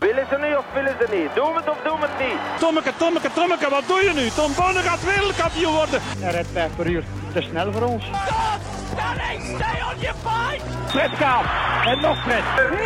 Willen ze nu of willen ze niet? Doen we het of doen we het niet? Tommeke, wat doe je nu? Tom Bonne gaat wereldkampioen worden. Hij rijdt 5 per uur. Te snel voor ons. Stop! Stanley, stay on your fight! Fred Kaap. En nog Fred.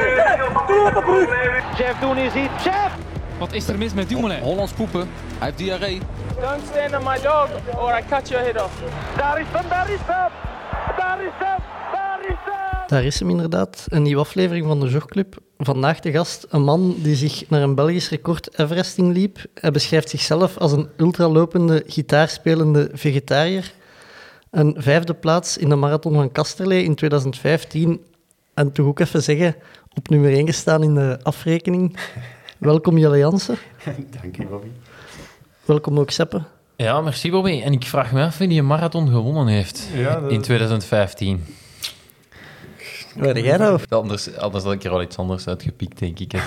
Chef, doen is iets. Chef! Wat is er mis met Dumoulin? Hollands poepen. Hij heeft diarree. Don't stand on my dog or I cut your head off. Daar is hem, daar is hem! Daar is hem, daar is hem! Daar is hem inderdaad, een nieuwe aflevering van de Jogclub. Vandaag de gast, een man die zich naar een Belgisch record Everesting liep. Hij beschrijft zichzelf als een ultralopende, gitaarspelende vegetariër. Een 5e plaats in de marathon van Kasterlee in 2015. En toch ook even zeggen, op nummer 1 gestaan in de afrekening. Welkom Jelle Jansen. Dank je, Bobby. Welkom ook Seppe. Ja, merci Bobby. En ik vraag me af wie die een marathon gewonnen heeft in 2015. Waar jij nou? Anders had ik er al iets anders uitgepikt, denk ik.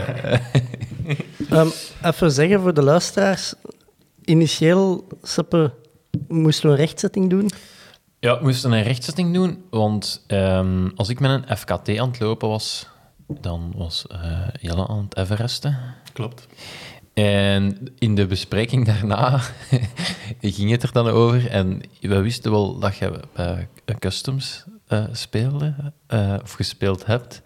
Even zeggen voor de luisteraars. Initieel, Seppe, moesten we een rechtzetting doen? Ja, we moesten een rechtzetting doen, want als ik met een FKT aan het lopen was, dan was Jelle aan het Everesten. Klopt. En in de bespreking daarna ging het er dan over. En we wisten wel dat je bij Customs speelde, of gespeeld hebt.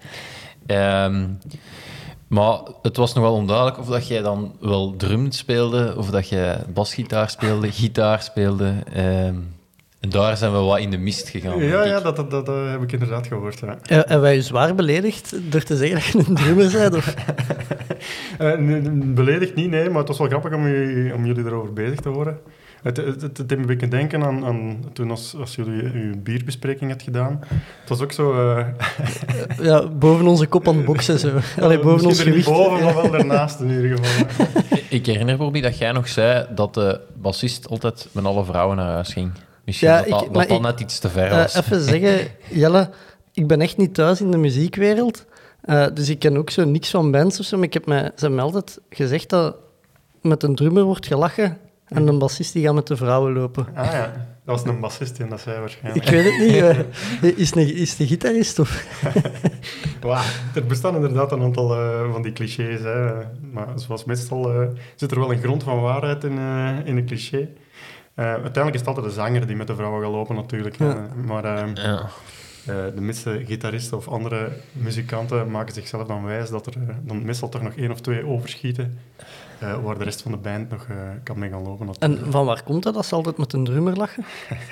Maar het was nog wel onduidelijk of dat jij dan wel drum speelde, of dat je basgitaar speelde, gitaar speelde. En daar zijn we wat in de mist gegaan. Ja, dat heb ik inderdaad gehoord. Ja. Hebben wij je zwaar beledigd door te zeggen dat je een drummer bent? Of? Beledigd niet, nee, maar het was wel grappig om jullie erover bezig te horen. Het deed me een beetje denken aan toen als jullie je bierbespreking had gedaan. Het was ook zo... Ja, boven onze kop aan het boksen. Zo. Allee, boven ons misschien er gewicht. niet boven, maar wel ernaast in ieder geval. Ik herinner Bobby dat jij nog zei dat de bassist altijd met alle vrouwen naar huis ging. Misschien Ja, dat net iets te ver was. Even zeggen, Jelle, ik ben echt niet thuis in de muziekwereld. Dus ik ken ook zo niks van bands of zo. Maar ze hebben mij altijd gezegd dat met een drummer wordt gelachen en een bassist die gaat met de vrouwen lopen. Ah ja, dat was een bassist en dat zei waarschijnlijk. Ik weet het niet. Is de gitarist of... Wow, er bestaan inderdaad een aantal van die clichés. Hè. Maar zoals meestal zit er wel een grond van waarheid in een cliché. Uiteindelijk is het altijd de zanger die met de vrouwen gaat lopen natuurlijk. Ja. Maar de meeste gitaristen of andere muzikanten maken zichzelf dan wijs dat er dan meestal toch nog 1 of 2 overschieten, waar de rest van de band nog kan mee gaan lopen. Natuurlijk. En van waar komt dat ze altijd met een drummer lachen?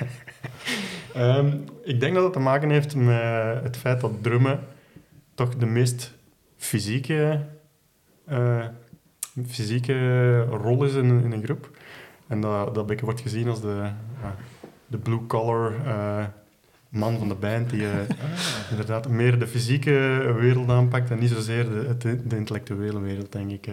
Ik denk dat het te maken heeft met het feit dat drummen toch de meest fysieke rol is in een groep. En dat beetje wordt gezien als de blue-collar man van de band, die inderdaad meer de fysieke wereld aanpakt en niet zozeer de intellectuele wereld, denk ik.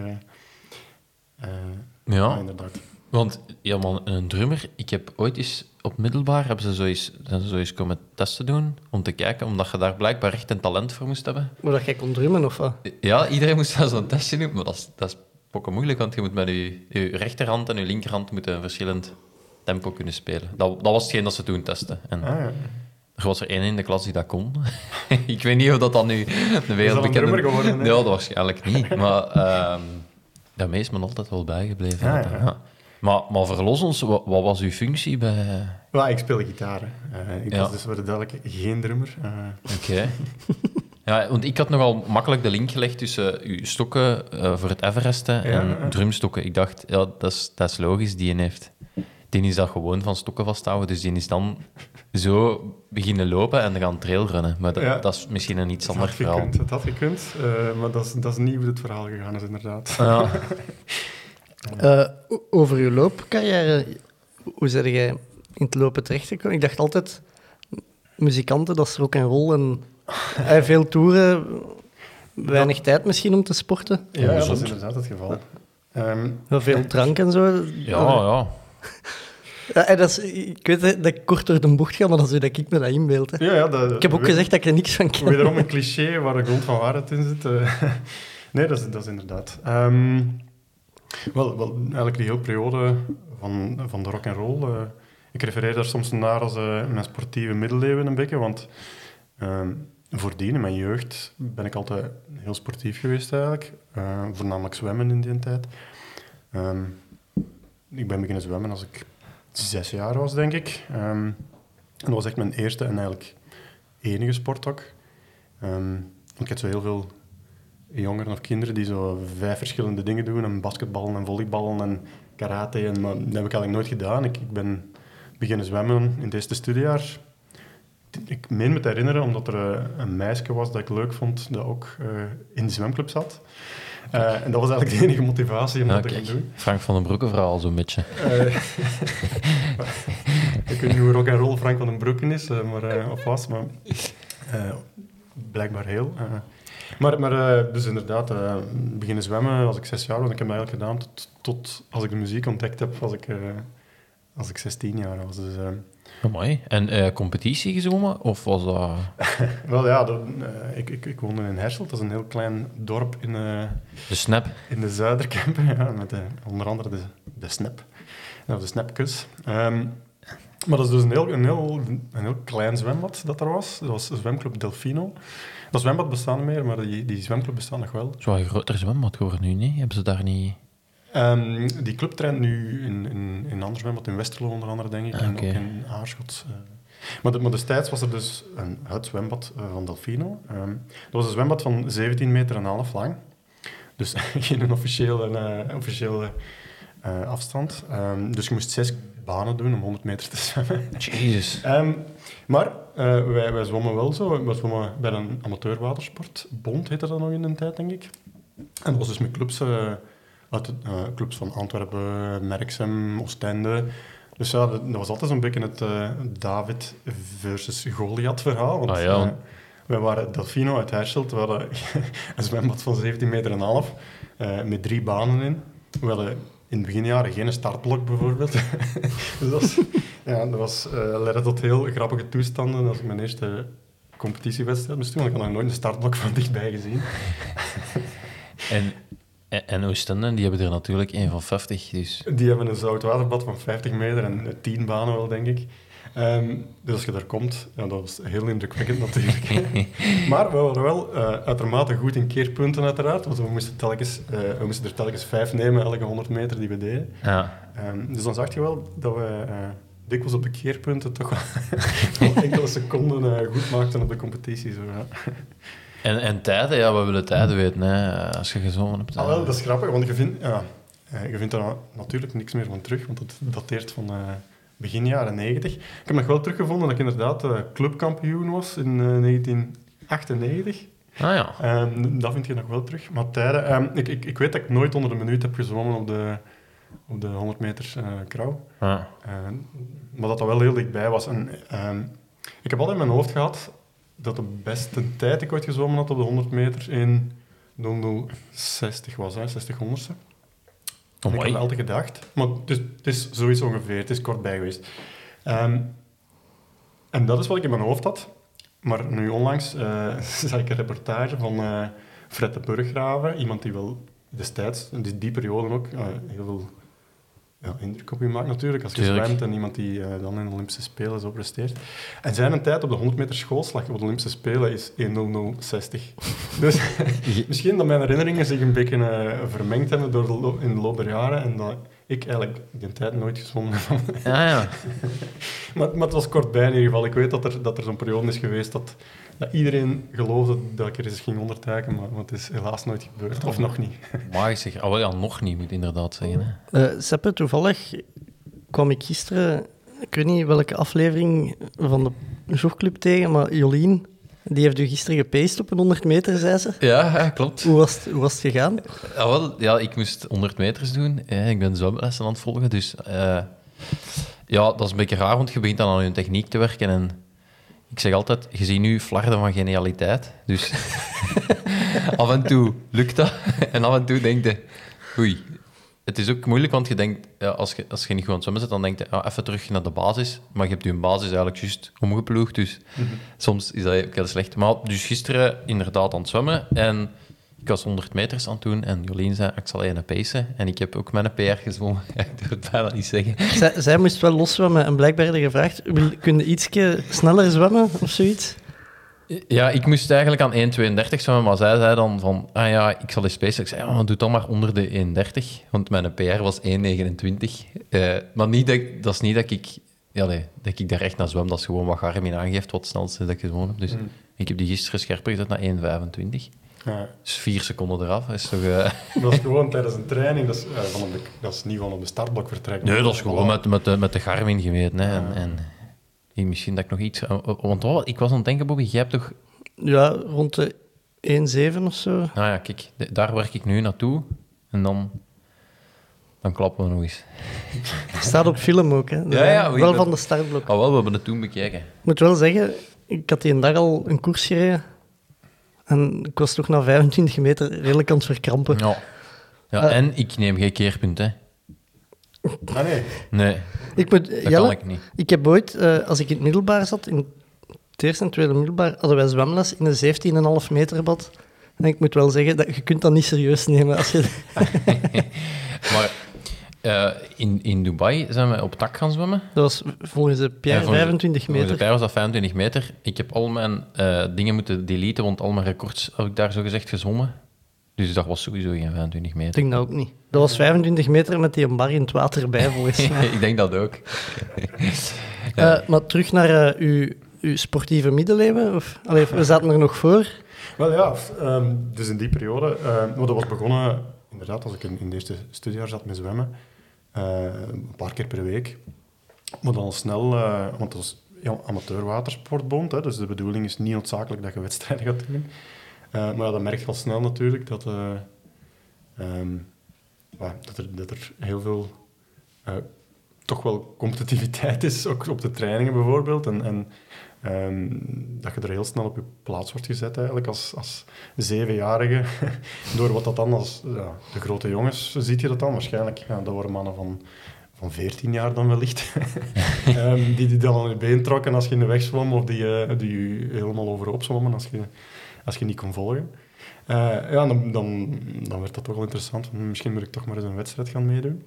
Ja, inderdaad. Want ja, man, een drummer... Ik heb ooit eens op middelbaar hebben ze zo eens komen testen doen om te kijken, omdat je daar blijkbaar echt een talent voor moest hebben. Maar dat jij kon drummen of wat? Ja, iedereen moest daar zo'n testje doen, maar dat is pokken moeilijk, want je moet met je rechterhand en je linkerhand moeten een verschillend tempo kunnen spelen. Dat was hetgeen dat ze toen testen. En er was er één in de klas die dat kon. Ik weet niet of dat nu de wereldbekende... drummer geworden? Nee, dat waarschijnlijk niet. Maar daarmee is men altijd wel bijgebleven. Ja. Maar verlos ons, wat was uw functie bij... Ja, ik speel gitaar. Ik was dus voor de duidelijkheid geen drummer. Oké. Ja, want ik had nogal makkelijk de link gelegd tussen uw stokken voor het Everesten en drumstokken. Ik dacht, ja, dat is logisch, die is dat gewoon van stokken vasthouden, dus die is dan zo beginnen lopen en dan gaan trailrunnen. Maar dat is misschien een iets ander verhaal. Het had gekund, maar dat is niet hoe het verhaal gegaan is, inderdaad. Ja. Over uw loopcarrière, hoe ben jij in het lopen terechtgekomen? Ik dacht altijd, muzikanten, dat is rock'n'roll en veel toeren, weinig tijd misschien om te sporten. Ja, dat is inderdaad het geval. Veel drank en zo. Ja. Ik weet dat ik kort door de bocht ga, maar dat is hoe dat ik me dat inbeeld. Hè. Ja, ik heb ook gezegd dat ik er niks van ken. Wederom een cliché waar een grond van waarheid in zit. Nee, dat is inderdaad. Wel, eigenlijk die hele periode van de rock'n'roll. Ik refereer daar soms naar als mijn sportieve middeleeuwen een beetje, want voordien, in mijn jeugd, ben ik altijd heel sportief geweest eigenlijk. Voornamelijk zwemmen in die tijd. Ik ben beginnen zwemmen als ik 6 jaar was, denk ik. En dat was echt mijn eerste en eigenlijk enige sport ook. Ik had zo heel veel jongeren of kinderen die zo 5 verschillende dingen doen. En basketballen en volleyballen en karate. Maar dat heb ik eigenlijk nooit gedaan. Ik ben beginnen zwemmen in het eerste studiejaar. Ik meen me te herinneren, omdat er een meisje was dat ik leuk vond, dat ook in de zwemclub zat. En dat was eigenlijk de enige motivatie om dat te gaan doen. Frank van den Broeke verhaal zo'n beetje. Ik weet niet hoe rock'n'roll Frank van den Broeke is, of was, maar blijkbaar heel. Maar dus inderdaad, beginnen zwemmen als ik 6 jaar was. Ik heb dat eigenlijk gedaan tot als ik de muziek ontdekt heb, als ik 16 jaar was. Dus, mooi. En competitie gezwommen? Of was dat... Wel ja, ik woonde in Herselt. Dat is een heel klein dorp in... de Snap. In de Zuiderkempen, ja, met onder andere de Snap. Nou, de Snapkus. Maar dat is dus een heel klein zwembad dat er was. Dat was Zwemclub Delfino. Dat zwembad bestaat niet meer, maar die zwemclub bestaat nog wel. Zo een groter zwembad geworden nu, nee? Hebben ze daar niet... Die club traint nu in een ander zwembad, in Westerlo onder andere, denk ik. En ook in Aarschot. Maar destijds was er dus het zwembad van Delfino. Dat was een zwembad van 17,5 meter lang. Dus geen officiële afstand. Dus je moest 6 banen doen om 100 meter te zwemmen. Jezus. Maar wij zwommen wel zo. We zwommen bij een amateurwatersportbond, heette dat nog in de tijd, denk ik. En dat was dus met clubs... uit clubs van Antwerpen, Merksem, Oostende. Dus ja, dat was altijd zo'n beetje het David versus Goliath verhaal. Want, wij waren Delfino uit Herselt. We hadden een zwembad van 17,5 meter met 3 banen in. We hadden in het beginjaren geen startblok bijvoorbeeld. Dus dat leidde tot heel grappige toestanden. Als ik mijn eerste competitiewedstrijd moest doen, ik had nog nooit een startblok van dichtbij gezien. En Oostende, die hebben er natuurlijk een van 50. Dus. Die hebben een zoutwaterbad van 50 meter en 10 banen wel, denk ik. Dus als je daar komt, ja, dat was heel indrukwekkend natuurlijk. Maar we waren wel uitermate goed in keerpunten uiteraard, want we moesten er telkens 5 nemen elke 100 meter die we deden. Ja. Dus dan zag je wel dat we dikwijls op de keerpunten toch wel enkele seconden goed maakten op de competitie. Zo, ja. En tijden, ja, we willen tijden weten, hè, als je gezongen hebt. Wel, dat is grappig, want je vindt er natuurlijk niks meer van terug, want het dateert van begin jaren 90. Ik heb nog wel teruggevonden dat ik inderdaad clubkampioen was in 1998. Ah ja. Dat vind je nog wel terug. Maar tijden... Ik weet dat ik nooit onder de minuut heb gezwommen op de 100 meter krauw. Ah. Maar dat wel heel dichtbij was. En, ik heb altijd in mijn hoofd gehad dat de beste tijd ik ooit gezwommen had op de 100 meter in 0060 was, hè, 60 honderdste. Ik heb dat altijd gedacht. Maar het is zoiets ongeveer, het is kort bij geweest. En dat is wat ik in mijn hoofd had. Maar nu onlangs zag ik een reportage van Fred de Burggraven, iemand die wel destijds, in die periode ook, heel veel indruk op je maakt natuurlijk, als je zwemt en iemand die dan in de Olympische Spelen zo presteert. En zijn tijd op de 100 meter schoolslag op de Olympische Spelen is 1:00:60. Dus misschien dat mijn herinneringen zich een beetje vermengd hebben in de loop der jaren en dat ik eigenlijk die tijd nooit gezwommen heb. Ja. maar het was kort bij in ieder geval. Ik weet dat er zo'n periode is geweest dat iedereen geloofde dat ik er eens ging onderduiken, maar het is helaas nooit gebeurd. Of nog niet. Maar zeg, nog niet, moet ik inderdaad zeggen. Seppe, toevallig kwam ik gisteren, ik weet niet welke aflevering van de Jogclub tegen, maar Jolien, die heeft u gisteren gepaced op een 100 meter, zei ze. Ja, klopt. Hoe was het gegaan? Ik moest 100 meters doen. Ik ben zwemlessen aan het volgen, dus... dat is een beetje raar, want je begint dan aan je techniek te werken en... Ik zeg altijd, je ziet nu flarden van genialiteit. Dus af en toe lukt dat. En af en toe denk je, oei. Het is ook moeilijk, want je denkt, als je niet gewoon zwemmen zit, dan denk je, even terug naar de basis. Maar je hebt je basis eigenlijk juist omgeploegd. Dus soms is dat ook heel slecht. Maar dus gisteren inderdaad aan het zwemmen. En ik was 100 meters aan het doen. En Jolien zei, ik zal even pacen. En ik heb ook mijn PR gezwommen. Ik durf het bijna niet zeggen. Zij moest wel loszwemmen. En blijkbaar had je gevraagd, kun je ietsje sneller zwemmen of zoiets? Ja, ik moest eigenlijk aan 1,32 zwemmen, maar zij zei dan van, ik zal eens spacen. Ik zei, ja, maar doe dan maar onder de 1,30, want mijn PR was 1,29. Maar dat is niet dat ik... Ja, nee, dat ik daar echt naar zwem. Dat is gewoon wat Garmin aangeeft, wat het snelste dat ik gezwommen heb. Dus ik heb die gisteren scherper gezet naar 1,25. Ja. Dus 4 seconden eraf. Is toch, Dat is gewoon tijdens een training. Dat is niet van op de startblok vertrekken. Nee, dat is gewoon met de Garmin gemeten. Hè. En misschien dat ik nog iets... Want ik was aan het denken, Bobby, jij hebt toch... Ja, rond de 1,7 of zo. Nou ja, kijk, daar werk ik nu naartoe. En dan klappen we nog eens. Het staat op film ook, hè. Wel van de startblok. Oh wel, we hebben het toen bekeken. Ik moet wel zeggen, ik had die een dag al een koers gereden. En ik was toch na 25 meter redelijk aan het verkrampen. Ja, en ik neem geen keerpunt, hè. Ah, nee. Nee, dat kan ik niet. Ik heb ooit, als ik in het middelbaar zat, in het eerste en tweede middelbaar, hadden wij zwemles in een 17,5 meter bad. En ik moet wel zeggen, dat je kunt dat niet serieus nemen als je... Maar in Dubai zijn we op tak gaan zwemmen. Dat was volgens de Pierre 25 meter. Volgens de Pierre was dat 25 meter. Ik heb al mijn dingen moeten deleten, want al mijn records heb ik daar zo gezegd gezwommen. Dus dat was sowieso geen 25 meter. Ik denk dat ook niet. Dat was 25 meter met die een bar in het water bij, volgens mij. Ik denk dat ook. Maar terug naar uw sportieve middeleeuwen? We zaten er nog voor. Wel ja, dus in die periode... dat was begonnen, inderdaad, als ik in het eerste studiejaar zat met zwemmen. Een paar keer per week. Maar dan snel... want het was amateur watersportbond, hè, dus de bedoeling is niet noodzakelijk dat je wedstrijden gaat doen. Maar dan merk je al snel natuurlijk dat er heel veel toch wel competitiviteit is, ook op de trainingen bijvoorbeeld. En dat je er heel snel op je plaats wordt gezet eigenlijk als 7-jarige. Door wat dat dan als de grote jongens ziet je dat dan waarschijnlijk. Ja, dat worden mannen van 14 jaar dan wellicht. die dan aan je been trokken als je in de weg zwom of die je helemaal overhoop zwommen als je niet kon volgen. Dan werd dat toch wel interessant. Misschien moet ik toch maar eens een wedstrijd gaan meedoen.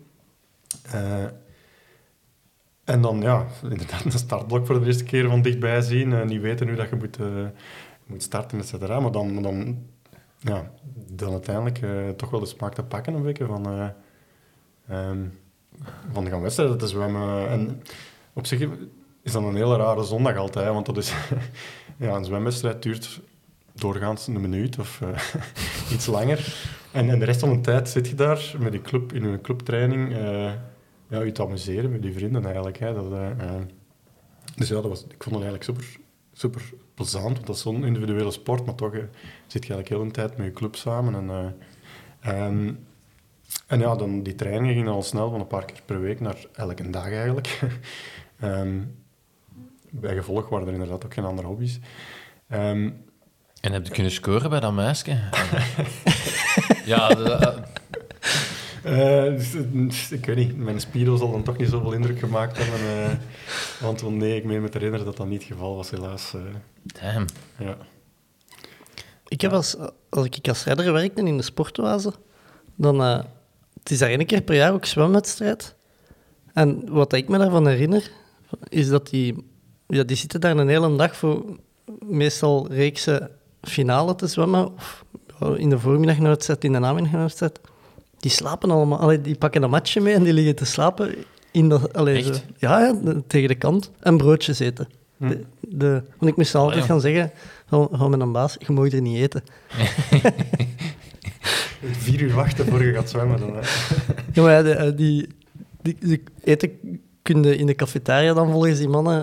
En dan, inderdaad, een startblok voor de eerste keer van dichtbij zien. Niet weten hoe dat je moet starten, et cetera. Maar dan uiteindelijk toch wel de smaak te pakken een beetje van gaan wedstrijden te zwemmen. En op zich is dat een hele rare zondag altijd, hè, want dat is... een zwemwedstrijd duurt doorgaans een minuut of iets langer. En de rest van de tijd zit je daar met je club, in een clubtraining je te amuseren met je vrienden eigenlijk. Hè. Dus ik vond het eigenlijk super plezant, want dat is zo'n individuele sport, maar toch zit je eigenlijk heel een tijd met je club samen. En dan die trainingen gingen al snel van een paar keer per week naar elke dag eigenlijk. Bij gevolg waren er inderdaad ook geen andere hobby's. En heb je kunnen scoren bij dat meisje? Ik weet niet, mijn Speedo zal dan toch niet zoveel indruk gemaakt hebben. Want nee, ik meen me te herinneren dat dat niet het geval was, helaas. Damn. Ja. Ik heb als ik als redder werkte in de sportoase, dan... het is daar 1 keer per jaar ook zwemwedstrijd. En wat ik me daarvan herinner, is dat die zitten daar een hele dag voor meestal reekse finale te zwemmen, of in de voormiddag een wedstrijd, in de namiddag een wedstrijd. Die slapen allemaal. Die pakken een matje mee en die liggen te slapen in dat... tegen de kant. En broodjes eten. Want ik moest altijd gaan zeggen van mijn baas, je mag er niet eten. 4 uur wachten voor je gaat zwemmen. Dan, hè. Ja, maar die eten kun je in de cafetaria dan volgens die mannen...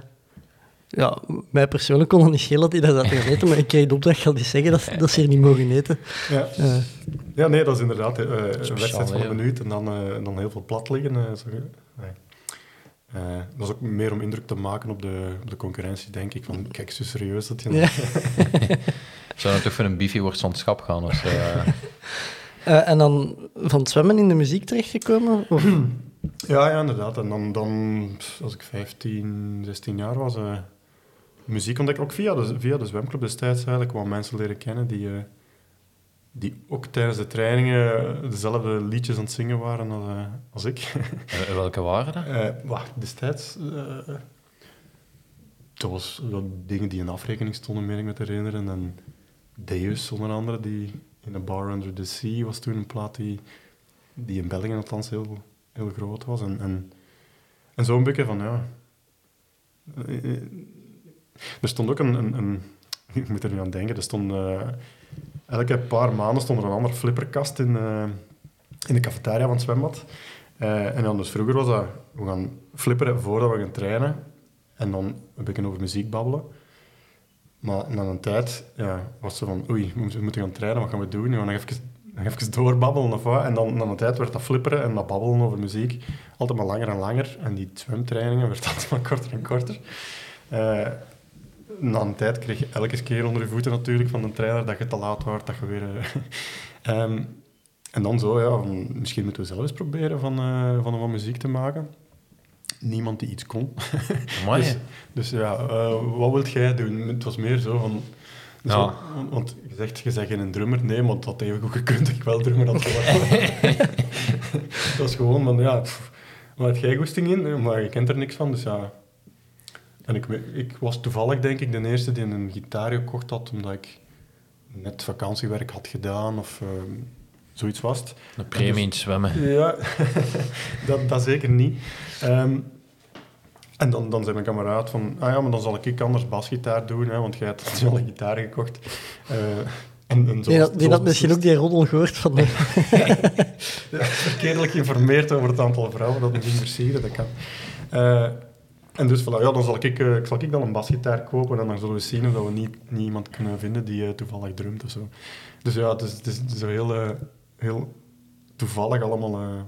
mij persoonlijk kon het niet schelen dat die dat gaan eten, maar ik kreeg de opdracht, dat die zeggen dat ze hier niet mogen eten. Ja. Nee, dat is inderdaad een wedstrijd van een minuut en dan heel veel plat liggen. Dat is ook meer om indruk te maken op de concurrentie, denk ik. Van, kijk, zo serieus dat je... Ja. Zou dat toch voor een beefy worst van het schap gaan? Of zo? En dan van het zwemmen in de muziek terechtgekomen? Of? Ja, inderdaad. En dan als ik 15, 16 jaar was... muziek ontdek ook via de zwemclub destijds eigenlijk. Wat mensen leren kennen die ook tijdens de trainingen dezelfde liedjes aan het zingen waren als ik. Welke waren dat? Destijds... dat was dingen die in afrekening stonden, meen ik me te herinneren. En Deus, onder andere, die in A Bar Under the Sea was toen een plaat die in België althans heel, heel groot was. En zo'n beetje van, ja... Er stond ook een ik moet er nu aan denken, er stond... elke paar maanden stond er een andere flipperkast in de cafetaria van het zwembad. En dan dus vroeger was dat... We gaan flipperen voordat we gaan trainen. En dan een beetje over muziek babbelen. Maar na een tijd was het van... Oei, we moeten gaan trainen, wat gaan we doen? We gaan nog even doorbabbelen of wat. En dan na een tijd werd dat flipperen en dat babbelen over muziek altijd maar langer en langer. En die zwemtrainingen werd altijd maar korter en korter. Na een tijd kreeg je elke keer onder je voeten natuurlijk van de trainer dat je te laat wordt, dat je weer... en dan zo, misschien moeten we zelf eens proberen van wat muziek te maken. Niemand die iets kon. Dus wat wilt jij doen? Het was meer zo van... Zo, want je zegt geen drummer. Nee, want dat even goed gekund. Ik wel drummer had geworden. Het was gewoon van, waar heb jij goesting in? Maar je kent er niks van, dus ja... En ik was toevallig, denk ik, de eerste die een gitaar gekocht had, omdat ik net vakantiewerk had gedaan of zoiets was het. Een premie in het zwemmen. Ja, dat zeker niet. En dan zei mijn kameraad van, maar dan zal ik anders basgitaar doen, hè, want jij hebt al een gitaar gekocht. Die had misschien ook die roddel gehoord van... verkeerdelijk geïnformeerd over het aantal vrouwen dat me ging versieren, dat kan. En dus voilà, dan zal ik dan een basgitaar kopen en dan zullen we zien of we niet iemand kunnen vinden die toevallig drumt of zo. Dus ja, het is zo heel toevallig allemaal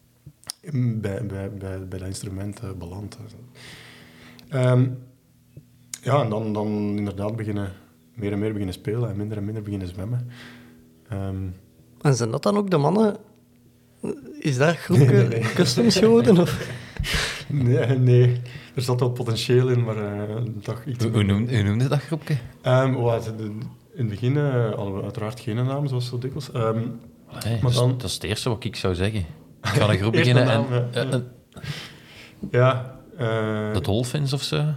bij dat instrument beland. En dan inderdaad meer en meer beginnen spelen en minder beginnen zwemmen. En zijn dat dan ook de mannen? Is daar groepje customs geworden? Of? Nee. Er zat wel potentieel in, maar toch iets... Hoe noemde dat groepje? In het begin hadden we uiteraard geen naam, zoals zo dikwijls. Maar dan... Dat is het eerste wat ik zou zeggen. Ik ga een groep beginnen en... de Dolphins of zo?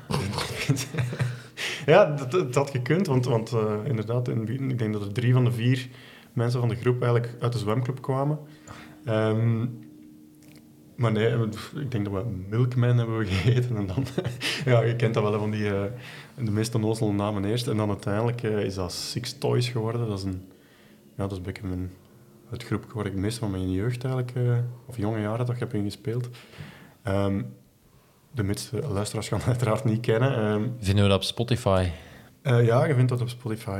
Ja, dat had gekund, want inderdaad, in het begin, ik denk dat er 3 van de 4 mensen van de groep eigenlijk uit de zwemclub kwamen. Maar nee, ik denk dat we Milkman hebben gegeten en dan... je kent dat wel, van die... de meeste onnozele namen eerst. En dan uiteindelijk is dat Six Toys geworden. Dat is een beetje het groep waar ik het meeste van mijn jeugd eigenlijk... of jonge jaren dat ik heb ingespeeld. De meeste luisteraars gaan het uiteraard niet kennen. Vinden we dat op Spotify? Ja, je vindt dat op Spotify.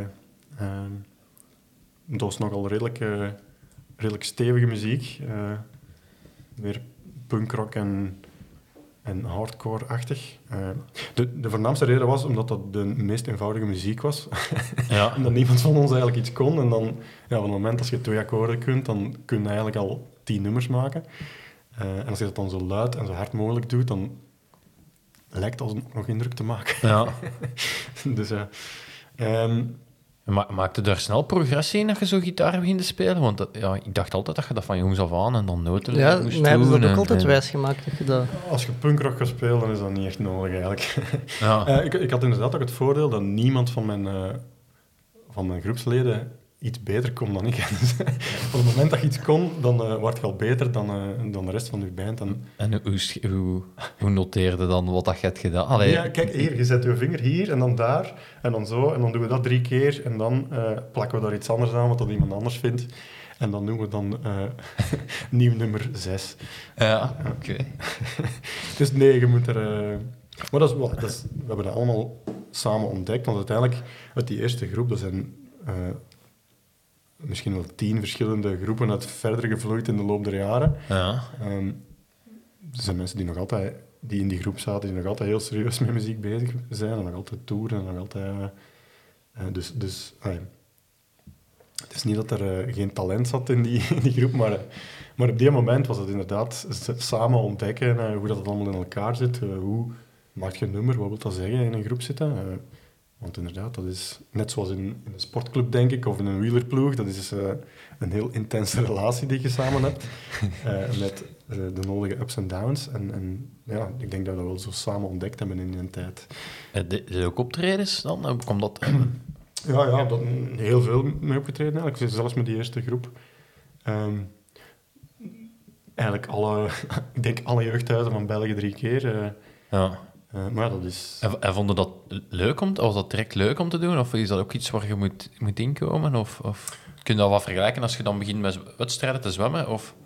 Dat was nogal redelijk stevige muziek. Meer punkrock en hardcore-achtig. De voornaamste reden was omdat dat de meest eenvoudige muziek was. En dat niemand van ons eigenlijk iets kon. En dan, van het moment als je 2 akkoorden kunt, dan kun je eigenlijk al 10 nummers maken. En als je dat dan zo luid en zo hard mogelijk doet, dan lijkt het alsnog nog indruk te maken. Ja. Dus maakte daar snel progressie in dat je zo gitaar begint te spelen? Want ik dacht altijd dat je dat van jongs af aan en dan noten moest doen. Ja, mij hebben ze dat ook altijd wijsgemaakt. Dat je dat... Als je punkrock gaat spelen, dan is dat niet echt nodig eigenlijk. Ja. Ik had inderdaad ook het voordeel dat niemand van mijn groepsleden iets beter kon dan ik. Dus op het moment dat je iets kon, dan word je al beter dan de rest van je band. En hoe noteerde dan wat dat je hebt gedaan? Allee. Ja, kijk, hier, je zet je vinger hier en dan daar en dan zo. En dan doen we dat 3 keer en dan plakken we daar iets anders aan wat dat iemand anders vindt. En dan doen we dan nieuw nummer 6. Ja, oké. Dus nee, je moet er... Maar we hebben dat allemaal samen ontdekt. Want uiteindelijk, uit die eerste groep, dat zijn... misschien wel 10 verschillende groepen uit verder gevloeid in de loop der jaren. Ja. Er zijn mensen die in die groep zaten, die nog altijd heel serieus met muziek bezig zijn en nog altijd toeren en nog altijd... het is niet dat er geen talent zat in die groep, maar op die moment was het inderdaad samen ontdekken hoe dat allemaal in elkaar zit. Hoe maak je een nummer? Wat wil dat zeggen in een groep zitten? Want inderdaad, dat is net zoals in een sportclub, denk ik, of in een wielerploeg. Dat is een heel intense relatie die je samen hebt. Met de nodige ups en downs. En ja, ik denk dat we dat wel zo samen ontdekt hebben in die tijd. De ook optredens dan? Hoe komt dat? Ja, dat heel veel mee opgetreden eigenlijk. Zelfs met die eerste groep. Eigenlijk ik denk alle jeugdhuizen van België 3 keer. Ja. Maar dat is... En vonden dat leuk was dat direct leuk om te doen? Of is dat ook iets waar je moet inkomen? Of kun je dat wat vergelijken als je dan begint met wedstrijden te zwemmen? Of...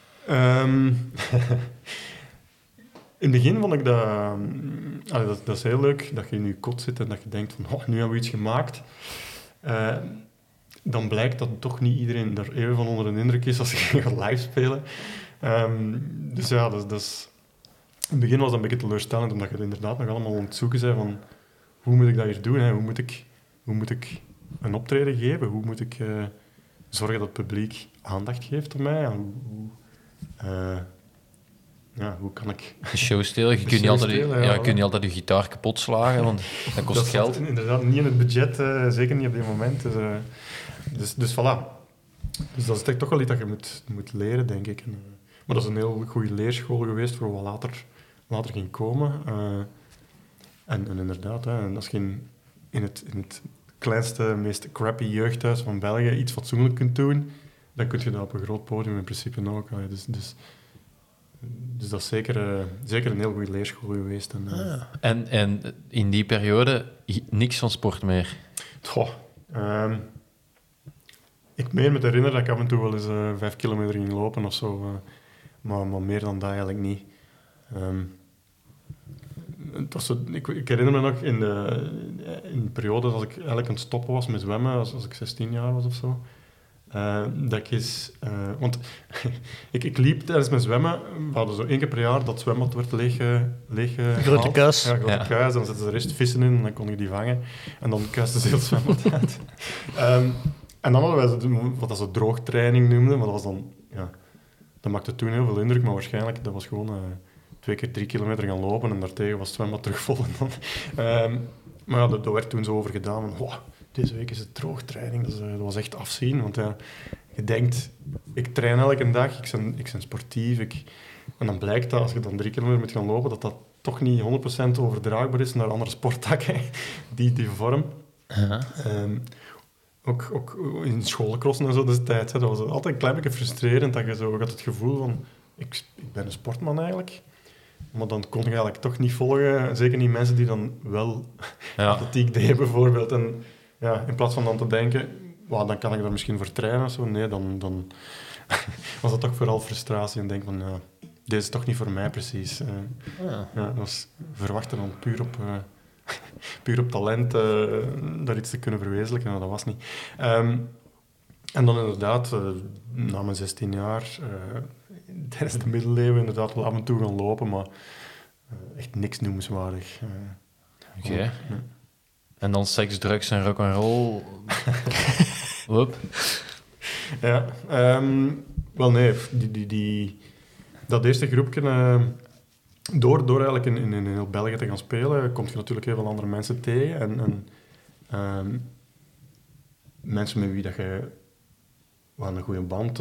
In het begin vond ik dat is heel leuk, dat je in je kot zit en dat je denkt van, nu hebben we iets gemaakt. Dan blijkt dat toch niet iedereen daar even van onder de indruk is als je gaat live spelen. Dus ja, dat is... In het begin was dat een beetje teleurstellend, omdat je inderdaad nog allemaal aan het zoeken bent van hoe moet ik dat hier doen? Hè? Hoe moet ik een optreden geven? Hoe moet ik zorgen dat het publiek aandacht geeft aan mij? Hoe kan ik... De show stelen. Je kunt niet altijd je gitaar kapot slagen, want dat kost geld. Dat inderdaad niet in het budget, zeker niet op dit moment. Dus voilà. Dus dat is toch wel iets dat je moet leren, denk ik. Maar dat is een heel goede leerschool geweest voor wat later ging komen. En inderdaad, hè, als je in het kleinste, meest crappy jeugdhuis van België iets fatsoenlijk kunt doen, dan kun je dat op een groot podium in principe ook. Dus dat is zeker een heel goede leerschool geweest. En in die periode niks van sport meer? Ik meen me te herinneren dat ik af en toe wel eens 5 kilometer ging lopen of zo. Maar meer dan dat eigenlijk niet. Ik herinner me nog in de periode dat ik eigenlijk aan het stoppen was met zwemmen, als ik 16 jaar was of zo. Dat ik eens... want ik liep tijdens mijn zwemmen, we hadden zo 1 keer per jaar dat zwembad werd leeg Grote kuis. Ja, grote kuis. Dan zetten ze er eerst vissen in en dan kon ik die vangen. En dan kuisten ze heel het zwembad uit. En dan hadden wij wat dat zo droogtraining noemden, maar dat was dan... Ja, dat maakte toen heel veel indruk, maar waarschijnlijk dat was gewoon 2 keer 3 kilometer gaan lopen en daartegen was het zwembad terug vol. Maar ja, daar werd toen zo over gedaan van... Deze week is het droogtraining, dat was echt afzien. Want ja, je denkt, ik train elke dag, ik ben sportief. En dan blijkt dat als je dan 3 kilometer moet gaan lopen, dat toch niet 100% overdraagbaar is naar andere sporttakken, die vorm. Uh-huh. Ook in schoolcrossen en zo destijds, dat was altijd een klein beetje frustrerend, dat je zo had het gevoel van, ik ben een sportman eigenlijk. Maar dan kon je eigenlijk toch niet volgen, zeker niet mensen die dan wel atletiek deden bijvoorbeeld. En ja, in plaats van dan te denken, dan kan ik daar misschien voor trainen of zo. Nee, dan was dat toch vooral frustratie en denk van, deze is toch niet voor mij precies. Dat was verwachten dan puur op talent daar iets te kunnen verwezenlijken, maar dat was niet. En dan inderdaad, na mijn 16 jaar, tijdens de middeleeuwen inderdaad wel af en toe gaan lopen, maar echt niks noemenswaardig. Oké. En dan seks, drugs en rock'n'roll. Whoop. Ja, wel nee, dat eerste groepje, door eigenlijk in heel België te gaan spelen, kom je natuurlijk heel veel andere mensen tegen. En mensen met wie dat je een goede band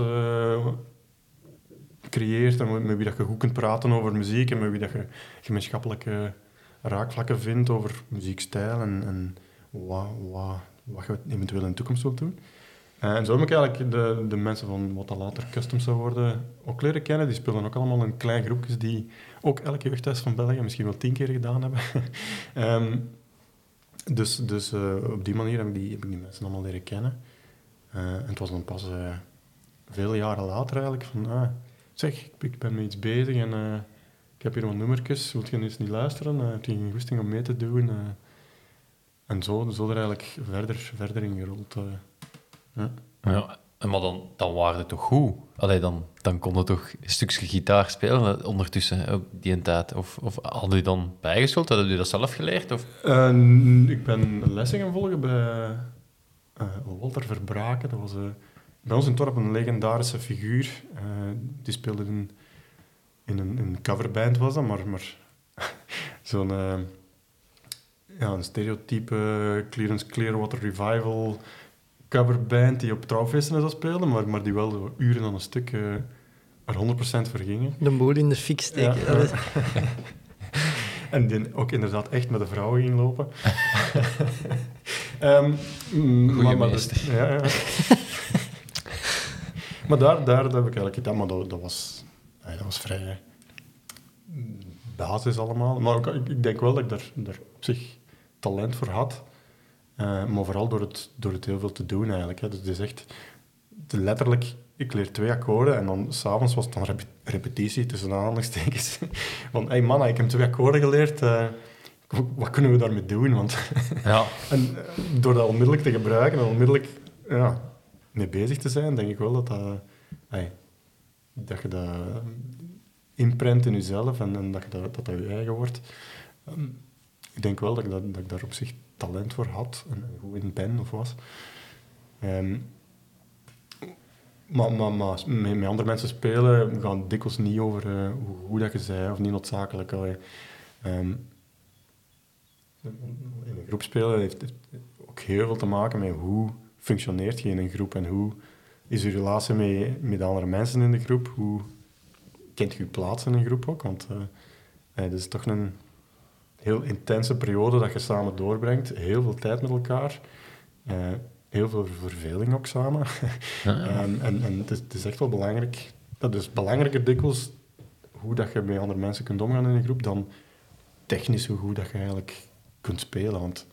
creëert en met wie dat je goed kunt praten over muziek en met wie dat je gemeenschappelijke raakvlakken vindt over muziekstijl en wat je eventueel in de toekomst wilt doen. En zo heb ik eigenlijk de mensen van wat dan later Custom zou worden ook leren kennen. Die spelen ook allemaal in kleine groepjes die ook elk jeugdhuis van België misschien wel 10 keer gedaan hebben. Dus op die manier heb ik die mensen allemaal leren kennen. En het was dan pas vele jaren later eigenlijk van... zeg, ik ben met iets bezig en ik heb hier wat nummertjes. Wilt je eens niet luisteren? Heb je geen goesting om mee te doen? En zo er eigenlijk verder in gerold. Ja, maar dan waren het toch goed? Allee, dan kon je toch een stukje gitaar spelen ondertussen op die tijd? Of hadden je dan bijgeschoold? Hadden je dat zelf geleerd? Of? Ik ben lessen gaan volgen bij Walter Verbraken. Dat was bij ons in het dorp een legendarische figuur. Die speelde in een coverband, was dat, maar zo'n... een stereotype Creedence Clearwater Revival coverband die op trouwfeesten zou spelen, maar die wel zo uren aan een stuk er 100% voor gingen. De boel in de fik steken. Ja. En die ook inderdaad echt met de vrouwen ging lopen. Goeie meester. Ja. Maar daar heb ik eigenlijk gedaan, maar dat was vrij basis allemaal. Maar ik denk wel dat ik daar op zich talent voor had. Maar vooral door het heel veel te doen eigenlijk. Hè. Dus het is echt letterlijk, ik leer 2 akkoorden en dan s'avonds was het dan repetitie tussen aanhalingstekens. Van, hey man, ik heb 2 akkoorden geleerd. Wat kunnen we daarmee doen? Want en door dat onmiddellijk te gebruiken en onmiddellijk mee bezig te zijn, denk ik wel dat je dat inprent in jezelf en dat je eigen wordt. Ik denk wel dat ik daar op zich talent voor had en goed in ben of was. Maar met andere mensen spelen gaan dikwijls niet over hoe dat je zei, of niet noodzakelijk. In een groep spelen heeft ook heel veel te maken met hoe functioneert je in een groep en hoe is je relatie met andere mensen in de groep, hoe kent je je plaats in een groep ook, want het is toch een heel intense periode dat je samen doorbrengt, heel veel tijd met elkaar, heel veel verveling ook samen. En het is echt wel belangrijk, dat is belangrijker dikwijls hoe dat je met andere mensen kunt omgaan in een groep dan technisch hoe goed dat je eigenlijk kunt spelen, want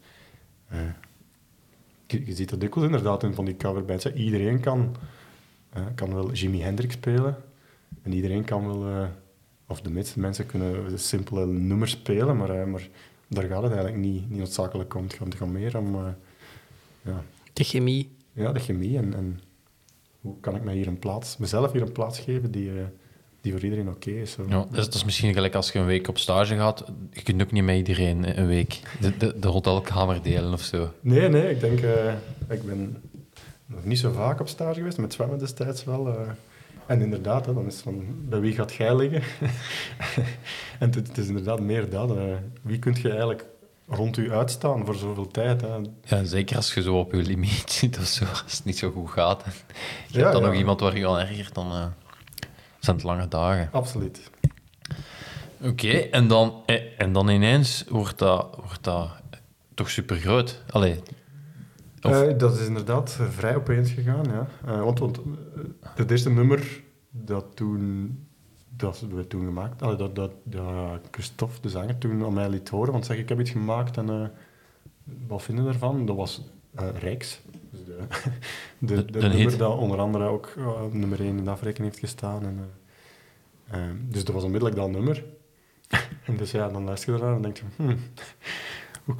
je ziet dat dikwijls inderdaad in van die coverbands. Iedereen kan wel Jimi Hendrix spelen. En iedereen kan wel... of de meeste mensen kunnen simpele nummers spelen, maar daar gaat het eigenlijk niet noodzakelijk om. Het gaat meer om... De chemie. Ja, de chemie. En hoe kan ik mezelf hier een plaats geven die voor iedereen oké is. Zo. Ja, dat is misschien gelijk als je een week op stage gaat. Je kunt ook niet met iedereen een week de hotelkamer delen of zo. Nee, ik denk... ik ben nog niet zo vaak op stage geweest, met zwemmen destijds wel. En inderdaad, dan is het van, bij wie gaat jij liggen? En het is inderdaad meer dat. Wie kun je eigenlijk rond u uitstaan voor zoveel tijd? Hè? Ja, zeker als je zo op je limiet zit of zo, als het niet zo goed gaat. Je hebt dan nog iemand waar je aan ergert, dan zijn het lange dagen. Absoluut. Oké, en dan ineens wordt dat toch super groot. Allee. Dat is inderdaad vrij opeens gegaan, ja. Want het eerste nummer dat we toen gemaakt, dat Christophe, de zanger, toen aan mij liet horen, want zeg, ik heb iets gemaakt en wat vinden we ervan? Dat was Rijks. Dus de nummer dat onder andere ook nummer 1 in de afrekening heeft gestaan. Dus dat was onmiddellijk dat nummer. En dus ja, dan luister je ernaar en denk je, hoe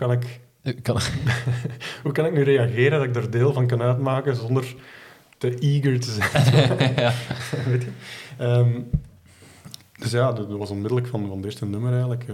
kan ik nu reageren dat ik er deel van kan uitmaken zonder te eager te zijn? Ja. Weet je? Dus ja, dat was onmiddellijk van het eerste nummer eigenlijk.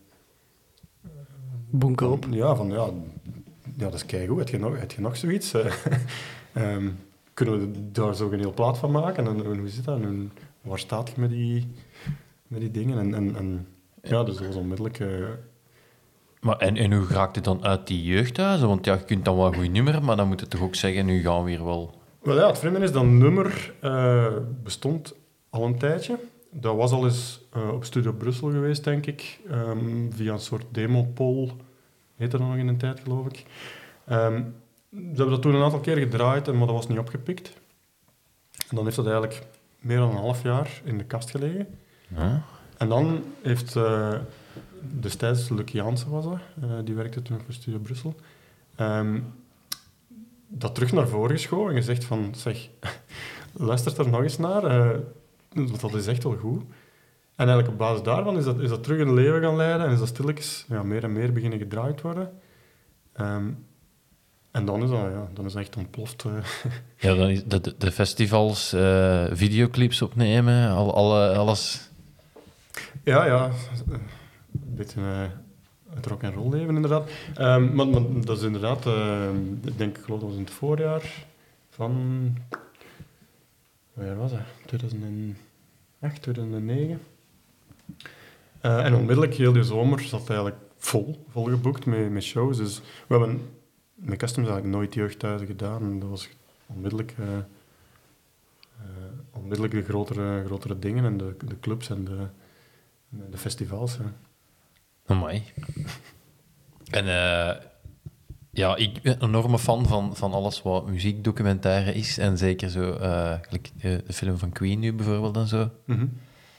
Bunker op. Ja, dat is keigoed. Heb je nog zoiets? Kunnen we daar zo een heel plaat van maken? En hoe zit dat? En waar staat je met die dingen? En ja, dus dat was onmiddellijk... Maar en hoe raakt het dan uit die jeugdhuizen? Want ja, je kunt dan wel een goed nummer, maar dan moet je toch ook zeggen, nu gaan we hier wel... Wel ja, het vreemde is, dat nummer bestond al een tijdje. Dat was al eens op Studio Brussel geweest, denk ik. Via een soort demo-poll, heette dat nog in een tijd, geloof ik. Ze hebben dat toen een aantal keer gedraaid, maar dat was niet opgepikt. En dan heeft dat eigenlijk meer dan een half jaar in de kast gelegen. Ja. En dan heeft... destijds Lucky Jansen was dat, die werkte toen voor Studio Brussel, dat terug naar voren geschoven en gezegd van, zeg, luister er nog eens naar, want dat is echt wel goed. En eigenlijk op basis daarvan is dat terug een leven gaan leiden en is dat stilletjes meer en meer beginnen gedraaid worden. En dan is dat echt ontploft. Ja, dan is de festivals, videoclips opnemen, alles... Ja, een beetje het rock-and-roll leven, inderdaad. Maar dat is inderdaad, ik geloof dat was in het voorjaar van... Wanneer was dat? 2008, 2009. En onmiddellijk, heel die zomer, zat eigenlijk volgeboekt met shows. Dus we hebben met Customs eigenlijk nooit jeugdhuizen gedaan. Dat was onmiddellijk de grotere dingen en de clubs en de festivals. Hè. Amai. En ik ben een enorme fan van alles wat muziekdocumentaire is. En zeker zo, gelijk de film van Queen nu bijvoorbeeld en zo. Mm-hmm.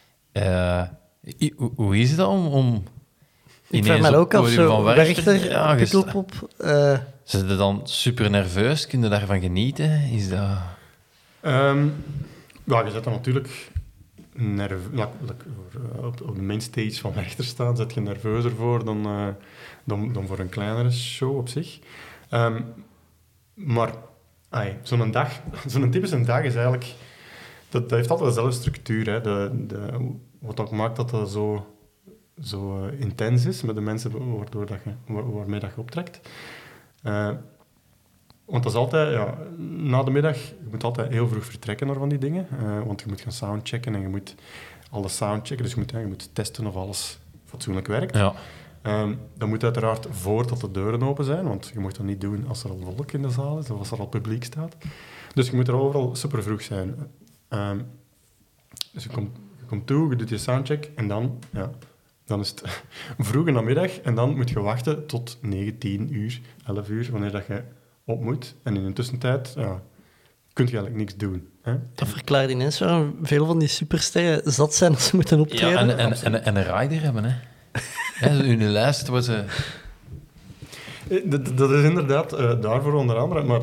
Hoe is dat om Ik vraag me ook af, zo Werchter, Pukkelpop... Zijn ze dan super nerveus? Kun je daarvan genieten? Is dat... Je zet dan natuurlijk op de mainstage van Werchter staan, zet je nerveuzer voor dan voor een kleinere show op zich. Maar zo'n typische dag is eigenlijk... Dat heeft altijd dezelfde structuur. Hè. Wat ook maakt dat dat zo intens is met de mensen waarmee dat je optrekt. Want dat is altijd, na de middag, je moet altijd heel vroeg vertrekken naar van die dingen. Want je moet gaan soundchecken en je moet alles soundchecken. Dus je moet testen of alles fatsoenlijk werkt. Ja. Dat moet uiteraard voordat de deuren open zijn, want je moet dat niet doen als er al volk in de zaal is of als er al publiek staat. Dus je moet er overal super vroeg zijn. Dus je komt toe, je doet je soundcheck en dan is het vroeg in de middag en dan moet je wachten tot 9, 10 uur, 11 uur, wanneer dat je op moet. En in de tussentijd kun je eigenlijk niks doen. Hè? Dat verklaart ineens waarom veel van die supersterren zat zijn als ze moeten optreden. Ja, en een rider hebben, hè. In de lijst was ze... Dat is inderdaad daarvoor onder andere, maar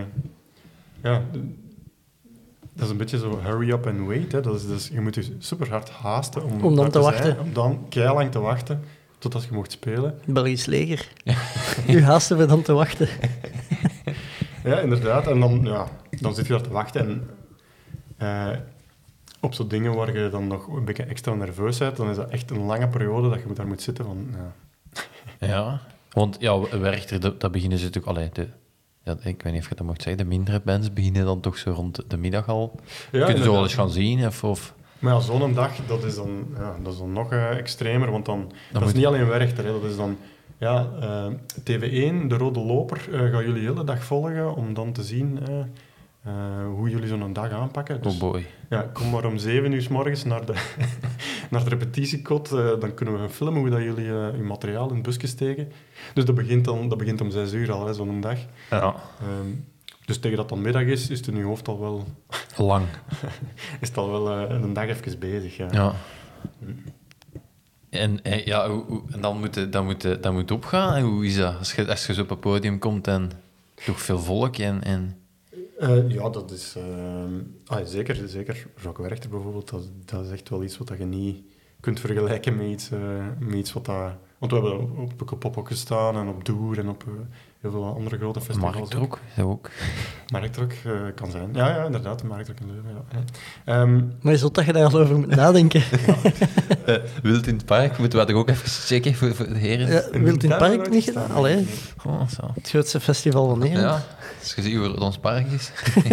dat is een beetje zo hurry up and wait. Hè. Dus je moet je super hard haasten om dan te wachten. Om dan keilang te wachten totdat je mocht spelen. Belgisch leger. U haasten we dan te wachten. Ja, inderdaad. En dan zit je daar te wachten. En op zo'n dingen waar je dan nog een beetje extra nerveus bent, dan is dat echt een lange periode dat je daar moet zitten. Ja, want Werchter, dat beginnen ze natuurlijk... ik weet niet of je dat mocht zeggen, de mindere bands beginnen dan toch zo rond de middag al. Ja, kun je zo wel eens gaan zien? Of... Maar zo'n dag, dat is dan nog extremer, want dat is niet alleen Werchter. Hè. Dat is dan... TV1, de Rode Loper, gaan jullie de hele dag volgen om dan te zien hoe jullie zo'n dag aanpakken. Dus, oh boy. Ja, kom maar om 7 uur 's morgens naar de repetitiekot. Dan kunnen we filmen hoe dat jullie je materiaal in het busje steken. Dus dat begint om 6 uur al, zo'n dag. Ja. Dus tegen dat dan middag is het in je hoofd al wel... Lang. is het al wel een dag even bezig. Ja. En dan moet opgaan. En hoe is dat? Als je zo op het podium komt en toch veel volk en... dat is... zeker Rock Werchter bijvoorbeeld, dat is echt wel iets wat je niet kunt vergelijken met iets wat dat... Want we hebben op Pukkelpop ook gestaan en op Doer en op heel veel andere grote festivals. Marktrok ook. Marktrok kan zijn. Ja, inderdaad, Marktrok in Leuven, ja. Maar je zult dat je daar al over moet nadenken. Wild in het Park, moeten we dat ook even checken voor de heren? Ja, Wild in het Park niet gedaan? Allee, zo. het grootste festival van Nederland. Ja, als je ziet hoe het ons park is.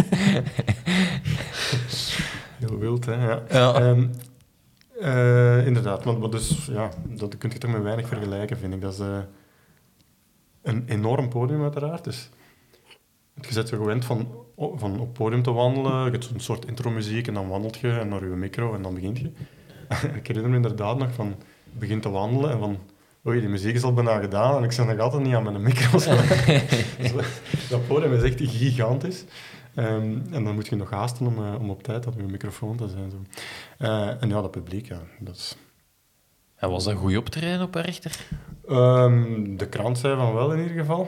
Heel wild, hè. Ja. Ja. Inderdaad, maar dus, dat kun je toch met weinig vergelijken, vind ik. Dat is een enorm podium, uiteraard. Dus je bent zo gewend van op podium te wandelen. Je hebt zo'n soort intromuziek en dan wandelt je en naar je micro en dan begint je. Ik herinner me inderdaad nog van, je begint te wandelen en van, oei, die muziek is al bijna gedaan en ik zit nog altijd niet aan mijn micro. Dat podium is echt gigantisch. En dan moet je nog haasten om op tijd op je microfoon te zijn. Zo. En dat publiek, dat is... En was dat een goed optreden op Werchter? De krant zei van wel, in ieder geval.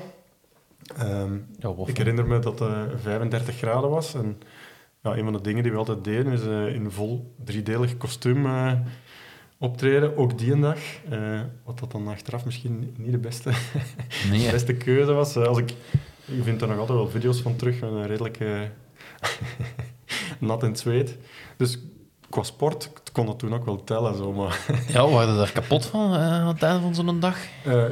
Ik herinner me dat het 35 graden was. En een van de dingen die we altijd deden, is in vol 3-delig kostuum optreden. Ook die een dag. Wat dat dan achteraf misschien niet de beste keuze was. Ik vind er nog altijd wel video's van terug, met een redelijk nat in het zweet. Dus qua sport kon dat toen ook wel tellen. Zo, maar ja, waren je daar kapot van aan het einde van zo'n dag?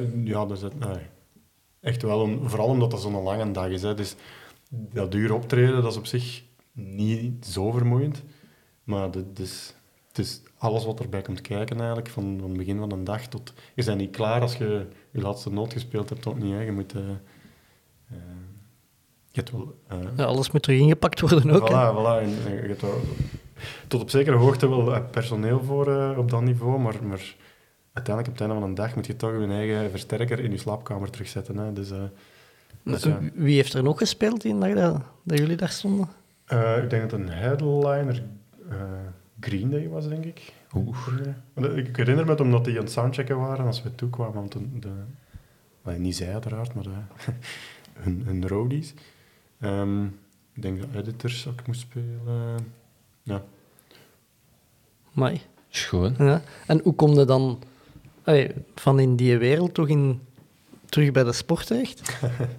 Echt wel. Vooral omdat dat zo'n lange dag is. Hè. Dus dat uur optreden, dat is op zich niet zo vermoeiend. Maar is alles wat erbij komt kijken eigenlijk, van het begin van de dag tot... Je bent niet klaar als je je laatste noot gespeeld hebt, toch niet. Hè. Je moet... je hebt wel... Ja, alles moet terug ingepakt worden ook. Hè? Voilà. En je hebt wel, tot op zekere hoogte wel personeel voor op dat niveau, maar uiteindelijk op het einde van de dag moet je toch je eigen versterker in je slaapkamer terugzetten. Hè. Dus, Wie heeft er nog gespeeld die dag dat jullie daar stonden? ik denk dat een headliner Green Day was, denk ik. Ik herinner me omdat die aan het soundchecken waren als we toekwamen. Want niet zij uiteraard, maar hun roadies. Ik denk dat Editors ook moest spelen. Ja. Amai. Schoon. Ja. En hoe kom je dan van in die wereld toch terug bij de sport terecht?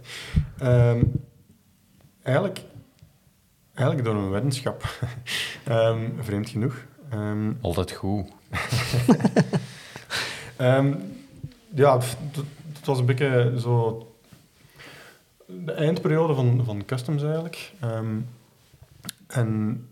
Eigenlijk door een weddenschap. Vreemd genoeg. Altijd goed. Ja, het was een beetje zo... De eindperiode van Customs eigenlijk. En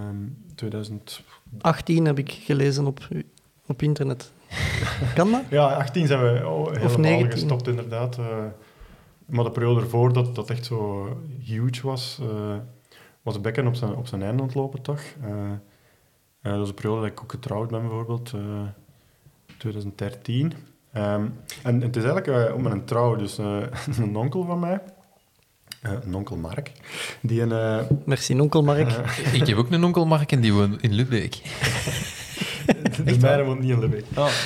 2018 heb ik gelezen op internet. Kan dat? Ja, 18 zijn we helemaal 19. gestopt inderdaad. Maar de periode ervoor dat echt zo huge was Bekken op zijn einde ontlopen toch. Dat was een periode dat ik ook getrouwd ben bijvoorbeeld. 2013. En het is eigenlijk om een trouw, dus een onkel van mij, een onkel Mark, die Merci, onkel Mark. Ik heb ook een onkel Mark en die woont in Lubbeek. de mijne woont niet in Lubbeek.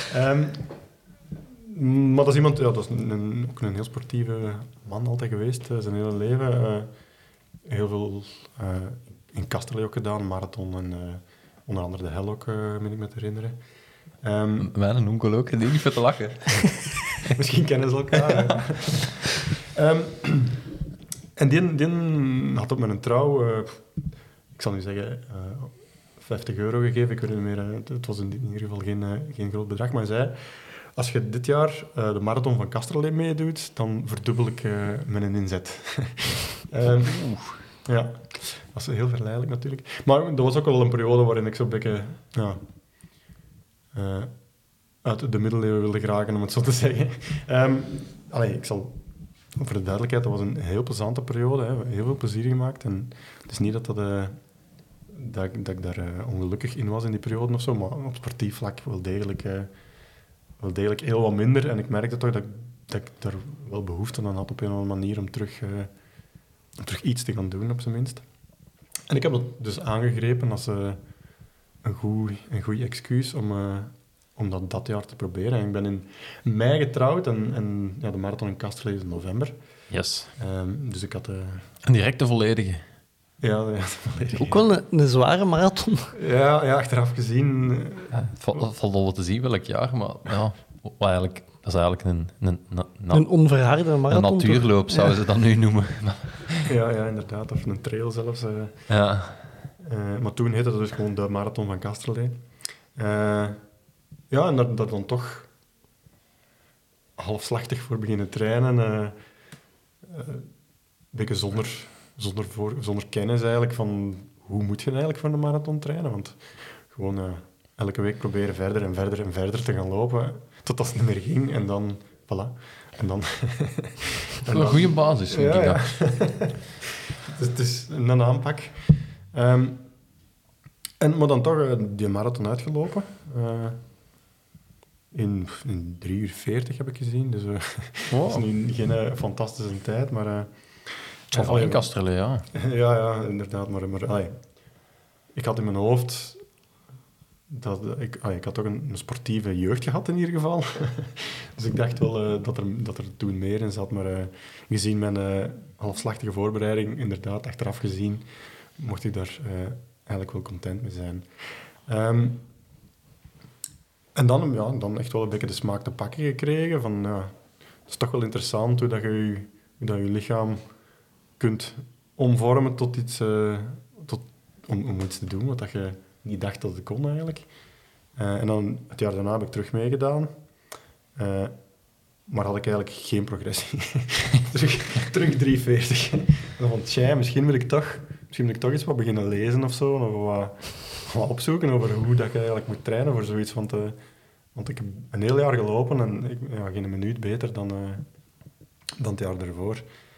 Maar dat is iemand, dat is ook een heel sportieve man altijd geweest, zijn hele leven. Heel veel in Kasterlee ook gedaan, marathon en onder andere de Hell ook, meen ik me te herinneren. Mijn onkel ook, en die niet veel te lachen. Misschien kennen ze elkaar. En die had op mijn trouw, ik zal nu zeggen, €50 gegeven. Ik weet niet meer, het was in ieder geval geen groot bedrag. Maar hij zei, als je dit jaar de marathon van Kasterlee meedoet, dan verdubbel ik mijn inzet. Ja, dat is heel verleidelijk natuurlijk. Maar dat was ook wel een periode waarin ik zo'n beetje... uit de middeleeuwen wilde geraken, om het zo te zeggen. Ik zal... Voor de duidelijkheid, dat was een heel plezante periode. Hè. We hebben heel veel plezier gemaakt. En het is niet dat ik daar ongelukkig in was in die periode of zo, maar op sportief vlak wel degelijk heel wat minder. En ik merkte toch dat ik daar wel behoefte aan had op een of andere manier om terug iets te gaan doen, op zijn minst. En ik heb dat dus aangegrepen als een goed excuus om dat jaar te proberen. En ik ben in mei getrouwd en de marathon in Kasterlee is in november. Yes. Dus ik had... Een directe volledige. Ja, de volledige. Ook wel een zware marathon. Ja, achteraf gezien... Het valt al wat te zien welk jaar, maar ja, dat is eigenlijk een onverharde marathon. Een natuurloop zouden ze dat nu noemen. Ja, inderdaad. Of een trail zelfs. Ja. Maar toen heette dat dus gewoon de marathon van Kasterlee. Ja, en dat dan toch halfslachtig voor beginnen trainen. Een beetje zonder kennis eigenlijk van hoe moet je eigenlijk voor een marathon trainen. Want gewoon elke week proberen verder en verder en verder te gaan lopen, totdat het niet meer ging. En dan, voilà. En dan... Een goede basis, vind ik dat. Het is een aanpak. Maar dan toch die marathon uitgelopen. In 3:40 heb ik gezien. Dus dat is nu geen fantastische tijd, maar... Of in Kasterlee, ja. Ja, inderdaad. Maar ik had in mijn hoofd... Ik had toch een sportieve jeugd gehad in ieder geval. Dus ik dacht wel dat er toen meer in zat. Maar gezien mijn halfslachtige voorbereiding, inderdaad, achteraf gezien, mocht ik daar eigenlijk wel content mee zijn. En dan echt wel een beetje de smaak te pakken gekregen. Van, het is toch wel interessant hoe dat je lichaam kunt omvormen tot iets... om iets te doen wat dat je niet dacht dat het kon eigenlijk. En dan het jaar daarna heb ik terug meegedaan. Maar had ik eigenlijk geen progressie. terug 3:40. En dan vond ik, misschien wil ik toch eens wat beginnen lezen of zo. Of wat opzoeken over hoe dat je eigenlijk moet trainen voor zoiets. Want ik heb een heel jaar gelopen en geen minuut beter dan het jaar ervoor.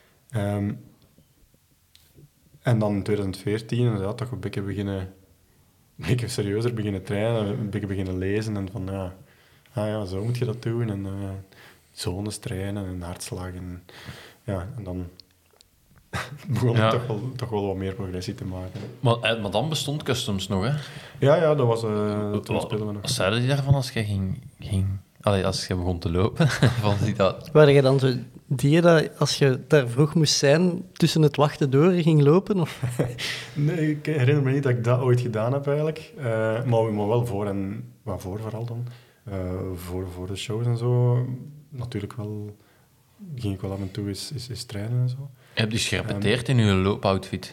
En dan in 2014 inderdaad toch een beetje serieuzer beginnen trainen, een beetje beginnen lezen en van zo moet je dat doen en zones trainen en hartslag en dan begon ik toch wel wat meer progressie te maken. Maar dan bestond Customs nog, hè? Ja, dat was... toen speelden we nog. Wat zeiden die daarvan als je als je begon te lopen? Vond je dat... Waren je dan zo die dat als je daar vroeg moest zijn, tussen het wachten door ging lopen? Of? Nee, ik herinner me niet dat ik dat ooit gedaan heb eigenlijk. Maar wel vooral dan. Voor de shows en zo. Natuurlijk wel... Ging ik wel af en toe eens trainen en zo. Heb je dus gerepeteerd in je loopoutfit?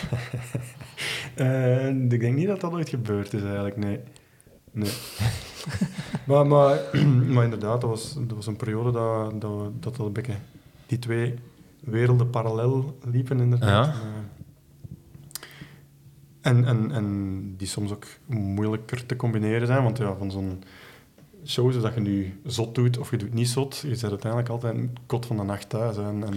Ik denk niet dat dat ooit gebeurd is eigenlijk, nee. maar inderdaad, dat was een periode dat een beetje die twee werelden parallel liepen, inderdaad. Ja. En die soms ook moeilijker te combineren zijn, want van zo'n show is dat je nu zot doet of je doet niet zot, je zit uiteindelijk altijd een kot van de nacht thuis.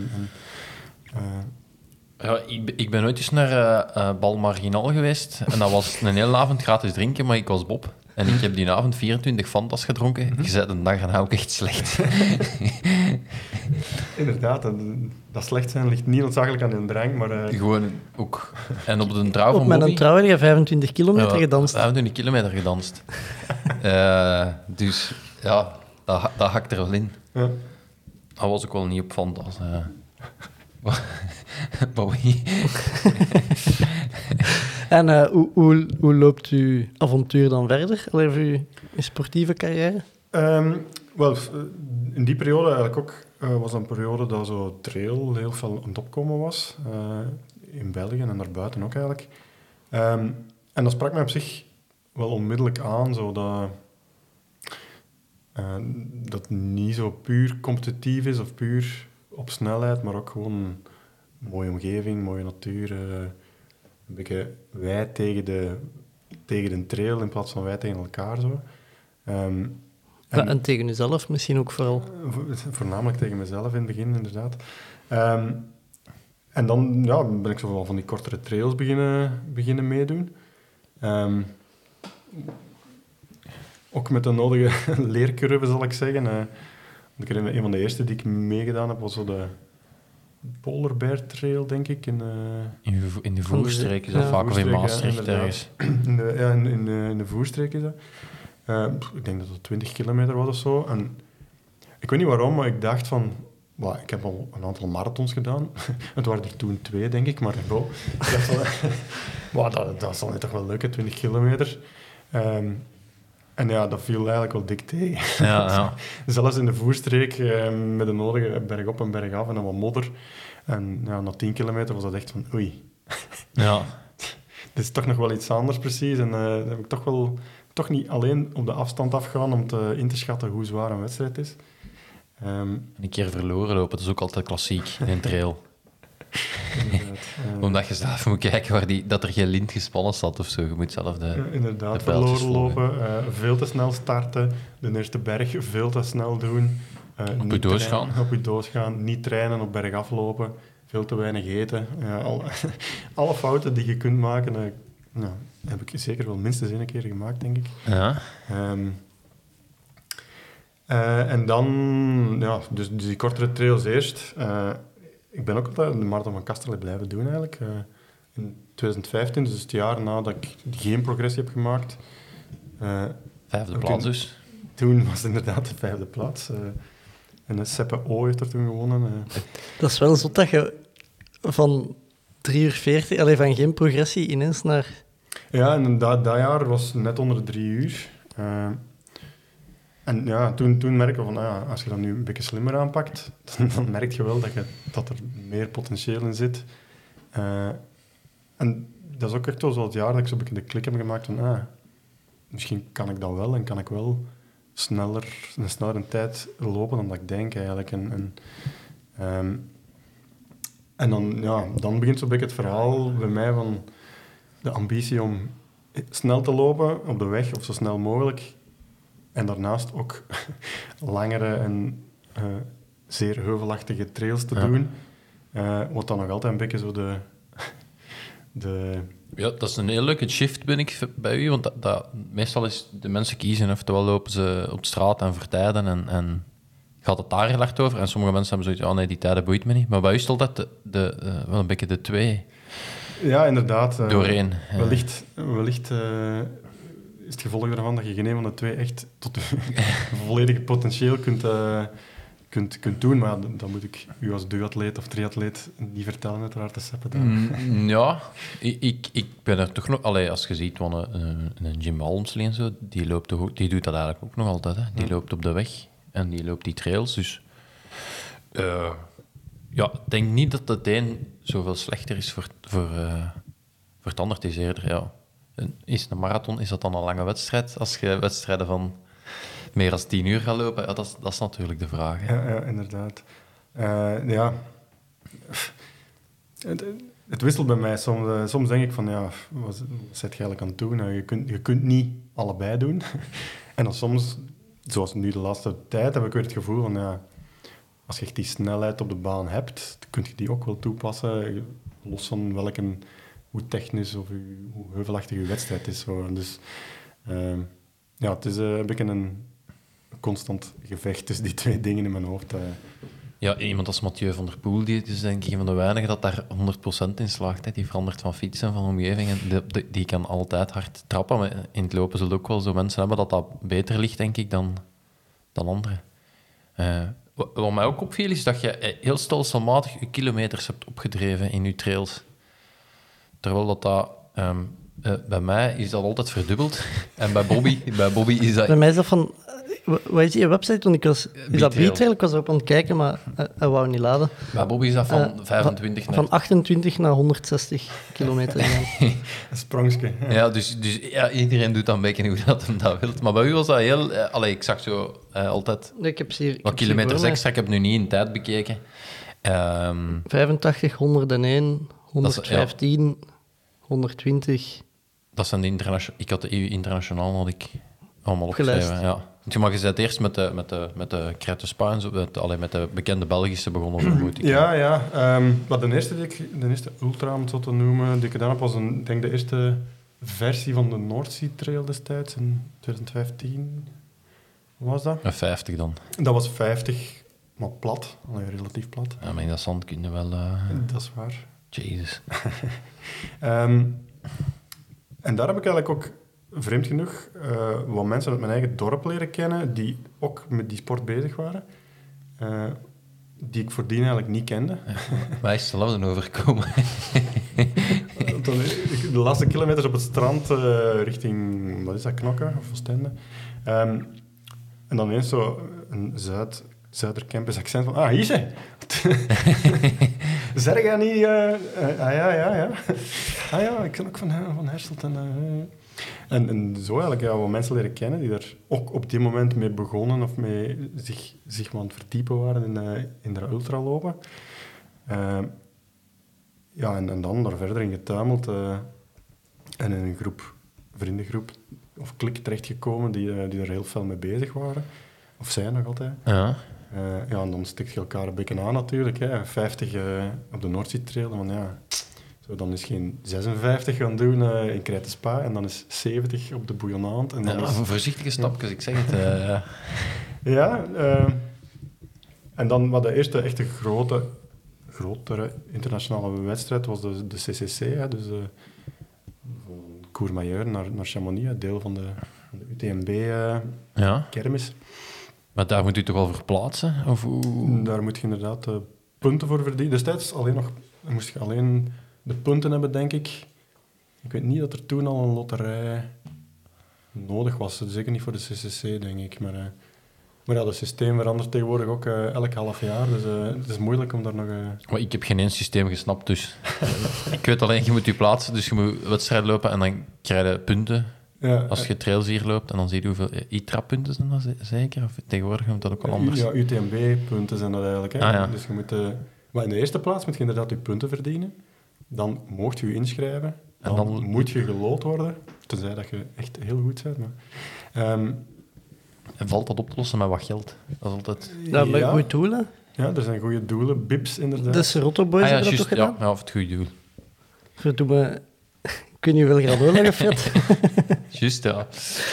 Ik ben ooit eens naar Bal Marginaal geweest en dat was een hele avond gratis drinken, maar ik was Bob. En ik heb die avond 24 Fantas gedronken. Je zei de dag erna ook echt slecht. Inderdaad, dat slecht zijn ligt niet noodzakelijk aan een drank, maar... Gewoon ook... En op de trouw van Op mijn Bobby... trouw heb je 25 kilometer gedanst. 25 kilometer gedanst. Dus ja, dat hakt er wel in. Ja. Dat was ook wel niet op Fantas. Bobby. En hoe loopt uw avontuur dan verder? Voor uw sportieve carrière? In die periode eigenlijk ook was een periode dat zo trail heel veel aan het opkomen was. In België en daarbuiten ook eigenlijk. En dat sprak mij op zich wel onmiddellijk aan, zo dat het niet zo puur competitief is of puur op snelheid, maar ook gewoon een mooie omgeving, mooie natuur. Een beetje wij tegen de trail in plaats van wij tegen elkaar. Zo. En tegen jezelf misschien ook vooral? Voornamelijk tegen mezelf in het begin, inderdaad. En dan ben ik zo wel van die kortere trails beginnen meedoen. Ook met de nodige leercurve, zal ik zeggen. Een van de eerste die ik meegedaan heb, was zo de Polar Bear Trail, denk ik. In de Voerstreek is dat vaak, of in Maastricht ergens. In de Voerstreek is dat. Ik denk dat het 20 kilometer was of zo. En ik weet niet waarom, maar ik dacht van... ik heb al een aantal marathons gedaan. Het waren er toen 2, denk ik. Maar ik dacht van... dat zal net toch wel lukken, 20 kilometer. En ja, dat viel eigenlijk wel dik tegen. Ja. Zelfs in de Voerstreek, met de nodige berg op en berg af en dan wat modder. En na 10 kilometer was dat echt van... Oei. Ja. Dit is toch nog wel iets anders, precies. En dan heb ik toch niet alleen op de afstand afgaan om in te schatten hoe zwaar een wedstrijd is. Een keer verloren lopen, dat is ook altijd klassiek in een trail. Omdat je zelf moet kijken dat er geen lint gespannen zat of zo. Je moet zelf inderdaad, de pijltjes verloren volgen. lopen, veel te snel starten, de eerste berg veel te snel doen. Op je doos gaan. Op je doos gaan, niet trainen, op berg aflopen, veel te weinig eten. Alle fouten die je kunt maken, heb ik zeker wel minstens 1 keer gemaakt, denk ik. Ja. En dan, dus die kortere trails eerst. Ik ben ook altijd de Marathon van Kasterlee blijven doen eigenlijk. In 2015, dus het jaar nadat ik geen progressie heb gemaakt. 5e plaats dus. Toen was het inderdaad de 5e plaats. En Seppe O heeft er toen gewonnen. Dat is wel zot dat je van 3 uur 40, van geen progressie ineens naar... Ja, en dat jaar was net onder de 3 uur. En ja, toen merk je van, als je dat nu een beetje slimmer aanpakt, dan merk je wel dat er meer potentieel in zit. En dat is ook echt wel zo het jaar dat ik zo'n beetje de klik heb gemaakt van, misschien kan ik dat wel en kan ik wel een snellere tijd lopen dan dat ik denk eigenlijk. En dan begint zo'n beetje het verhaal bij mij van de ambitie om snel te lopen op de weg, of zo snel mogelijk. En daarnaast ook langere en zeer heuvelachtige trails te doen. Wat dan nog altijd een beetje zo de... Ja, dat is een heel leuke shift, ben ik bij u. Want meestal is de mensen kiezen, oftewel lopen ze op straat en vertijden en gaat het daar heel erg over. En sommige mensen hebben zoiets, nee, die tijden boeit me niet. Maar bij u is het altijd wel een beetje de twee. Ja, inderdaad. Doorheen. Wellicht is het gevolg daarvan dat je geen een van de twee echt tot je volledige potentieel kunt doen. Maar dan moet ik u als duatleet of triatleet niet vertellen, uiteraard, te seppen. Ja, ik ben er toch nog... Allee, als je ziet, een Jim Walmsley en zo, die doet dat eigenlijk ook nog altijd. Hè. Die loopt op de weg en die loopt die trails. Dus ik denk niet dat het een zoveel slechter is voor het ander. Het is eerder, ja... Is een marathon, is dat dan een lange wedstrijd? Als je wedstrijden van meer dan 10 uur gaat lopen, ja, dat is natuurlijk de vraag. Ja, inderdaad. Het wisselt bij mij. Soms denk ik van, wat zit je eigenlijk aan het doen? Nou, je kunt niet allebei doen. En dan soms, zoals nu de laatste tijd, heb ik weer het gevoel van, als je echt die snelheid op de baan hebt, kun je die ook wel toepassen, los van hoe technisch of hoe heuvelachtig je wedstrijd is. Dus het is een beetje een constant gevecht tussen die twee dingen in mijn hoofd. Ja, iemand als Mathieu van der Poel, die is denk ik een van de weinigen dat daar 100% in slaagt. Hè. Die verandert van fietsen en van omgeving. En die kan altijd hard trappen. Maar in het lopen zullen ook wel zo mensen hebben dat beter ligt, denk ik, dan anderen. Wat mij ook opviel, is dat je heel stelselmatig je kilometers hebt opgedreven in je trails. Terwijl bij mij is dat altijd verdubbeld. En bij Bobby is dat... Bij mij is dat van... Wat is die website? Is dat B-Trail? Ik was erop aan het kijken, maar hij wou niet laden. Bij Bobby is dat van 25 naar... Van 28 naar 160 kilometer. Een sprongske. Ja, dus iedereen doet dan een beetje hoe dat hem dat wilt. Maar bij u was dat heel... ik zag zo altijd... Nee, ik heb wat kilometers extra. Ik heb nu niet in tijd bekeken. 85, 101, 115, 120... Dat zijn de internationale... Ik had de EU-internationaal allemaal opgeschreven. Ja. Maar je bent eerst met de Crête Spa en zo, met de bekende Belgische begonnen, vermoed ik. Ja. Maar de eerste ultra, om het zo te noemen, die ik gedaan heb, was denk de eerste versie van de Noordzee Trail destijds, in 2015. Hoe was dat? 50 dan. Dat was 50, maar plat. Relatief plat. Ja, maar in dat zand kun je wel... Dat is waar. Jezus. En daar heb ik eigenlijk ook, vreemd genoeg, wat mensen uit mijn eigen dorp leren kennen, die ook met die sport bezig waren, die ik voordien eigenlijk niet kende. Wij is hetzelfde overkomen. De laatste kilometers op het strand richting, wat is dat, Knokke of Oostende. En dan ineens zo een Zuidercampus accent van, hier ze. Zeg jij niet... ja. Ik ben ook van Herselt. En zo eigenlijk wat mensen leren kennen die er ook op die moment mee begonnen of mee zich aan het verdiepen waren in de ultralopen. En dan daar verder in getuimeld en in een vriendengroep of klik terechtgekomen die er heel veel mee bezig waren. Of zijn nog altijd. Ja. En dan stik je elkaar een beetje aan natuurlijk. Hè. 50 op de Noordzee Trail. Zo dan is geen 56 gaan doen in Crête Spa en dan is 70 op de Bouillonnant. En dan voorzichtige stapjes, ik zeg het. En dan wat de eerste echte grotere internationale wedstrijd was de CCC, hè, dus van Courmayeur naar Chamonix, deel van de UTMB-kermis. Maar daar moet u toch wel verplaatsen? Of hoe? Daar moet je inderdaad punten voor verdienen. Destijds moest je alleen de punten hebben, denk ik. Ik weet niet dat er toen al een loterij nodig was. Zeker niet voor de CCC, denk ik. Maar het systeem verandert tegenwoordig ook elk half jaar. Dus het is moeilijk om daar nog... Maar ik heb geen één systeem gesnapt, dus... Ik weet alleen, je moet je plaatsen, dus je moet wedstrijd lopen en dan krijg je punten. Ja, als je trails hier loopt en dan zie je hoeveel ITRA-punten zijn dat zeker? Of tegenwoordig moet dat ook wel anders? Ja, UTMB-punten zijn dat eigenlijk. Hè? Ja. Dus je moet... maar in de eerste plaats moet je inderdaad je punten verdienen. Dan mocht je inschrijven. dan moet je geloot worden, tenzij dat je echt heel goed bent. Maar, En valt dat op te lossen met wat geld? Dat is altijd... Ja, met goede doelen. Ja, er zijn goede doelen. Bibs, inderdaad. Dus Roto Boys hebben dat juist, toch gedaan? Ja, of het goede doel. Verdomme, kun je wel granola gefret? Juist, ja.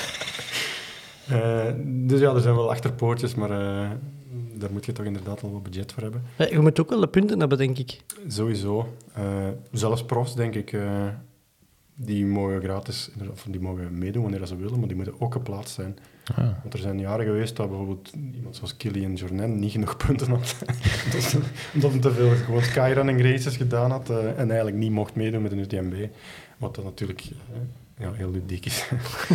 Dus ja, er zijn wel achterpoortjes, maar daar moet je toch inderdaad wel wat budget voor hebben. Ja, je moet ook wel de punten hebben, denk ik. Sowieso. Zelfs profs, denk ik, die mogen gratis, of die mogen meedoen wanneer ze willen, maar die moeten ook geplaatst zijn. Ah. Want er zijn jaren geweest dat bijvoorbeeld iemand zoals Kilian Jornet niet genoeg punten had. Omdat hij te veel gewoon skyrunning races gedaan had en eigenlijk niet mocht meedoen met een UTMB. Wat dan natuurlijk heel ludiek is.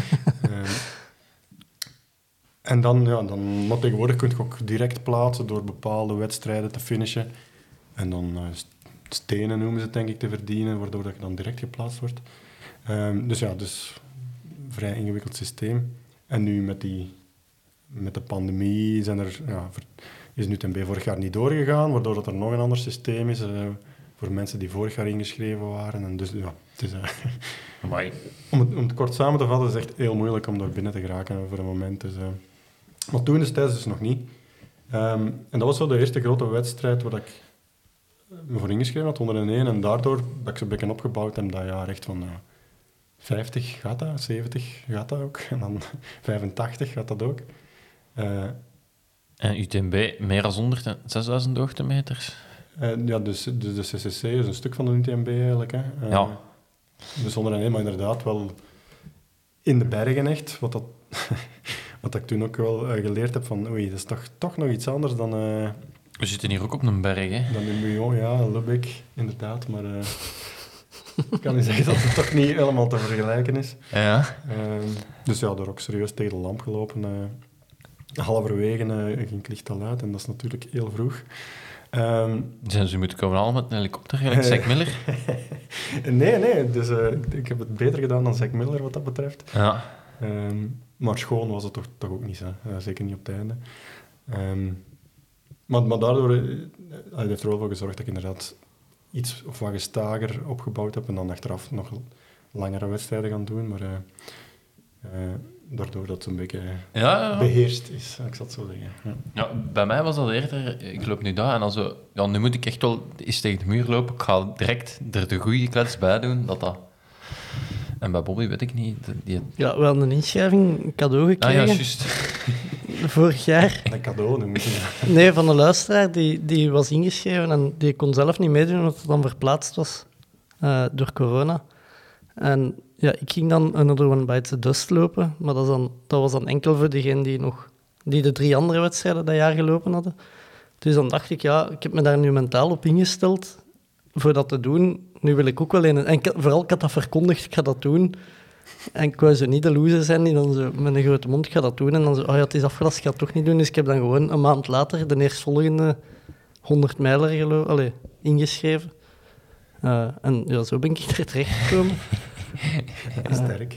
En dan, maar tegenwoordig kun je ook direct plaatsen door bepaalde wedstrijden te finishen. En dan stenen noemen ze het, denk ik, te verdienen, waardoor dat je dan direct geplaatst wordt. Dus een vrij ingewikkeld systeem. En nu met de pandemie is een UTMB vorig jaar niet doorgegaan, waardoor dat er nog een ander systeem is voor mensen die vorig jaar ingeschreven waren. En dus ja, het is... om het kort samen te vatten, is het echt heel moeilijk om daar binnen te geraken voor een moment. Dus, maar toen destijds dus nog niet. En dat was zo de eerste grote wedstrijd waar ik me voor ingeschreven had, 101. En daardoor ben ik zo'n beetje opgebouwd en dat jaar echt van 50 gaat dat, 70 gaat dat ook. En dan 85 gaat dat ook. En UTMB meer dan 106.000 hoogtemeters? Ja, dus de CCC is een stuk van de UTMB eigenlijk. Hè. Ja. Dus 101, maar inderdaad wel in de bergen echt. Wat ik toen ook wel geleerd heb van, oei, dat is toch nog iets anders dan... We zitten hier ook op een berg, hè? Dan in Muyon, ja, Lübeck, inderdaad. Maar ik kan niet zeggen dat het toch niet helemaal te vergelijken is. Ja. Dus ja, daar ook serieus tegen de lamp gelopen. Halverwege ging het licht al uit en dat is natuurlijk heel vroeg. Zijn ze moeten komen halen met een helikopter, gelijk Zack Miller? Nee. Dus ik heb het beter gedaan dan Zack Miller wat dat betreft. Ja. Maar schoon was het toch ook niet, hè. Zeker niet op het einde. Maar daardoor het heeft er wel voor gezorgd dat ik inderdaad iets of wat gestager opgebouwd heb en dan achteraf nog langere wedstrijden gaan doen. Maar daardoor dat het een beetje beheerst is, ik zal het zo zeggen. Ja. Ja, bij mij was dat eerder, ik loop nu daar en dan zo, ja, nu moet ik echt wel eens tegen de muur lopen. Ik ga direct er de goede klets bij doen, dat. En bij Bobby weet ik niet. Ja, we hadden een inschrijving, een cadeau gekregen. Ah ja, juist. Vorig jaar. Een cadeau noem je dat. Nee, van een luisteraar die was ingeschreven en die kon zelf niet meedoen omdat het dan verplaatst was door corona. En ja, ik ging dan Another One Bites the Dust lopen, maar dat was dan enkel voor degenen die de 3 andere wedstrijden dat jaar gelopen hadden. Dus dan dacht ik, ja, ik heb me daar nu mentaal op ingesteld voor dat te doen. Nu wil ik ook wel een... En vooral, ik had dat verkondigd, ik ga dat doen. En ik wou zo niet de loser zijn die dan zo met een grote mond, ik ga dat doen. En dan zo, oh ja, het is afgelast, ik ga het toch niet doen. Dus ik heb dan gewoon een maand later de eerstvolgende 100 mijler ingeschreven. En ja, zo ben ik er terechtgekomen. Sterk.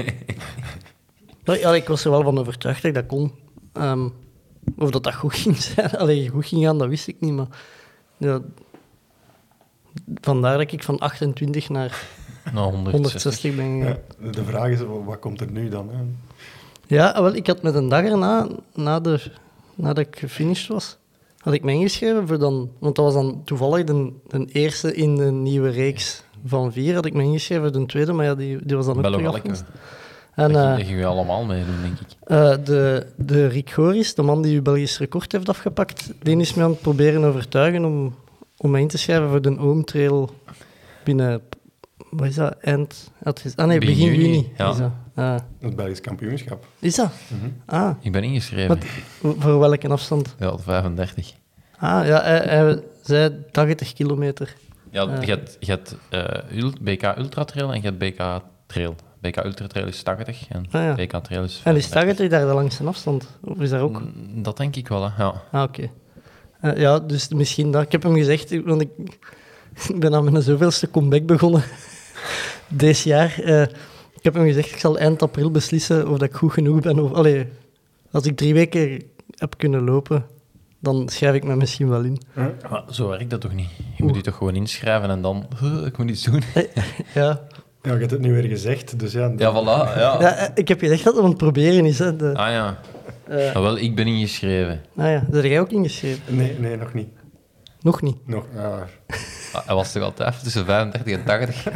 Ja, ik was er wel van overtuigd dat ik dat kon. Of dat goed ging zijn. Goed ging gaan, dat wist ik niet. Maar ja, vandaar dat ik van 28 naar 160 ben gegaan. Ja, de vraag is, wat komt er nu dan? Hè? Ja, wel, ik had met een dag erna, nadat ik gefinished was, had ik me ingeschreven voor dan... Want dat was dan toevallig de eerste in de nieuwe reeks van 4. Had ik me ingeschreven voor de tweede, maar ja, die was dan ook terug afgelast. En daar gingen we allemaal meedoen, denk ik. De Rick Goris, de man die uw Belgisch record heeft afgepakt, die is me aan het proberen overtuigen om me in te schrijven voor de Oom Trail binnen... Wat is dat? Begin juni. Ja. Is dat. Het Belgisch kampioenschap. Is dat? Mm-hmm. Ik ben ingeschreven. Voor welke afstand? Ja, 35. Ja, hij zei 80 kilometer. Ja, je hebt BK Ultra Trail en je hebt BK Trail. BK Ultra Trail is 80 en BK Trail is 35. En is 80 daar de langste afstand? Of is daar ook... Dat denk ik wel, hè. Ja. Oké. Ja, dus misschien dat. Ik heb hem gezegd, want ik ben aan mijn zoveelste comeback begonnen dit jaar. Ik heb hem gezegd, ik zal eind april beslissen of dat ik goed genoeg ben. Als ik 3 weken heb kunnen lopen, dan schrijf ik me misschien wel in. Maar zo werkt dat toch niet? Je moet je toch gewoon inschrijven en dan... ik moet iets doen. Ja, Ja, je hebt het nu weer gezegd, dus ja... Ja, voilà. Ja. Ja, ik heb gezegd dat het aan het proberen is. Hè. Ah ja. Wel, ik ben ingeschreven. Ah ja, dat heb jij ook ingeschreven? Nee, nog niet. Nog niet. Nog, Hij was toch altijd tussen 35 en 80?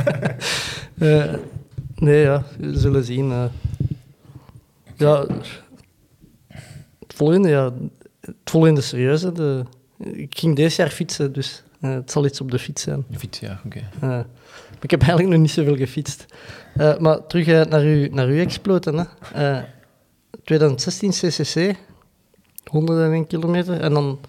Nee, ja, we zullen zien. Ja, het volgende serieuze. Ik ging deze jaar fietsen, dus het zal iets op de fiets zijn. De fiets, ja, oké. Maar ik heb eigenlijk nog niet zoveel gefietst. Maar terug naar uw exploten. Hè. 2016 CCC, 101 kilometer. En dan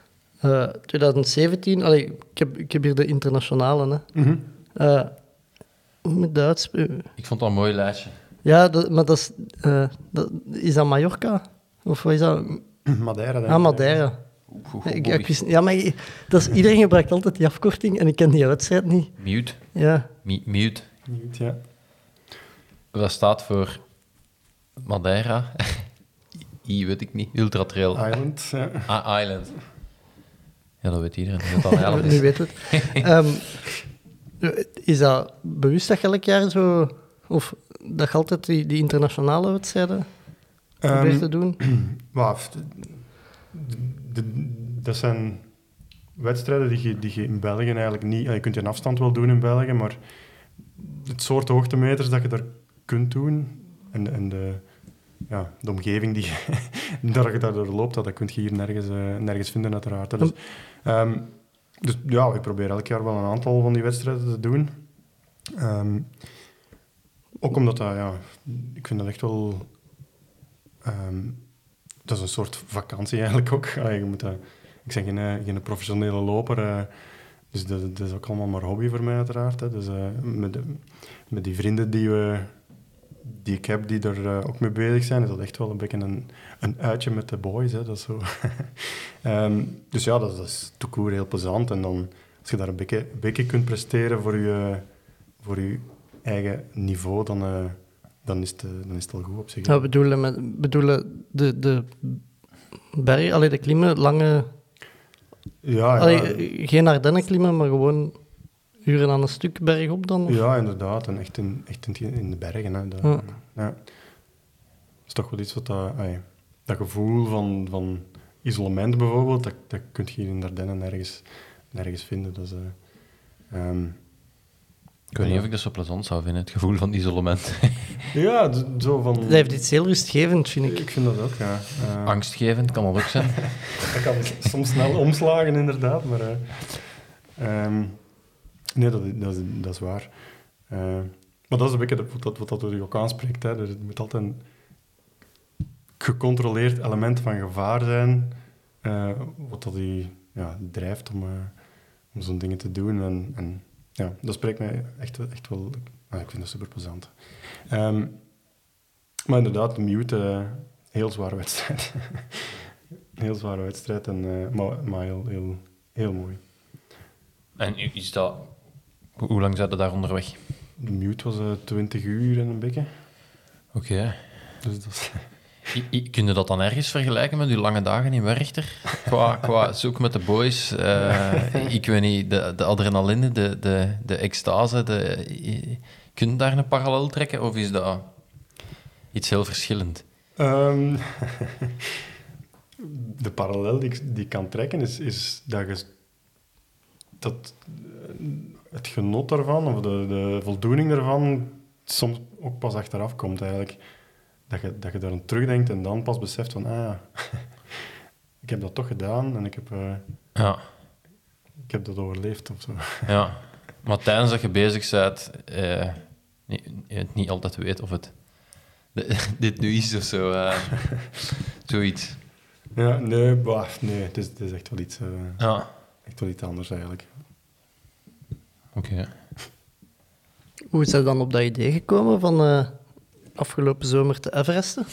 2017, ik heb hier de internationale. Hè. Mhm. Hoe moet dat uitspreken? Ik vond dat een mooi lijstje. Ja, maar is dat Mallorca? Of wat is dat? Madeira, denk ik. Ah, Madeira. Ik wist, ja, maar iedereen gebruikt altijd die afkorting en ik ken die wedstrijd niet. Mute. Ja. Mute. Niet, ja. Dat staat voor Madeira. Weet ik niet. Ultra Trail. Island, ja. Island. Ja, dat weet iedereen. Dat al Island Nu is. weet het. Is dat bewust dat je elk jaar zo... Of dat je altijd die internationale wedstrijden probeert te doen? Dat zijn wedstrijden die je in België eigenlijk niet... Je kunt je een afstand wel doen in België, maar het soort hoogtemeters dat je daar kunt doen en de omgeving dat je daardoor loopt, dat kun je hier nergens vinden, uiteraard. Dus ja, ik probeer elk jaar wel een aantal van die wedstrijden te doen. Ook omdat ik vind dat echt wel... dat is een soort vakantie eigenlijk ook. Ik ben geen professionele loper, dus dat is ook allemaal maar hobby voor mij uiteraard. Hè. Dus met die vrienden die ik heb, die er ook mee bezig zijn, is dat echt wel een beetje een uitje met de boys. Hè. Dat is zo. Dus ja, dat is tout court heel plezant. En dan, als je daar een beetje kunt presteren voor je eigen niveau, dan is het al goed op zich. Ja, bedoelen de berg, de klimmen, lange... Ja. Geen Ardennen klimmen, maar gewoon uren aan een stuk bergop dan? Of? Ja, inderdaad. En echt in de bergen. Hè. Dat is toch wel iets wat dat gevoel van isolement bijvoorbeeld, dat kun je hier in de Ardennen nergens vinden. Dus, Ik weet niet of ik dat zo plezant zou vinden, het gevoel van isolement. Ja, zo van... Dat heeft iets heel rustgevend, vind ik. Ik vind dat ook, ja. Angstgevend kan dat ook zijn. Dat kan soms snel omslagen, inderdaad, maar... nee, dat is waar. Maar dat is een beetje wat u ook aanspreekt. Hè. Er moet altijd een gecontroleerd element van gevaar zijn, wat dat u drijft om zo'n dingen te doen. En ja, dat spreekt mij echt wel... ik vind dat super plezant. Maar inderdaad, de Mute, heel zware wedstrijd. Heel zware wedstrijd, maar heel mooi. En is dat... Hoe lang zijn we daar onderweg? De Mute was 20 uur en een beetje. Oké. Dus dat is... Kun je dat dan ergens vergelijken met uw lange dagen in Werchter? Qua zoek met de boys, ik weet niet, de adrenaline, de extase, kun je daar een parallel trekken of is dat iets heel verschillend? De parallel die ik kan trekken is dat het genot daarvan, of de voldoening daarvan, soms ook pas achteraf komt eigenlijk. Dat je daar aan terugdenkt en dan pas beseft van, ik heb dat toch gedaan en ik heb dat overleefd of zo. Ja, maar tijdens dat je bezig bent, niet altijd weet of het dit nu is of zo. Zoiets. Ja, nee, het is echt wel iets, echt wel iets anders eigenlijk. Oké. Hoe is dat dan op dat idee gekomen van afgelopen zomer te Everesten?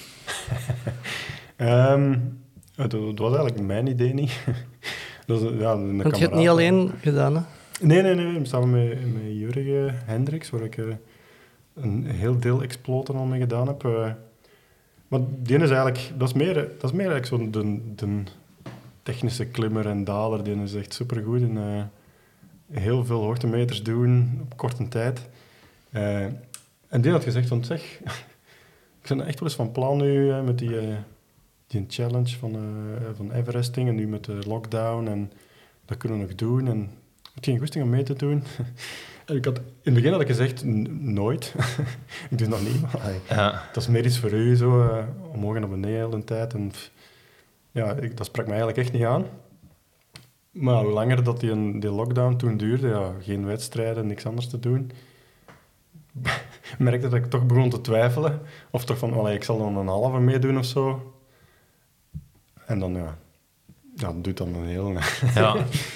Het was eigenlijk mijn idee niet. Want je hebt het niet alleen gedaan, hè? Nee. Samen met Jurgen Hendricks, waar ik een heel deel exploten al mee gedaan heb. Maar die is eigenlijk... Dat is meer eigenlijk zo'n de technische klimmer en daler. Die is echt supergoed in heel veel hoogtemeters doen op korte tijd. En die had gezegd van, zeg, ik ben echt wel eens van plan nu met die challenge van Everesting en nu met de lockdown en dat kunnen we nog doen. En ik had geen goesting om mee te doen. En in het begin had ik gezegd, nooit. Ik doe het nog niet. Maar, dat is meer iets voor u, zo, omhoog en naar beneden de hele tijd. En, dat sprak me eigenlijk echt niet aan. Maar hoe langer dat die lockdown toen duurde, geen wedstrijden, niks anders te doen, merkte dat ik toch begon te twijfelen. Of toch van, ik zal dan een halve meedoen of zo. En dan, dat doet dan een heel... Ja.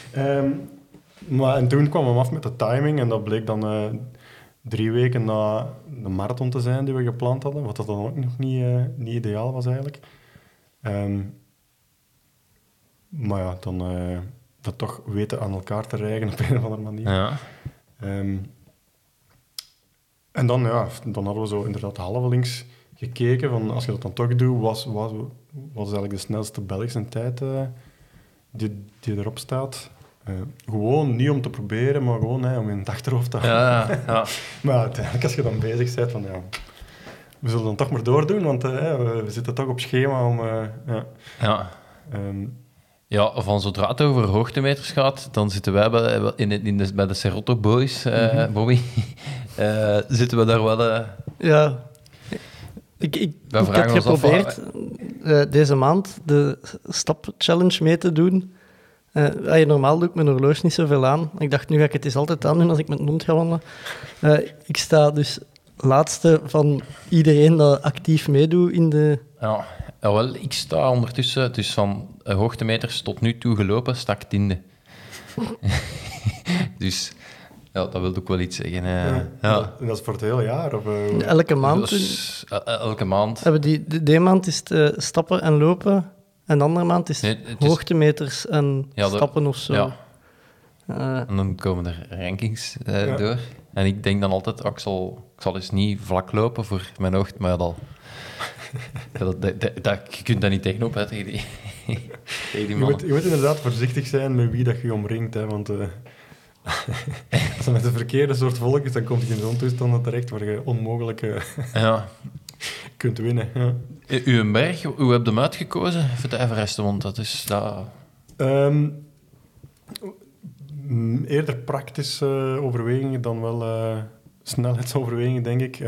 En toen kwam hem af met de timing en dat bleek dan 3 weken na de marathon te zijn die we gepland hadden, wat dat dan ook nog niet ideaal was eigenlijk. Maar ja, dan dat toch weten aan elkaar te rijgen op een of andere manier. Ja. En dan hadden we zo inderdaad halvelings gekeken van als je dat dan toch doet, was eigenlijk de snelste Belgische tijd die erop staat. Gewoon niet om te proberen, maar gewoon om in het achterhoofd te houden. Ja. Maar uiteindelijk, als je dan bezig bent van we zullen dan toch maar doordoen, want we zitten toch op schema om... Van zodra het over hoogtemeters gaat, dan zitten wij bij de Serotto Boys, Bobby. Zitten we daar wel... Ja. Ik heb geprobeerd deze maand de stap-challenge mee te doen. Normaal doe ik mijn horloge niet zoveel aan. Ik dacht, nu ga ik het eens altijd aandoen als ik met mijn hond ga wandelen. Ik sta dus laatste van iedereen dat actief meedoet in de... Wel, ik sta ondertussen, dus van hoogtemeters tot nu toe gelopen, sta ik 10e. Dus dat wil ook wel iets zeggen. En dat is voor het hele jaar? Of, elke maand. Dus, elke maand. De maand is het stappen en lopen. En de andere maand is hoogtemeters en stappen of zo. Ja. En dan komen er rankings door. En ik denk dan altijd, ik zal eens niet vlak lopen voor mijn hoogte, maar je kunt daar niet tegenop, hè, tegen die mannen. Je moet inderdaad voorzichtig zijn met wie dat je omringt, hè, want als het met de verkeerde soort volk is, dan komt je in zo'n toestanden terecht waar je onmogelijk kunt winnen. Ja. Uw berg, hoe heb je hem uitgekozen voor de Everesten? Want dat is... Eerder praktische overwegingen dan wel snelheidsoverwegingen, denk ik.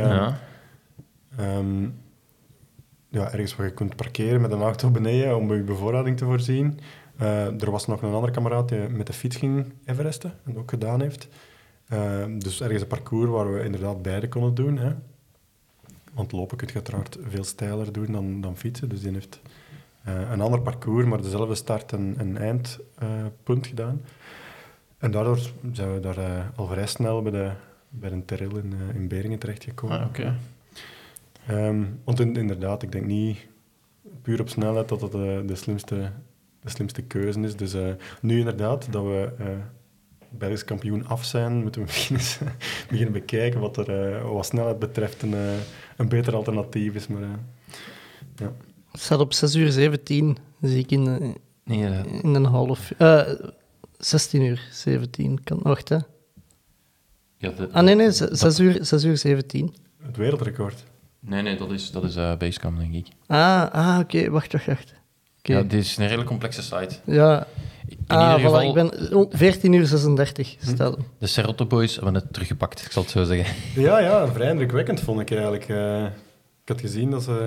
Ergens waar je kunt parkeren met een auto beneden om je bevoorrading te voorzien. Er was nog een andere kameraad die met de fiets ging Everesten en ook gedaan heeft. Dus ergens een parcours waar we inderdaad beide konden doen. Hè. Want lopen kun je uiteraard veel steiler doen dan fietsen. Dus die heeft een ander parcours, maar dezelfde start- en eindpunt gedaan. En daardoor zijn we daar al vrij snel bij een terril in Beringen terechtgekomen. Oké. Want inderdaad, ik denk niet puur op snelheid dat het de slimste keuze is. Dus nu inderdaad, dat we Belgisch kampioen af zijn, moeten we beginnen bekijken wat snelheid betreft een beter alternatief is. Maar, ja. Het staat op 6:17, zie ik in een half... 16:17. Wacht, hè. Nee, 6:17. Het wereldrecord. Nee, dat is Basecamp, denk ik. Oké, wacht. Okay. Ja, dit is een hele complexe site. Ja. In ieder geval... Ik ben 14:36 staat. De Serotto Boys hebben het teruggepakt, ik zal het zo zeggen. Ja, vrij indrukwekkend vond ik eigenlijk. Ik had gezien dat ze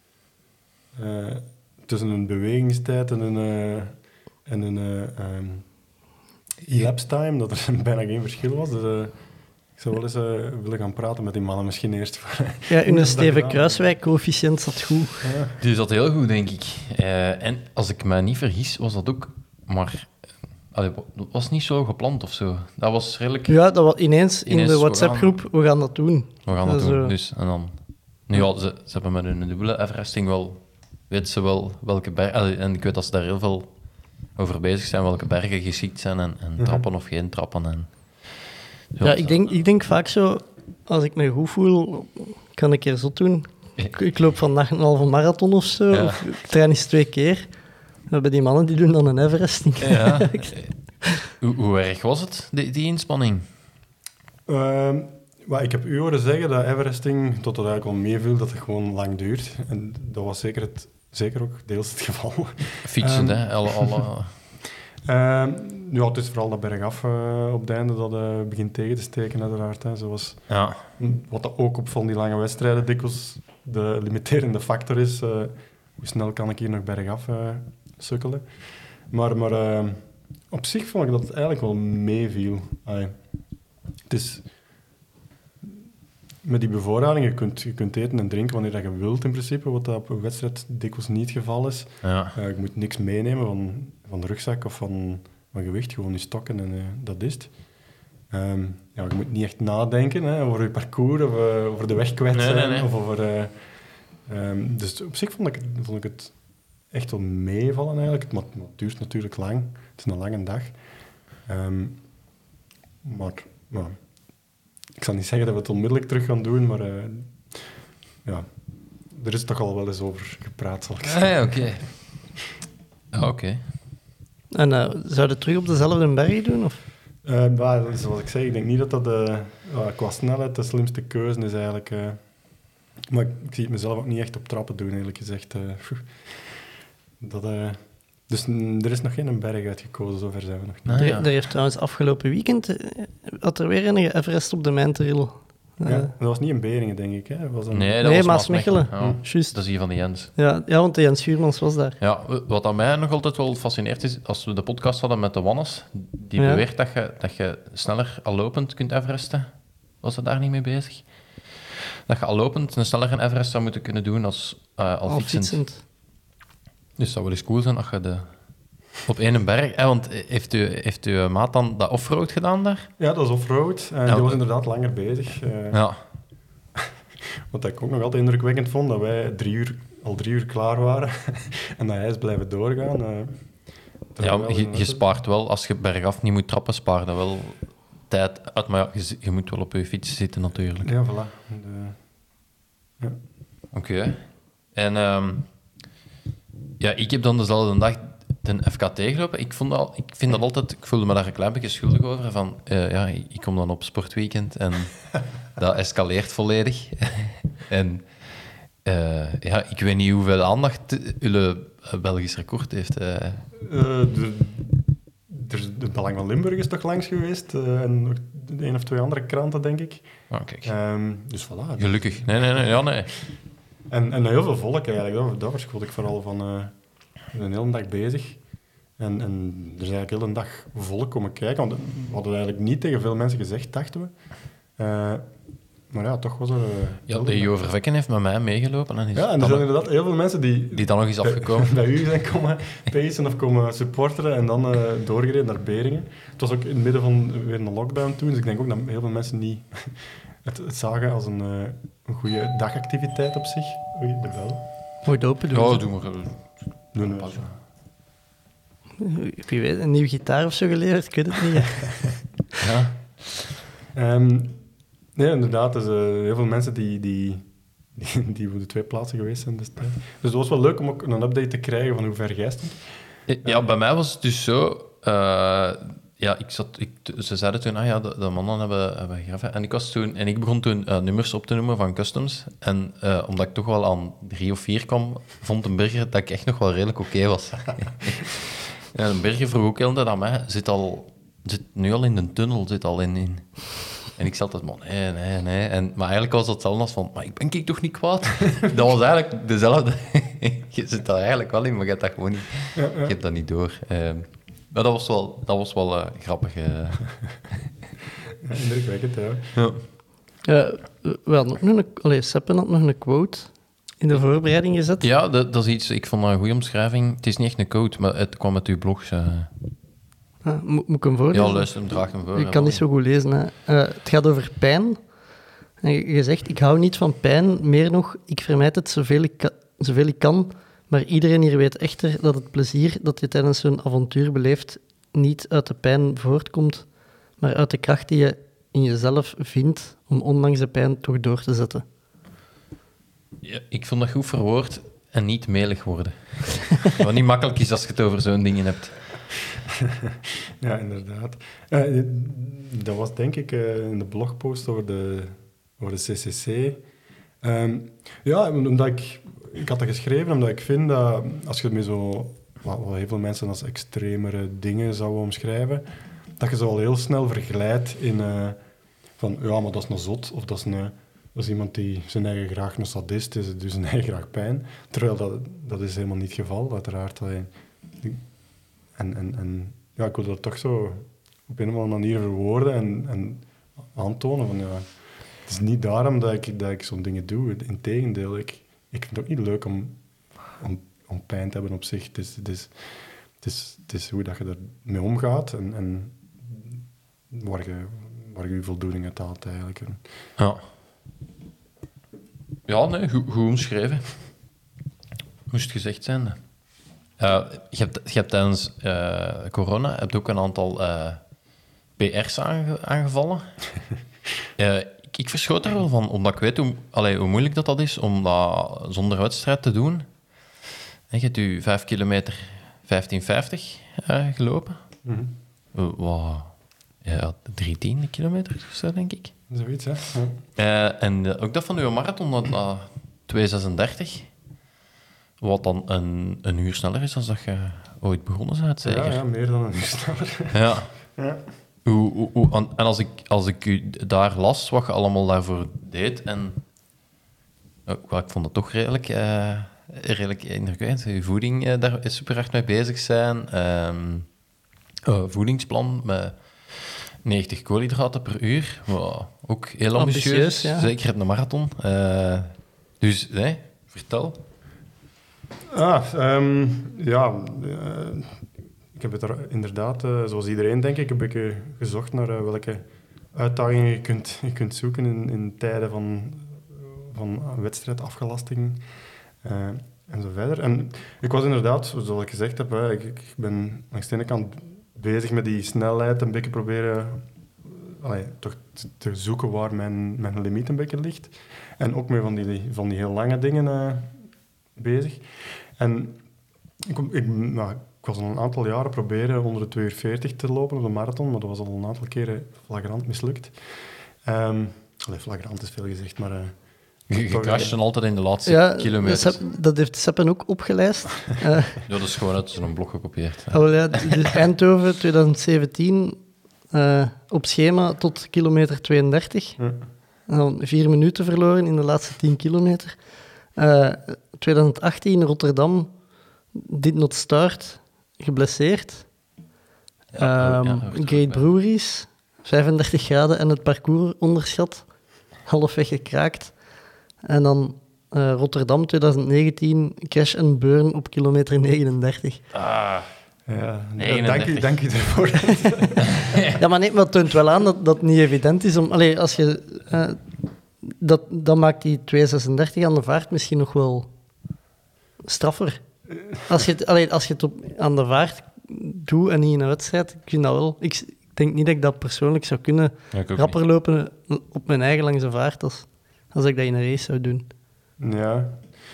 tussen een bewegingstijd en een elapsed time, dat er bijna geen verschil was. Dus ik zou wel eens willen gaan praten met die mannen misschien eerst. Hun Steven Kruiswijk-coëfficiënt zat goed. Ja. Die zat heel goed, denk ik. En als ik me niet vergis, was dat ook... Maar dat was niet zo gepland of zo. Dat was redelijk... Ja, dat was ineens in de WhatsApp-groep, we gaan dat doen. We gaan dat doen, dus. En dan... Nu, ze hebben met hun dubbele Everesting wel... Weet ze wel welke bergen... En ik weet dat ze daar heel veel over bezig zijn, welke bergen geschikt zijn en trappen of geen trappen. En... Ja, ik denk vaak zo, als ik me goed voel, kan ik er zot doen. Ik loop vandaag een halve marathon of zo, of ik train eens 2 keer. We hebben die mannen die doen dan een Everesting. Ja. Hoe erg was het, die inspanning? Maar ik heb u horen zeggen dat Everesting, tot het eigenlijk al meeviel, dat het gewoon lang duurt. En dat was zeker ook deels het geval. Fietsen, hè? Ja, het is vooral dat bergaf op het einde dat begint tegen te steken, uiteraard. Hè. Zoals, Ja. wat dat ook op van die lange wedstrijden dikwijls de limiterende factor is. Hoe snel kan ik hier nog bergaf sukkelen? Maar op zich vond ik dat het eigenlijk wel meeviel. Het is... Met die bevoorrading, je kunt eten en drinken wanneer dat je wilt in principe, wat dat op een wedstrijd dikwijls niet het geval is. Ja. Je moet niks meenemen van de rugzak of van gewicht, gewoon je stokken en dat is het. Je moet niet echt nadenken over je parcours of over de weg kwijt zijn. Nee. Of over, dus op zich vond ik het echt wel meevallen eigenlijk. Het duurt natuurlijk lang. Het is een lange dag. Maar ik zal niet zeggen dat we het onmiddellijk terug gaan doen, maar er is toch al wel eens over gepraat, zal ik zeggen. Ja, oké. Oké. En zou je het terug op dezelfde berg doen? Of? Zoals ik zeg, ik denk niet dat qua snelheid de slimste keuze is eigenlijk. Maar ik zie het mezelf ook niet echt op trappen doen, eerlijk gezegd. Dus er is nog geen berg uitgekozen, zover zijn we nog niet. Er heeft trouwens afgelopen weekend had er weer een Everest op de Mijnteril. Dat was niet in Beringen, denk ik. Hè? Dat was Nee, Maasmechelen. Ja. Juist. Dat is hier van de Jens. Ja, want de Jens Schuurmans was daar. Ja, wat aan mij nog altijd wel fascineert is, als we de podcast hadden met de Wannes, die beweert dat je sneller al lopend kunt Everesten. Was dat daar niet mee bezig? Dat je al lopend een sneller een Everest zou moeten kunnen doen als al fietsend. Dus dat zou wel eens cool zijn als je op één berg... want heeft uw maat dan dat offroad gedaan daar? Ja, dat is offroad. Die was inderdaad langer bezig. Ja. Wat ik ook nog altijd indrukwekkend vond, dat wij al 3 uur klaar waren en dat hij is blijven doorgaan. Je spaart wel, als je bergaf niet moet trappen, spaar dat wel tijd uit. Maar je moet wel op je fiets zitten natuurlijk. Ja, voilà. Oké. En ik heb dan dezelfde dag de FKT gelopen. Ik voelde me daar een klein beetje schuldig over. Van, ik kom dan op sportweekend en dat escaleert volledig. En ik weet niet hoeveel aandacht jullie Belgisch record heeft. De Belang van Limburg is toch langs geweest. En nog 1 of 2 andere kranten, denk ik. Kijk. Dus voilà. Gelukkig. Nee. En heel veel volk eigenlijk. Daar verschoot ik vooral van. We zijn de hele dag bezig. En er is eigenlijk heel een dag volk komen kijken. Want we hadden eigenlijk niet tegen veel mensen gezegd, dachten we. Maar ja, toch was er... de Jo Vervekken heeft met mij meegelopen. En er zijn inderdaad heel veel mensen die dan nog eens afgekomen. Bij u zijn komen pacen of komen supporteren en dan doorgereden naar Beringen. Het was ook in het midden van weer een lockdown toen, dus ik denk ook dat heel veel mensen niet het zagen als een goede dagactiviteit op zich. Oei, de bel. Moet open doen. Ja, doe maar. Doen we. Wie weet, een nieuwe gitaar of zo geleerd, ik weet het niet. Ja. Nee, inderdaad. Dus, heel veel mensen die op de 2 plaatsen geweest zijn destijds. Dus het was wel leuk om ook een update te krijgen van hoe ver jij stond. Ja, bij mij was het dus zo... ze zeiden toen, de mannen hebben gegeven. En ik begon toen nummers op te noemen van customs. En omdat ik toch wel aan 3 of 4 kwam, vond een burger dat ik echt nog wel redelijk oké was. En een burger vroeg ook heel tijd aan mij, zit nu al in de tunnel, zit al in. En ik zat altijd, nee. Maar eigenlijk was dat hetzelfde als van, maar ik ben toch niet kwaad? Dat was eigenlijk dezelfde. Je zit daar eigenlijk wel in, maar je hebt dat gewoon niet. Je hebt dat niet door. Maar dat was wel grappig. Indrukwekkend, ja. We hadden ook Seppen had nog een quote in de voorbereiding gezet. Ja, dat is iets... Ik vond dat een goede omschrijving. Het is niet echt een quote, maar het kwam uit uw blog. Moet ik hem voorlezen? Ja, luister hem, draag hem voor. Ik kan niet zo goed lezen. Hè. Het gaat over pijn. En je zegt, ik hou niet van pijn, meer nog, ik vermijd het zoveel ik kan, maar iedereen hier weet echter dat het plezier dat je tijdens zo'n avontuur beleeft niet uit de pijn voortkomt, maar uit de kracht die je in jezelf vindt om ondanks de pijn toch door te zetten. Ja, ik vond dat goed verwoord en niet melig worden. Wat niet makkelijk is als je het over zo'n dingen hebt. Ja, inderdaad. Dat was denk ik in de blogpost over de CCC. Ja, omdat ik had dat geschreven omdat ik vind dat als je met zo, wat heel veel mensen als extremere dingen zouden omschrijven, dat je zo al heel snel verglijdt in van, ja, maar dat is een zot, of dat is iemand die zijn eigen graag een sadist is, dus zijn eigen graag pijn. Terwijl dat is helemaal niet het geval, uiteraard. En ja, ik wil dat toch zo op een of andere manier verwoorden en aantonen van, ja, het is niet daarom dat ik zo'n dingen doe. Integendeel, ik vind het ook niet leuk om pijn te hebben op zich. Het is hoe dat je ermee omgaat en waar je voldoening uit haalt, eigenlijk. Ja. Ja, nee, goed omschreven. Moest gezegd zijn. Je hebt tijdens corona ook een aantal PR's aangevallen. Ik verschoot er wel van, omdat ik weet hoe moeilijk dat is om dat zonder wedstrijd te doen. En je hebt je 5 kilometer 15,50 gelopen. Mm-hmm. Wow. Ja, 3 kilometer of zo, denk ik. Zoiets, hè? Ja. En ook dat van uw marathon, dat 2,36. Wat dan een uur sneller is dan dat je ooit begonnen bent, zeker? Ja, meer dan een uur sneller. Ja. Ja. En als ik u daar las, wat je allemaal daarvoor deed, en ik vond het toch redelijk indrukwekkend. Je voeding, daar is super hard mee bezig zijn. Voedingsplan met 90 koolhydraten per uur. Wow, ook heel ambitieus, ja. Zeker op een marathon. Dus, nee, vertel. Ik heb het er inderdaad, zoals iedereen denk ik, een beetje gezocht naar welke uitdagingen je kunt zoeken in tijden van wedstrijdafgelasting en zo verder. En ik was inderdaad, zoals ik gezegd heb, ik ben langs de ene kant bezig met die snelheid een beetje proberen toch te zoeken waar mijn limiet een beetje ligt. En ook met van die heel lange dingen bezig. En ik was al een aantal jaren proberen onder de 2:40 te lopen op de marathon, maar dat was al een aantal keren flagrant mislukt. Flagrant is veel gezegd, maar... Je crasht dan altijd in de laatste kilometers. Dat heeft Seppen ook opgelijst. Ja, dat is gewoon uit zo'n blog gekopieerd. Dus Eindhoven 2017 op schema tot kilometer 32. Ja. En dan 4 minuten verloren in de laatste 10 kilometer. 2018 Rotterdam, did not start, geblesseerd. Great Breweries, 35 graden en het parcours onderschat, halfweg gekraakt. En dan Rotterdam 2019, crash en burn op kilometer 39. Ja, 39. dank u daarvoor. Ja, maar nee, maar het toont wel aan dat het niet evident is om... als je... Dat maakt die 2,36 aan de vaart misschien nog wel straffer. Als je het aan de vaart doet en niet in een wedstrijd, ik vind dat wel... Ik denk niet dat ik dat persoonlijk zou kunnen rapper lopen op mijn eigen langs de vaart als ik dat in een race zou doen. Ja.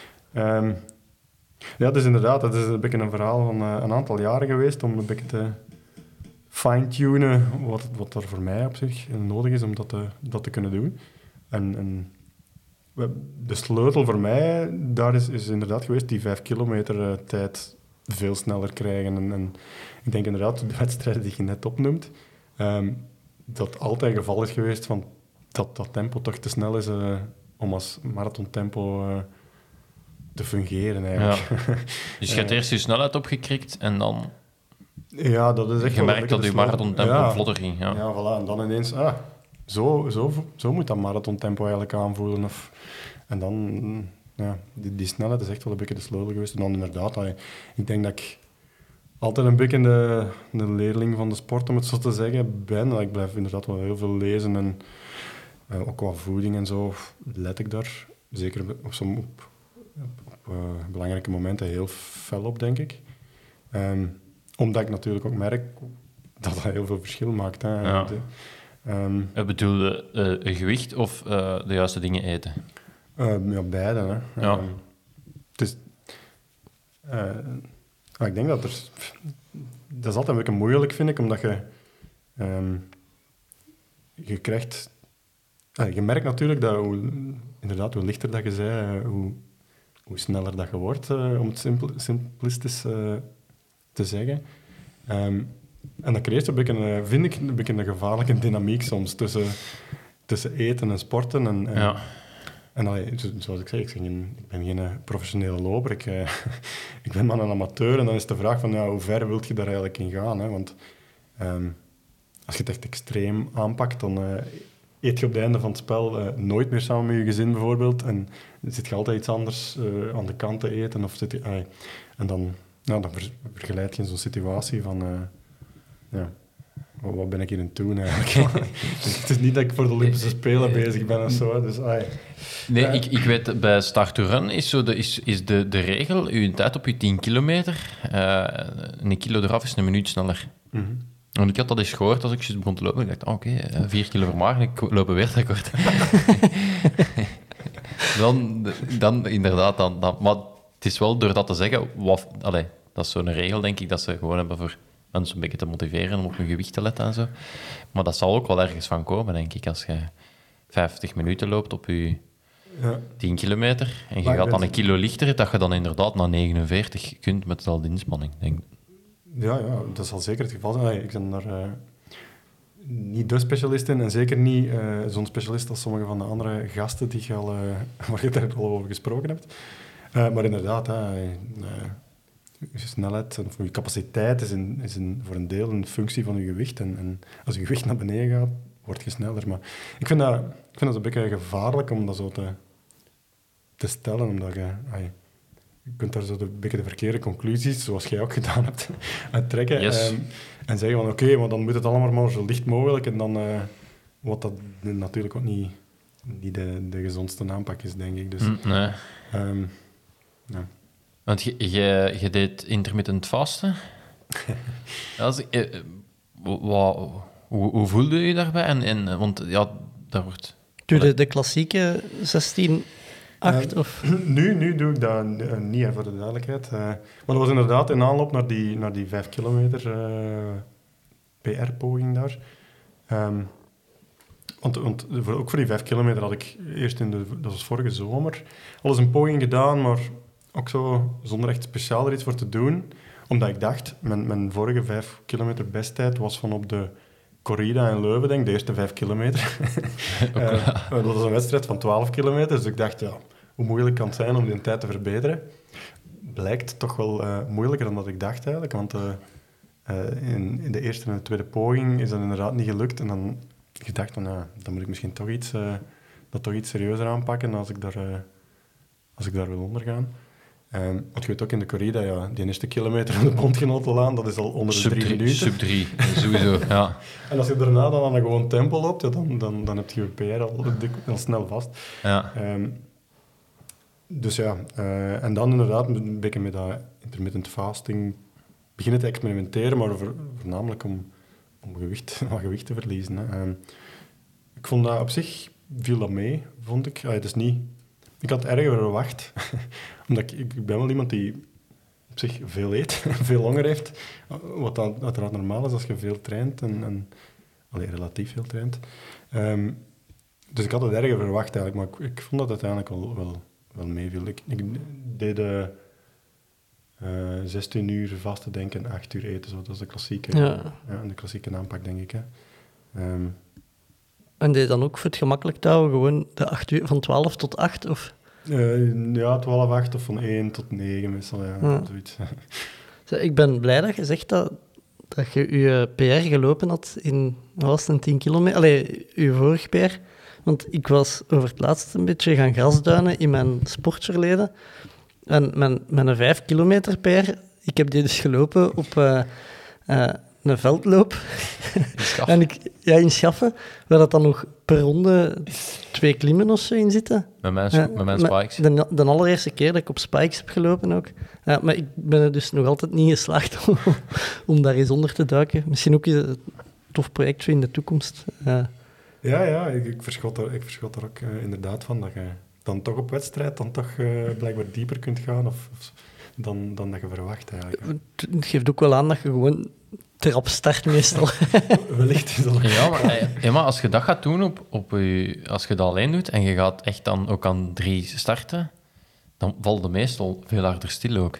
Ja, dus inderdaad, dat is een beetje een verhaal van een aantal jaren geweest om een beetje te fine-tunen wat er voor mij op zich nodig is om dat te kunnen doen. En de sleutel voor mij daar is inderdaad geweest die 5 kilometer tijd veel sneller krijgen. En ik denk inderdaad, de wedstrijden die je net opnoemt, dat altijd het geval is geweest van dat tempo toch te snel is om als marathontempo te fungeren eigenlijk. Ja. Dus je hebt eerst je snelheid opgekrikt en dan... Ja, dat is echt... Je merkt dat je marathontempo vlotter ging. Ja. Ja, voilà. En dan ineens... Zo moet dat marathontempo eigenlijk aanvoelen. En dan... Ja, die snelheid is echt wel een beetje de sleutel geweest. En dan inderdaad, ik denk dat ik altijd een beetje de leerling van de sport, om het zo te zeggen, ben. Ik blijf inderdaad wel heel veel lezen en ook qua voeding en zo let ik daar zeker op belangrijke momenten heel fel op, denk ik. Omdat ik natuurlijk ook merk dat dat heel veel verschil maakt. Hè. Ja. Bedoel je gewicht of de juiste dingen eten? Ja, beide. Hè. Ja. Ik denk dat dat is altijd een beetje moeilijk, vind ik, omdat je krijgt... je merkt natuurlijk dat inderdaad, hoe lichter dat je bent, hoe sneller dat je wordt, om het simplistisch te zeggen. En dat creëert vind ik, een beetje een gevaarlijke dynamiek soms tussen eten en sporten. En zoals ik zei, ik ben geen professionele loper. Ik ben maar een amateur. En dan is de vraag van, hoe ver wil je daar eigenlijk in gaan? Hè? Want als je het echt extreem aanpakt, dan eet je op het einde van het spel nooit meer samen met je gezin bijvoorbeeld. En zit je altijd iets anders aan de kant te eten. En dan vergeleid je in zo'n situatie van... wat ben ik hier aan het doen eigenlijk? Het is niet dat ik voor de Olympische Spelen bezig ben of zo. Dus, nee, ik weet, bij Start to Run is de regel, uw tijd op je 10 kilometer, een kilo eraf is een minuut sneller. Mm-hmm. Want ik had dat eens gehoord als ik begon te lopen. Ik dacht, oké, 4 kilo vermagen, ik loop een wereldrecord. dan inderdaad, maar het is wel door dat te zeggen, dat is zo'n regel, denk ik, dat ze gewoon hebben voor mensen een beetje te motiveren om op hun gewicht te letten en zo. Maar dat zal ook wel ergens van komen, denk ik, als je 50 minuten loopt op je 10 kilometer en je gaat dan een kilo lichter, dat je dan inderdaad naar 49 kunt met dezelfde inspanning, denk ik. Ja, dat zal zeker het geval zijn. Ik ben daar niet de specialist in en zeker niet zo'n specialist als sommige van de andere gasten waar je het er al over gesproken hebt. Maar inderdaad, je snelheid of je capaciteit is voor een deel een functie van je gewicht. En als je gewicht naar beneden gaat, word je sneller. Maar ik vind dat een beetje gevaarlijk om dat zo te stellen, omdat je kunt daar zo een beetje de verkeerde conclusies, zoals jij ook gedaan hebt, uit trekken. Yes. En zeggen van oké, maar dan moet het allemaal maar zo licht mogelijk. En dan, wat dat natuurlijk ook niet de gezondste aanpak is, denk ik. Dus, Nee. Ja. Want je deed intermittent vasten. Hoe voelde je je daarbij? Want ja, daar wordt... Doe je de klassieke 16-8? Of? Nu doe ik dat niet, voor de duidelijkheid. Maar dat was inderdaad in aanloop naar die 5 kilometer PR-poging daar. Want ook voor die 5 kilometer had ik eerst dat was vorige zomer, al eens een poging gedaan, maar ook zo zonder echt speciaal er iets voor te doen. Omdat ik dacht, mijn vorige 5 kilometer besttijd was van op de Corrida in Leuven, denk ik, de eerste 5 kilometer. Dat was een wedstrijd van 12 kilometer, dus ik dacht, hoe moeilijk kan het zijn om die tijd te verbeteren? Blijkt toch wel moeilijker dan dat ik dacht eigenlijk, want in de eerste en de tweede poging is dat inderdaad niet gelukt. En dan gedacht van, dan moet ik misschien toch iets serieuzer aanpakken als ik daar wil ondergaan. Want je weet ook in de corrida, die eerste kilometer van de bondgenotenlaan, dat is al onder de 3 minuten. Sub 3, sowieso, ja. En als je daarna dan aan een gewoon tempo loopt, dan heb je je PR al snel vast. Ja. Dus ja, en dan inderdaad een beetje met dat intermittent fasting beginnen te experimenteren, maar voornamelijk om wat gewicht te verliezen. Hè. Ik vond dat op zich, viel dat mee, vond ik. Het is niet... Ik had het erger verwacht, omdat ik ben wel iemand die op zich veel eet, veel honger heeft, wat dan uiteraard normaal is als je veel traint en relatief veel traint. Dus ik had het erger verwacht eigenlijk, maar ik vond dat uiteindelijk wel meeviel. Ik deed 16 uur vasten denken en 8 uur eten, zo. Dat is de klassieke aanpak, denk ik. Hè. En deed je dan ook voor het gemakkelijk te houden gewoon de 8 uur, van 12 tot 8? Of? 12, 8 of van 1 tot 9 meestal, zoiets. Ik ben blij dat je zegt dat je je PR gelopen had in, wat was het, een 10 kilometer? Allee, je vorige PR. Want ik was over het laatst een beetje gaan grasduinen in mijn sportverleden. En met een 5 kilometer PR, ik heb die dus gelopen op een veldloop. In Schaffen, waar dat dan nog per ronde 2 klimmen of zo in zitten. Met mijn spikes. De allereerste keer dat ik op spikes heb gelopen ook. Maar ik ben er dus nog altijd niet geslaagd om daar eens onder te duiken. Misschien ook een tof project voor in de toekomst. Ik verschot er ook inderdaad van dat je dan toch op wedstrijd dan toch blijkbaar dieper kunt gaan. dan dat je verwacht eigenlijk. Het geeft ook wel aan dat je gewoon trap start meestal. Wellicht is dat... Maar als je dat gaat doen, als je dat alleen doet en je gaat echt dan ook aan 3 starten, dan valt de meestal veel harder stil ook.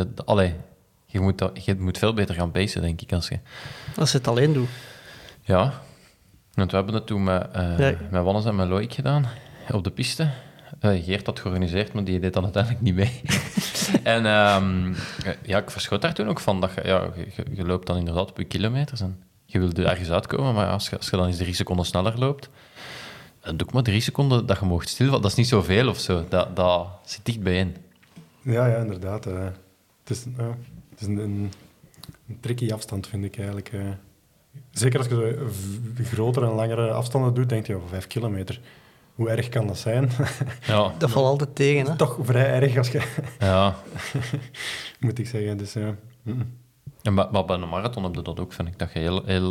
Je moet veel beter gaan pacen, denk ik. Als je het alleen doet. Ja, want we hebben het toen met Wannes en met Loïc gedaan, op de piste. Geert had georganiseerd, maar die deed dan uiteindelijk niet mee. En ik verschoot daar toen ook van dat je loopt dan inderdaad op je kilometers en je wilde ergens uitkomen, maar als je dan eens 3 seconden sneller loopt, dan doe ik maar 3 seconden dat je mocht stilvallen. Dat is niet zoveel of zo, dat zit dicht bijeen. Ja, inderdaad. Het is een tricky afstand, vind ik eigenlijk. Zeker als je zo grotere en langere afstanden doet, denk je, 5 kilometer. Hoe erg kan dat zijn? Ja. Dat valt altijd tegen, hè? Toch vrij erg, als je... Ja. moet ik zeggen, dus ja. En maar bij een marathon heb je dat ook, vind ik. Dat je heel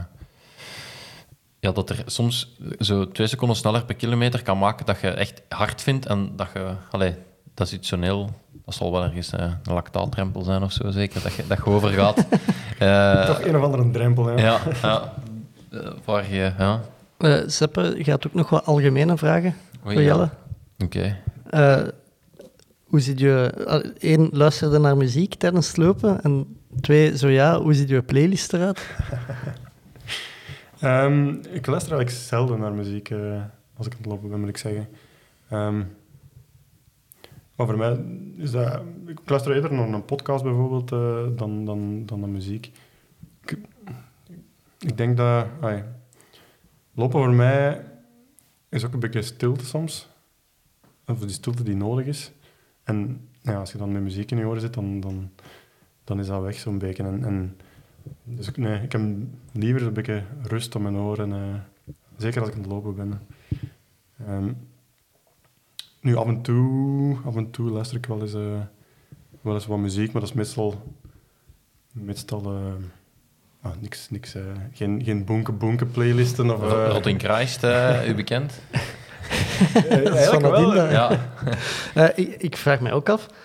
dat er soms zo 2 seconden sneller per kilometer kan maken dat je echt hard vindt en dat je... dat is iets zo'n heel... Dat zal wel ergens een lactaatrempel zijn of zo, zeker, dat je overgaat. Toch een of andere drempel, hè? Ja. Waar je... Ja. Seppe, je gaat ook nog wat algemene vragen voor Jelle. Oké. Hoe ziet je... 1, luisterde naar muziek tijdens het lopen? En 2, zo ja, hoe ziet je playlist eruit? Ik luister eigenlijk zelden naar muziek als ik aan het lopen ben, moet ik zeggen. Maar voor mij is dat... Ik luister eerder naar een podcast bijvoorbeeld dan naar muziek. Ik denk dat... lopen voor mij is ook een beetje stilte soms. Of die stilte die nodig is. En als je dan met muziek in je oren zit, dan is dat weg zo'n beetje. Dus ik heb liever een beetje rust op mijn oren. Zeker als ik aan het lopen ben. Nu, af en toe luister ik wel eens wat muziek, maar dat is meestal niks. Geen bonke playlisten. Of, Rotting Christ, u bekend? Dat is van Nadine. Ja. Ik vraag mij ook af...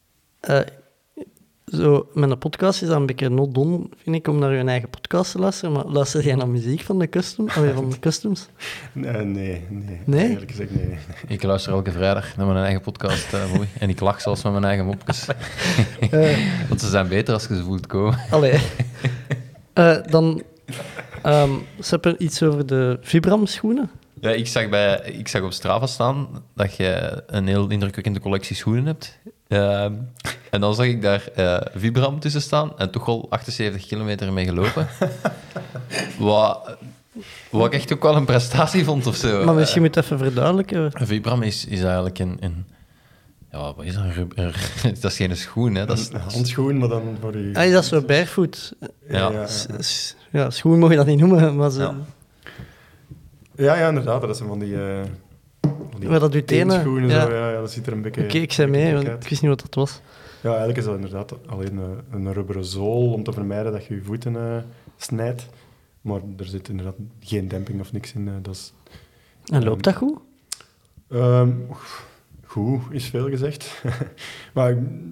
Zo, met een podcast is dat een beetje not done, vind ik, om naar je eigen podcast te luisteren. Maar luister jij naar muziek van de Customs? Nee? Eerlijk gezegd, nee. Ik luister elke vrijdag naar mijn eigen podcast, mooi. En ik lach zelfs met mijn eigen mopjes. Want ze zijn beter als je ze voelt komen. Allee. Dan... Seppe, iets over de Vibram-schoenen? Ja, ik zag op Strava staan dat je een heel indrukwekkende collectie schoenen hebt. En dan zag ik daar Vibram tussen staan en toch al 78 kilometer mee gelopen. Wat ik echt ook wel een prestatie vond of zo. Maar misschien moet je het even verduidelijken. Vibram is eigenlijk een ja, wat is dat? Dat is geen schoen, hè? Dat is een handschoen, maar dan voor je... dat is zo barefoot. Ja. Schoen mag je dat niet noemen, maar ze... Ja, inderdaad. Dat zijn van die maar dat doet tenen. Teenschoenen, ja, dat ziet er een beetje... Oké, ik zei mee, want ik wist niet wat dat was. Ja, eigenlijk is dat inderdaad alleen een rubberen zool om te vermijden dat je je voeten snijdt. Maar er zit inderdaad geen demping of niks in. En loopt dat goed? Goed is veel gezegd. Maar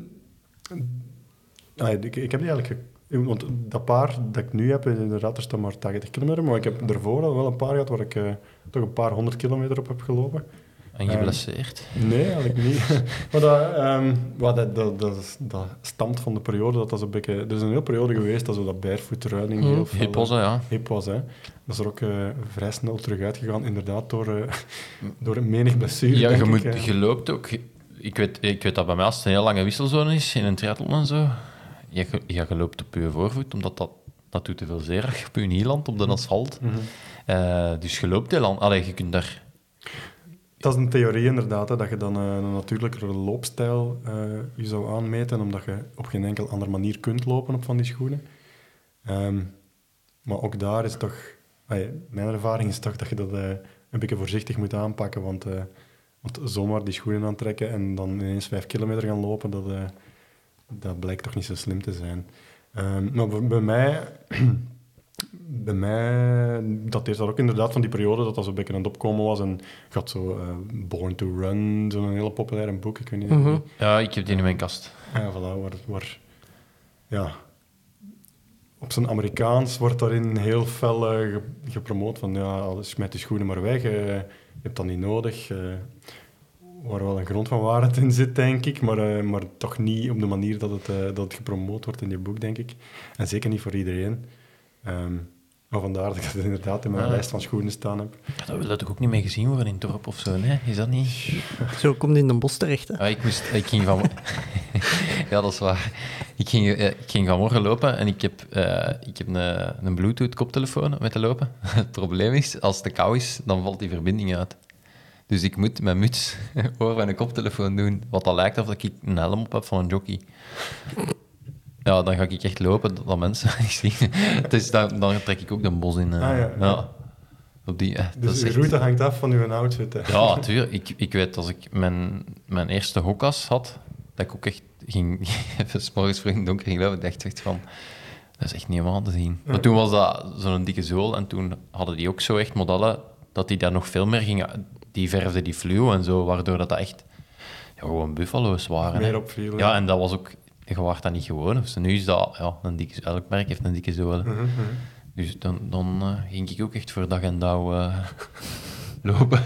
ik heb die eigenlijk... Want dat paar dat ik nu heb, inderdaad, er staat maar 80 kilometer. Maar ik heb daarvoor al wel een paar gehad waar ik toch een paar 100 kilometer op heb gelopen. En geblesseerd? Nee, eigenlijk niet. Maar dat stamt van de periode dat een beetje... Er is een hele periode geweest dat zo dat barefoot running heel veel... Hip was, hè. Dat is er ook vrij snel terug uitgegaan, inderdaad, door een menig blessure, ja, denk je loopt ook... Ik weet dat bij mij als het een heel lange wisselzone is, in een triathlon en zo, je loopt op je voorvoet, omdat dat doet te veel zeer als je op je knie landt, op de asfalt. Mm-hmm. Dus je loopt heel lang. Allee, je kunt daar... Dat is een theorie inderdaad, hè, dat je dan een natuurlijkere loopstijl je zou aanmeten, omdat je op geen enkel andere manier kunt lopen op van die schoenen. Maar ook daar is toch... mijn ervaring is toch dat je dat een beetje voorzichtig moet aanpakken, want zomaar die schoenen aantrekken en dan ineens 5 kilometer gaan lopen, dat blijkt toch niet zo slim te zijn. Maar bij mij Bij mij dateert dat ook inderdaad van die periode dat zo'n beetje aan het opkomen was. En ik had zo Born to Run, zo'n hele populaire boek. Ik weet niet. Ja, ik heb die in mijn kast. Ja, voilà, waar op zijn Amerikaans wordt daarin heel fel gepromoot van smijt je schoenen maar weg, je hebt dat niet nodig. Waar wel een grond van waarheid in zit, denk ik, maar toch niet op de manier dat het gepromoot wordt in die boek, denk ik. En zeker niet voor iedereen. Maar vandaar dat ik het inderdaad in mijn lijst van schoenen staan heb. Ja, dat wil dat toch ook niet mee gezien worden in het dorp of zo, nee? Is dat niet? Zo komt in Den Bosch terecht, hè? Ja, ik ging van... ja, dat is waar. Ik ging vanmorgen lopen en ik heb een Bluetooth-koptelefoon met te lopen. Het probleem is, als het te koud is, dan valt die verbinding uit. Dus ik moet mijn muts over mijn koptelefoon doen, wat dat lijkt of ik een helm op heb van een jockey. Ja, dan ga ik echt lopen dat mensen ik zie. Dus dan trek ik ook de bos in. Ja. Op die, dus de route hangt af van uw outfit. Hè. Ja, natuurlijk. Ik weet, als ik mijn eerste hokkas had, dat ik ook echt ging... even 's morgens vroeg in het donker ging lopen, dacht ik van... Dat is echt niet helemaal te zien. Ja. Maar toen was dat zo'n dikke zool en toen hadden die ook zo echt modellen dat die daar nog veel meer gingen... Die verfden die fluo en zo, waardoor dat echt gewoon buffalo's waren. Meer opviel. Ja, en dat was ook... Je waart dat niet gewoon. Dus nu is dat... een dikke... Elk merk heeft een dikke zool. Dus dan ging ik ook echt voor dag en dauw lopen.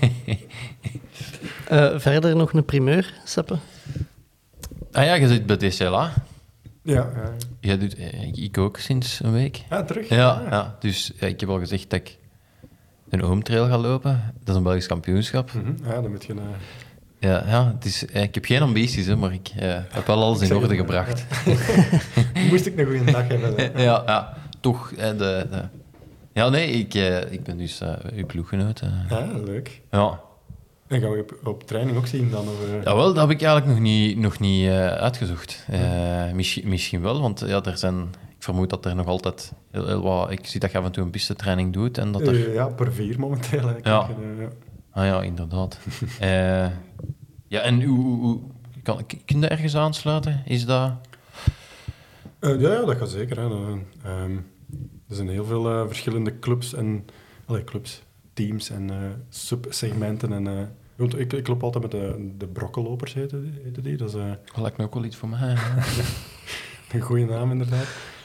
Verder nog een primeur, Seppe? Ah ja, je zit bij DCLA. Ja. Jij doet, ik ook sinds een week. Ah, terug? Ja. Dus ik heb al gezegd dat ik een oomtrail ga lopen. Dat is een Belgisch kampioenschap. Ja, dan moet je... Ja, het is, ik heb geen ambities, hè, maar ik heb wel alles in orde gebracht. Moest ik een goede dag hebben. Ja, toch. Ja, nee, ik ben dus uw ploeggenoot. Ja, leuk. Ja. En gaan we op training ook zien dan? Jawel, dat heb ik eigenlijk nog niet uitgezocht. Misschien wel, want ja, ik vermoed dat er nog altijd heel wat... Ik zie dat je af en toe een pistetraining doet. En dat er... Ja, per 4 momenteel eigenlijk. Ja. Ah ja, inderdaad. Ja, en kun je ergens aansluiten? Is dat... Ja, dat gaat zeker. Hè. Er zijn heel veel verschillende clubs en... teams en subsegmenten. En, ik loop altijd met de brokkenlopers, heten die. Dat is, lijkt me ook wel iets voor mij. Een goede naam, inderdaad.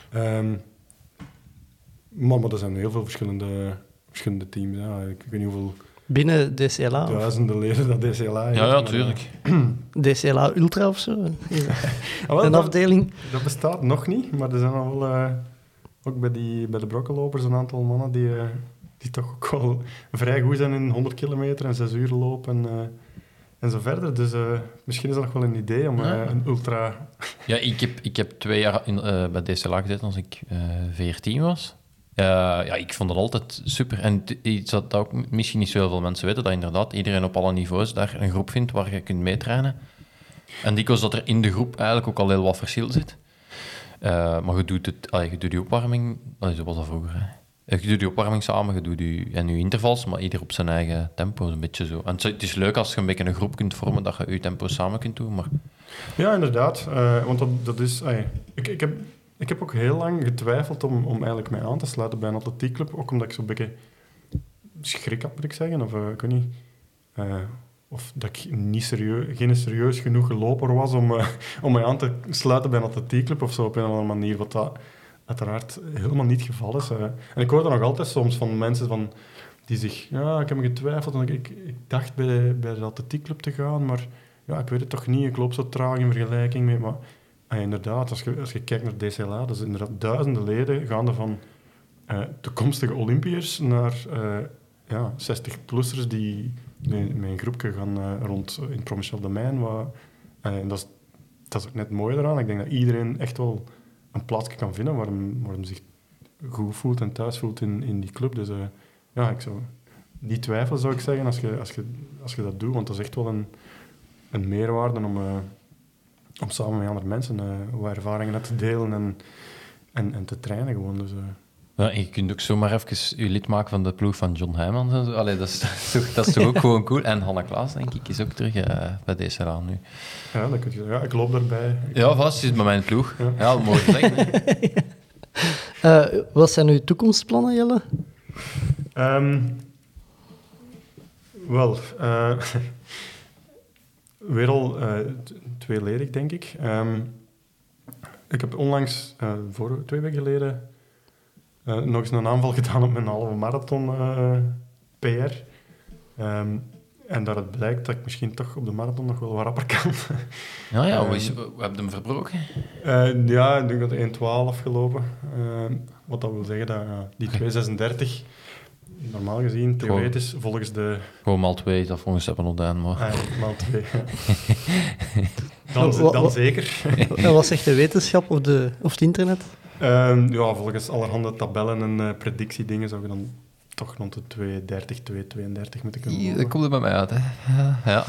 Maar er zijn heel veel verschillende teams. Ja. Ik weet niet hoeveel... Binnen DCLA? Duizenden leden dat DCLA heeft. Ja, tuurlijk. DCLA Ultra of zo? Een afdeling? Dat bestaat nog niet, maar er zijn al wel... ook bij de brokkenlopers een aantal mannen die toch ook wel vrij goed zijn in 100 kilometer en 6 uur lopen en zo verder. Dus misschien is dat nog wel een idee om een ultra... Ja, ik heb 2 jaar bij DCLA gezeten als ik 14 was. Ja, ik vond dat altijd super. En iets dat ook misschien niet zoveel mensen weten, dat inderdaad iedereen op alle niveaus daar een groep vindt waar je kunt meetrainen. En dikwijls dat er in de groep eigenlijk ook al heel wat verschil zit. Maar je doet die opwarming... zo was dat vroeger, hè. Je doet die opwarming samen, je doet je intervals, maar ieder op zijn eigen tempo, een beetje zo. En het is leuk als je een beetje een groep kunt vormen, dat je je tempo samen kunt doen, maar... Ja, inderdaad. Want dat is... Ik heb ook heel lang getwijfeld om eigenlijk mij aan te sluiten bij een atletiekclub, ook omdat ik zo'n beetje schrik had, moet ik zeggen, of ik weet niet... of dat ik geen serieus genoeg loper was om mij aan te sluiten bij een atletiekclub of zo op een of andere manier, wat dat uiteraard helemaal niet het geval is. En ik hoor dat nog altijd soms van mensen die zich... Ja, ik heb me getwijfeld en ik dacht bij de atletiekclub te gaan, maar ja, ik weet het toch niet. Ik loop zo traag in vergelijking mee. Maar inderdaad, als je kijkt naar DCLA, dat is inderdaad duizenden leden gaande van toekomstige Olympiërs naar 60-plussers die met een groepje gaan rond in het provinciaal domein. Dat is ook net mooi eraan. Ik denk dat iedereen echt wel een plaatsje kan vinden waar hem zich goed voelt en thuis voelt in die club. Dus ik zou niet twijfelen, zou ik zeggen, als je dat doet. Want dat is echt wel een meerwaarde om samen met andere mensen wat ervaringen te delen en te trainen gewoon. Dus, ja, je kunt ook zomaar even je lid maken van de ploeg van John Heijmans en zo. Allee, dat is toch ook gewoon cool. En Hanna Klaas, denk ik, is ook terug bij DCLA nu. Ja, dat kun je. Ja, ik loop daarbij. Ja, vast, is bij mijn ploeg. Ja, dat mogen zeggen. Wat zijn uw toekomstplannen, Jelle? Wel, weer al tweeledig, denk ik. Ik heb onlangs, 2 weken geleden, nog eens een aanval gedaan op mijn halve marathon PR. En dat het blijkt dat ik misschien toch op de marathon nog wel wat rapper kan. We hebben hem verbroken. Ja, ik denk dat 1:12 gelopen. Wat dat wil zeggen dat die 2:36, normaal gezien, theoretisch, volgens de... Gewoon maal 2, dat volgens hebben ontdaan, maar... maal 2, dan zeker. En wat zegt de wetenschap of het internet? Ja, volgens allerhande tabellen en predictiedingen zou je dan toch rond de 2:30, 2:32 moeten kunnen lopen. Dat komt er bij mij uit, hè. Ja.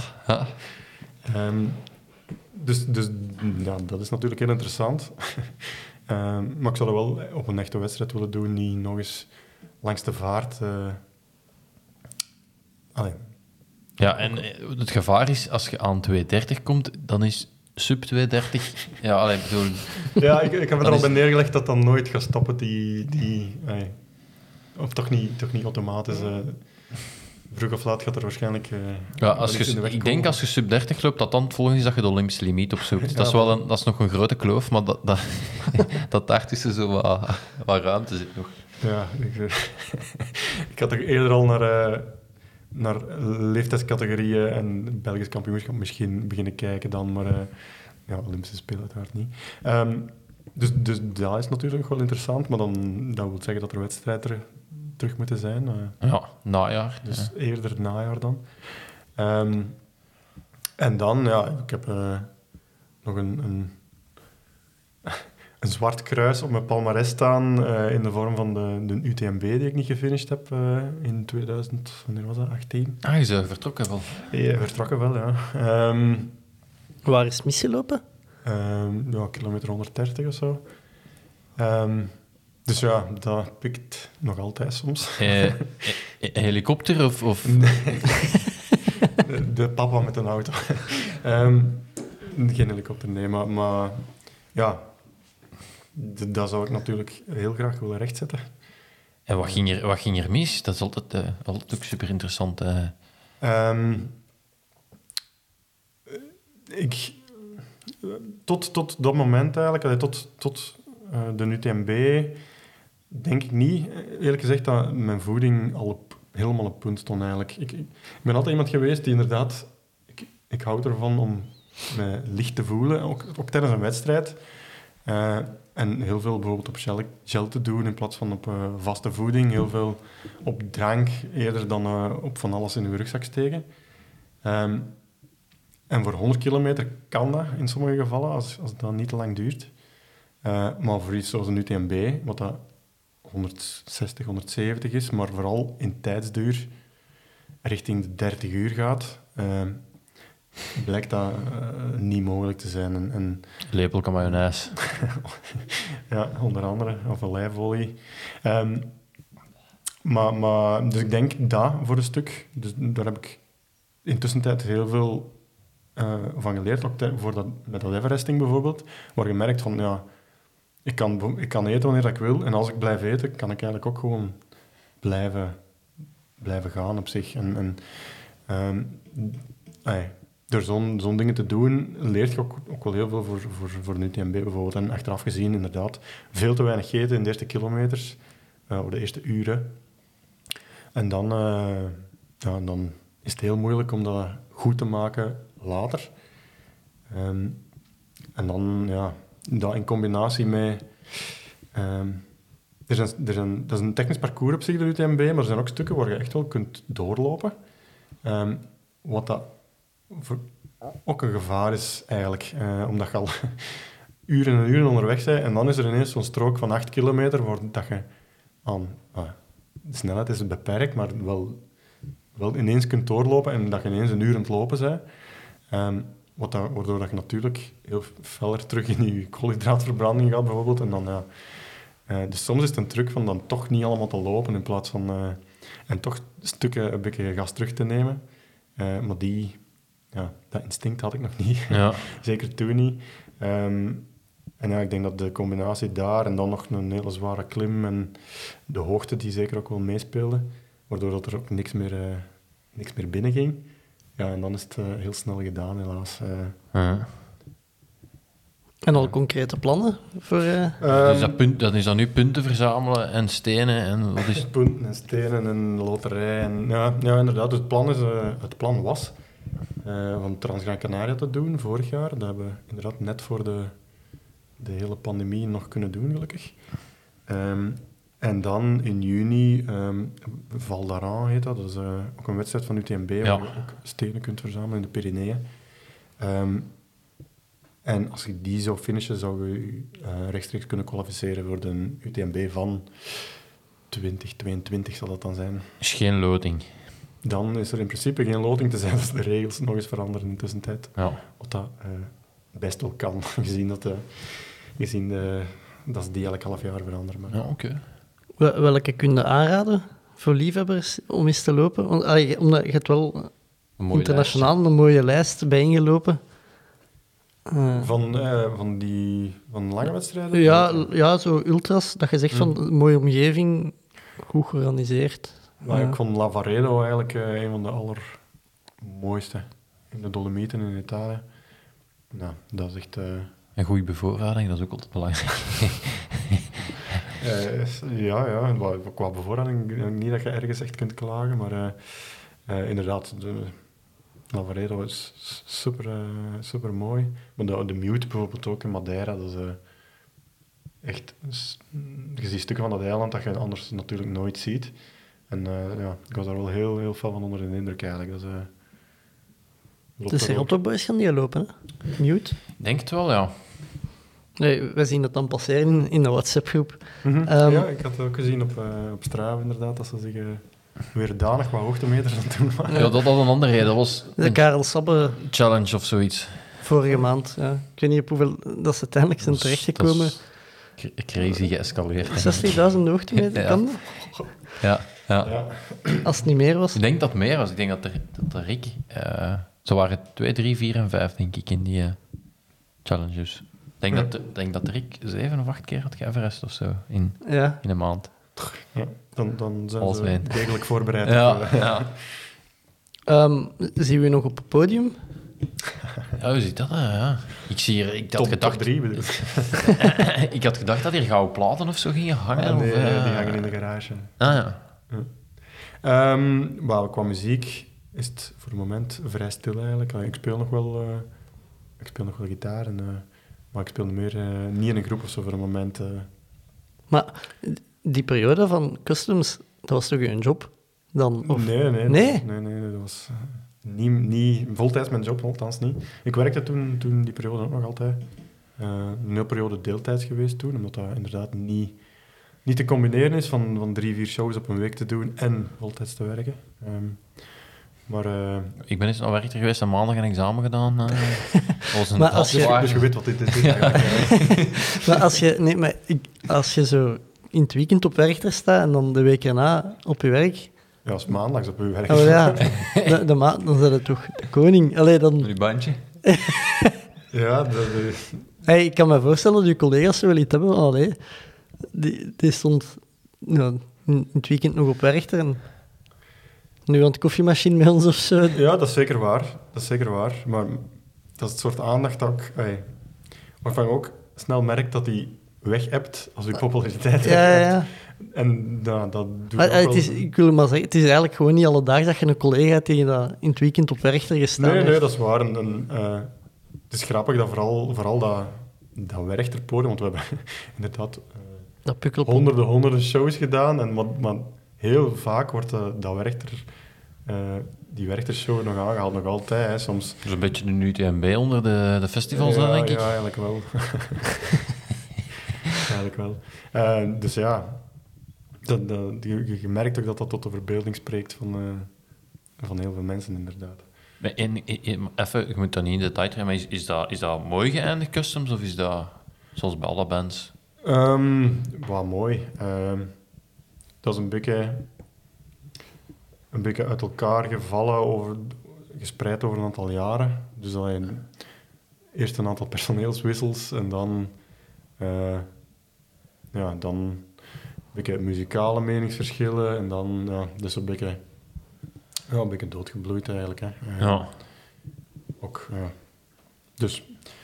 Dus ja, dat is natuurlijk heel interessant. Maar ik zou dat wel op een echte wedstrijd willen doen, niet nog eens langs de vaart. Ja, en het gevaar is, als je aan 2:30 komt, dan is sub 2:30... Ja, ik bedoel... Ja, ik heb er al bij neergelegd dat dat nooit gaat stoppen, of toch niet automatisch. Vroeg of laat gaat er waarschijnlijk... ik denk als je sub 30 loopt, dat dan het volgende is dat je de Olympische limiet opzoekt. Ja, dat is nog een grote kloof, maar dat daartussen zo wat ruimte zit nog. Ja, ik had toch eerder al naar leeftijdscategorieën en Belgisch kampioenschap misschien beginnen kijken dan, maar Olympische Spelen uiteraard niet. Dus dat is natuurlijk wel interessant, maar dat wil zeggen dat er wedstrijden terug moeten zijn. Najaar. Dus eerder najaar dan. En dan, ik heb nog een zwart kruis op mijn palmares staan in de vorm van de UTMB die ik niet gefinished heb in 2000, wanneer was dat? 18? Je is vertrokken wel. Ja, vertrokken wel, ja. Waar is het misgelopen? Kilometer 130 of zo. Dus ja, dat pikt nog altijd soms. Helikopter of... De papa met een auto. Geen helikopter, nee, maar ja, dat zou ik natuurlijk heel graag willen rechtzetten. En wat ging er mis? Dat is altijd ook super interessant. Tot dat moment eigenlijk, tot de UTMB, denk ik niet, eerlijk gezegd, dat mijn voeding al helemaal op punt stond eigenlijk. Ik ben altijd iemand geweest die inderdaad... Ik hou ervan om me licht te voelen, ook tijdens een wedstrijd. En heel veel bijvoorbeeld op gel te doen in plaats van op vaste voeding. Heel veel op drank, eerder dan op van alles in uw rugzak steken. En voor 100 kilometer kan dat in sommige gevallen, als het dan niet te lang duurt. Maar voor iets zoals een UTMB, wat dat 160, 170 is, maar vooral in tijdsduur richting de 30 uur gaat, blijkt dat niet mogelijk te zijn. En lepelke mayonaise. Ja, onder andere, of olijfolie. Maar dus ik denk dat voor een stuk. Dus daar heb ik intussen heel veel van geleerd. Ook met dat Everesting bijvoorbeeld, waar je merkt van, ja, ik kan eten wanneer ik wil. En als ik blijf eten, kan ik eigenlijk ook gewoon blijven gaan op zich. Door zo'n dingen te doen, leert je ook wel heel veel voor een UTMB bijvoorbeeld. En achteraf gezien, inderdaad, veel te weinig eten in de eerste kilometers, of de eerste uren. En dan is het heel moeilijk om dat goed te maken later. En dan, dat in combinatie met... dat is een technisch parcours op zich, de UTMB, maar er zijn ook stukken waar je echt wel kunt doorlopen. Wat dat ook een gevaar is, eigenlijk. Omdat je al uren en uren onderweg bent en dan is er ineens zo'n strook van 8 kilometer waar dat je aan... de snelheid is beperkt, maar wel ineens kunt doorlopen en dat je ineens een uur aan het lopen bent. Waardoor dat je natuurlijk heel feller terug in je koolhydraatverbranding gaat, bijvoorbeeld. En dan, dus soms is het een truc van dan toch niet allemaal te lopen in plaats van... en toch stukken een beetje gas terug te nemen. Maar dat instinct had ik nog niet. Ja. Zeker toen niet. En ja, ik denk dat de combinatie daar en dan nog een hele zware klim en de hoogte die zeker ook wel meespeelde, waardoor dat er ook niks meer binnen ging. Ja, en dan is het heel snel gedaan, helaas. En al concrete plannen voor... Dat is dan nu punten verzamelen en stenen en wat is... Punten en stenen en loterij. En, ja, inderdaad. Het plan was van Transgran Canaria te doen vorig jaar. Dat hebben we inderdaad net voor de hele pandemie nog kunnen doen, gelukkig. En dan in juni, Val d'Aran heet dat. Dat is ook een wedstrijd van UTMB, waar je ook stenen kunt verzamelen in de Pyreneeën. En als je die zou finishen, zou je rechtstreeks kunnen kwalificeren voor de UTMB van 2022 zal dat dan zijn. Is geen loting. Dan is er in principe geen loting te zijn als de regels nog eens veranderen in de tussentijd. Ja. Wat dat best wel kan, gezien dat ze die elk half jaar veranderen. Maar... Ja, oké. Welke kun je aanraden voor liefhebbers om eens te lopen? Omdat je hebt wel internationaal een mooie lijst bijeengelopen. Van lange wedstrijden? Ja, zo ultras, dat je zegt van een mooie omgeving, goed georganiseerd. Ik vond Lavaredo eigenlijk een van de allermooiste in de Dolomieten in Italië. Nou, dat is echt... Een goede bevoorrading, dat is ook altijd belangrijk. Ja, qua bevoorrading denk ik niet dat je ergens echt kunt klagen, maar inderdaad, Lavaredo is super mooi. Maar de Mute bijvoorbeeld ook in Madeira, dat is echt... Je ziet stukken van dat eiland dat je anders natuurlijk nooit ziet. En ik was daar wel heel, heel veel van onder de indruk eigenlijk. De Serotto Boys gaan die lopen, hè? Mute? Denk het wel, ja. Nee, wij zien het dan passeren in de WhatsApp-groep. Ja, ik had het ook gezien op Strava inderdaad, dat ze zich weer danig wat hoogtemeters aan het doen waren. Ja, dat had een andere reden. Dat was de Karel Sabbe challenge of zoiets. Vorige maand, ja. Ik weet niet op hoeveel dat ze uiteindelijk zijn terechtgekomen. Crazy geëscaleerd. 60.000 hoogtemeter, kan dat? Ja. Als het niet meer was. Ik denk dat het meer was. Ik denk dat de Rick... ze waren 2, 3, 4 en 5, denk ik, in die challenges. Ik denk dat Rick 7 of 8 keer had geëverest of zo in een maand. Ja, dan zijn Als ze degelijk voorbereid. Ja. Zien we nog op het podium? Ja, hoe zit dat? Ja. Ik had gedacht... Top 3 bedoel ik. Ik had gedacht dat hier gouden platen of zo gingen hangen. Nee, die hangen in de garage. Qua muziek is het voor het moment vrij stil eigenlijk. Ik speel nog wel gitaar, maar ik speel niet in een groep of zo voor het moment. Maar die periode van Customs, dat was toch een job dan? Of? Nee, dat was niet voltijds mijn job, althans niet. Ik werkte toen die periode ook nog altijd. Een hele periode deeltijds geweest toen, omdat dat inderdaad niet te combineren is van 3, 4 shows op een week te doen en voltijds te werken. Maar, ik ben eens naar Werchter geweest en maandag een examen gedaan. Maar als dus je weet wat dit is. Maar als je zo in het weekend op Werchter staat en dan de week erna op je werk... Ja, als maandags op je werk. Oh ja, dan zijn het toch de koning. Allee, dan... Met je bandje? Ja, Hey, ik kan me voorstellen dat je collega's zo wel iets hebben. Allee, die stond in het weekend nog op Werchter en nu aan de koffiemachine bij ons of zo. Ja, dat is zeker waar. Maar dat is het soort aandacht dat waarvan je ook snel merkt dat die weg hebt als je populariteit hebt. Ja. En dat doet Maar, ook wel... ik wil maar zeggen, het is eigenlijk gewoon niet alle dagen dat je een collega hebt die dat in het weekend op Werchter gestaan heeft. Nee, dat is waar. Het is grappig dat vooral dat Werchterpodium, want we hebben inderdaad honderden shows gedaan, maar heel vaak wordt die Werchter-show nog aangehaald, nog altijd. Hè, soms. Dus een beetje een UTMB onder de festivals, denk ik. Ja, eigenlijk wel. Eigenlijk wel. Dus ja, je merkt ook dat tot de verbeelding spreekt van heel veel mensen, inderdaad. Even, je moet dat niet in detail treden, maar is dat mooi geëindigd, Customs, of is dat zoals bij alle bands? Mooi. Dat is een beetje uit elkaar gevallen, gespreid over een aantal jaren. Dus eerst een aantal personeelswissels en dan Dan een beetje muzikale meningsverschillen en dan dus een beetje doodgebloeid eigenlijk. Hè. Ook, dus...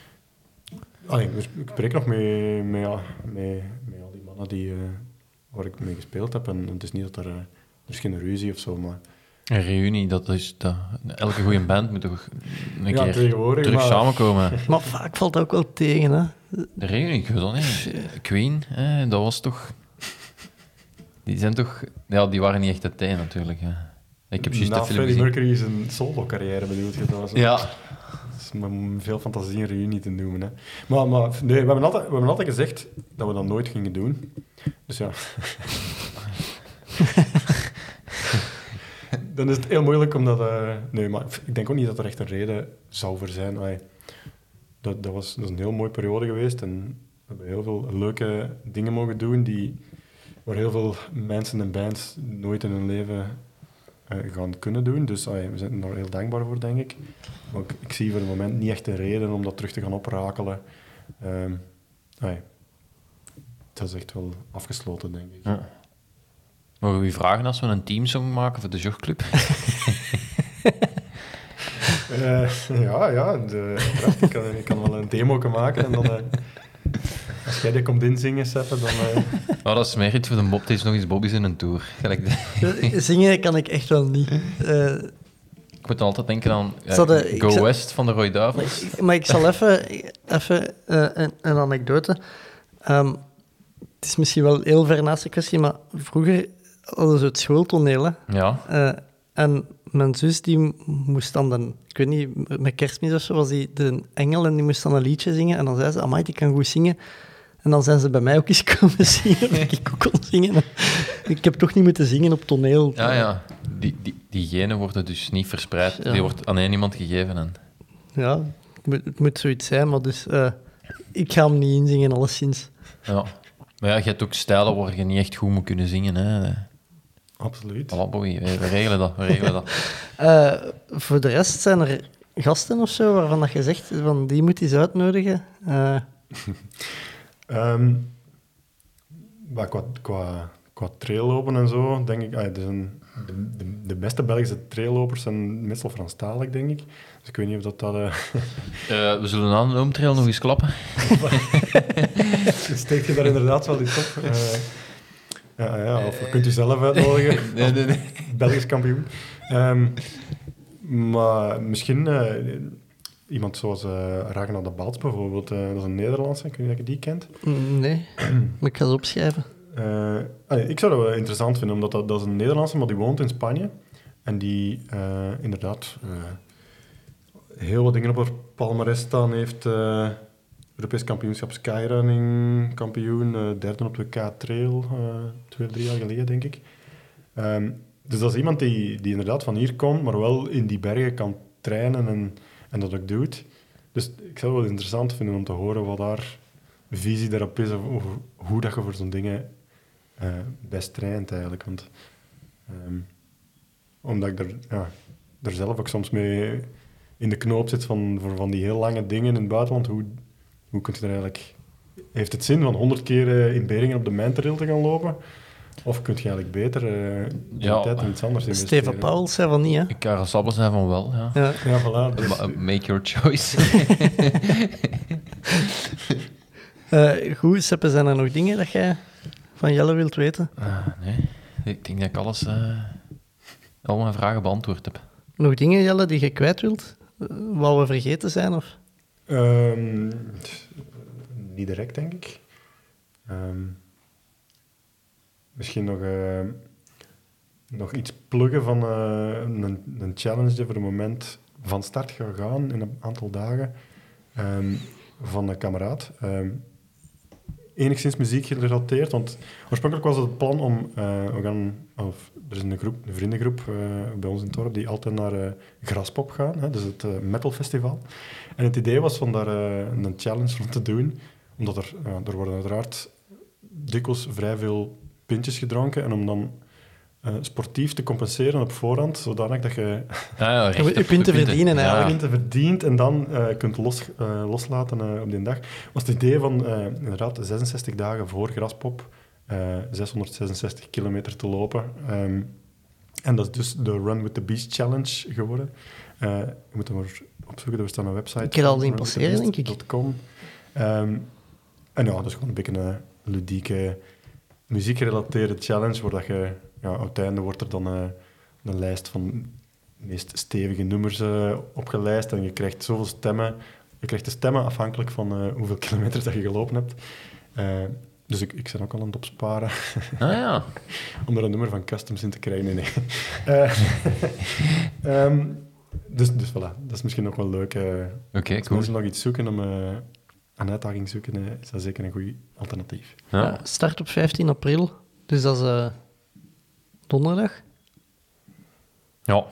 ik spreek nog met al die mannen waar ik mee gespeeld heb. En het is niet dat er is geen ruzie of zo, maar... Een reunie, elke goede band moet toch een keer terug samenkomen. Maar vaak valt dat ook wel tegen, hè? De reunie, ik weet dat niet. Queen, dat was toch... Die zijn toch... Ja, die waren niet echt uiteen natuurlijk. Hè. Ik heb juist de film Freddie gezien. Mercury zijn solo-carrière bedoeld je? Dat was met veel fantasie een reunie te noemen. Hè. Maar nee, we hebben altijd gezegd dat we dat nooit gingen doen. Dus ja... Dan is het heel moeilijk omdat... nee, maar ik denk ook niet dat er echt een reden zou voor zijn. Dat is een heel mooie periode geweest en we hebben heel veel leuke dingen mogen doen waar heel veel mensen en bands nooit in hun leven gaan kunnen doen. Dus we zijn er heel dankbaar voor, denk ik. Maar ik zie voor het moment niet echt een reden om dat terug te gaan oprakelen. Dat is echt wel afgesloten, denk ik. Ja. Mogen we u vragen als we een teamsong maken voor de Jogclub? Ik kan wel een demo maken en dan... als jij die komt inzingen, Seppe, dan... Dat is meer iets voor de Bob. Het is nog eens Bobby's in een tour. Zingen kan ik echt wel niet. Ik moet altijd denken aan West van de Roy Duivels. Maar ik zal even een anekdote. Het is misschien wel heel ver naast de kwestie, maar vroeger hadden ze het schooltoneel. Hè? Ja. En mijn zus die moest dan, ik weet niet, met Kerstmis of zo, was die de engel en die moest dan een liedje zingen. En dan zei ze, amai, die kan goed zingen. En dan zijn ze bij mij ook eens komen zingen, dat ik ook kon zingen. Ik heb toch niet moeten zingen op toneel. Ja. Die genen worden dus niet verspreid. Ja. Die wordt aan één iemand gegeven. En... Ja, het moet zoiets zijn, maar dus... ik ga hem niet inzingen, alleszins. Ja. Maar ja, je hebt ook stijlen waar je niet echt goed moet kunnen zingen. Hè. Absoluut. Voilà, boy, we regelen dat. Voor de rest zijn er gasten of zo waarvan dat je zegt, van die moet je eens uitnodigen? Qua traillopen en zo, denk ik... de beste Belgische traillopers zijn meestal Franstalig, denk ik. Dus ik weet niet of dat... we zullen aan de oomtrail nog eens klappen. Steekt je daar inderdaad wel iets op? Of kunt u zelf uitnodigen? Nee. Belgisch kampioen. Maar misschien iemand zoals Ragnar de Balts bijvoorbeeld. Dat is een Nederlandse, ik weet niet of je die kent. Nee, maar ik ga het opschrijven. Ik zou dat wel interessant vinden, omdat dat is een Nederlandse, maar die woont in Spanje. En die inderdaad heel wat dingen op haar palmarès staan heeft. Europees kampioenschap skyrunning kampioen, derde op de K-trail, 2 of 3 jaar geleden, denk ik. Dus dat is iemand die inderdaad van hier komt, maar wel in die bergen kan trainen en dat ook doet. Dus ik zou het wel interessant vinden om te horen wat haar visie daarop is, of hoe dat je voor zo'n dingen best traint eigenlijk. Want, omdat ik er zelf ook soms mee in de knoop zit van die heel lange dingen in het buitenland. Hoe kun je er eigenlijk... Heeft het zin van 100 keer in Beringen op de mijntrail te gaan lopen? Of kun je eigenlijk beter tijd in iets anders investeren? Steven Pauwels zei van niet, hè? Karel Sabbel zei van wel, ja. Ja, voilà. Dus. Make your choice. Goed, Seppe, zijn er nog dingen dat jij van Jelle wilt weten? Nee, ik denk dat ik al mijn vragen beantwoord heb. Nog dingen, Jelle, die je kwijt wilt? Wat we vergeten zijn, of? Niet direct, denk ik. Misschien nog iets pluggen van een challenge die voor het moment van start gaat gaan in een aantal dagen van een kameraad. Enigszins muziek gerelateerd, want oorspronkelijk was het plan om... er is een vriendengroep bij ons in het dorp die altijd naar Graspop gaan, hè, dus het metalfestival. En het idee was van daar een challenge rond te doen, omdat er worden uiteraard dikwijls vrij veel pintjes gedronken en om dan sportief te compenseren op voorhand, zodanig dat je recht je op punten verdienen Ja. eigenlijk. punten verdient en dan kunt loslaten op die dag. Was het idee van inderdaad 66 dagen voor Graspop 666 kilometer te lopen. En dat is dus de Run with the Beast Challenge geworden. Je moet hem maar opzoeken, er staat een website. Ik heb al zien passeren, denk ik. .com. En ja, dat is gewoon een beetje een ludieke, muziekgerelateerde challenge, waar dat je, ja, op het einde wordt er dan een lijst van de meest stevige nummers opgelijst en je krijgt zoveel stemmen. Je krijgt de stemmen afhankelijk van hoeveel kilometer dat je gelopen hebt. Dus ik ben ook al aan het opsparen. Ja. Om er een nummer van Customs in te krijgen. Nee. Dus voilà, dat is misschien nog wel leuk. Oké, Als cool. mensen nog iets zoeken, een uitdaging zoeken, is dat zeker een goed alternatief. Ja. Start op 15 april, dus dat is donderdag. Ja.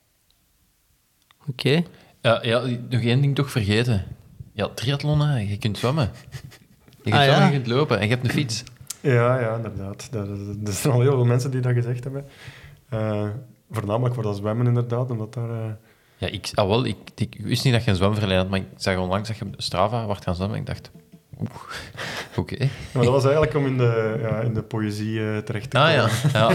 Oké. Ja, nog één ding toch vergeten. Ja, triathlon, hè. Je kunt zwemmen. Je kunt Ah, zwemmen, ja. je kunt lopen en je hebt een fiets. Ja, inderdaad. Er zijn al heel veel mensen die dat gezegd hebben. Voornamelijk voor dat zwemmen, inderdaad, omdat daar... Ja, ik wist niet dat je een zwemverleden had, maar ik zag onlangs dat je op Strava werd gaan zwemmen en ik dacht... Oké. Maar dat was eigenlijk om in de poëzie terecht te komen. Ja.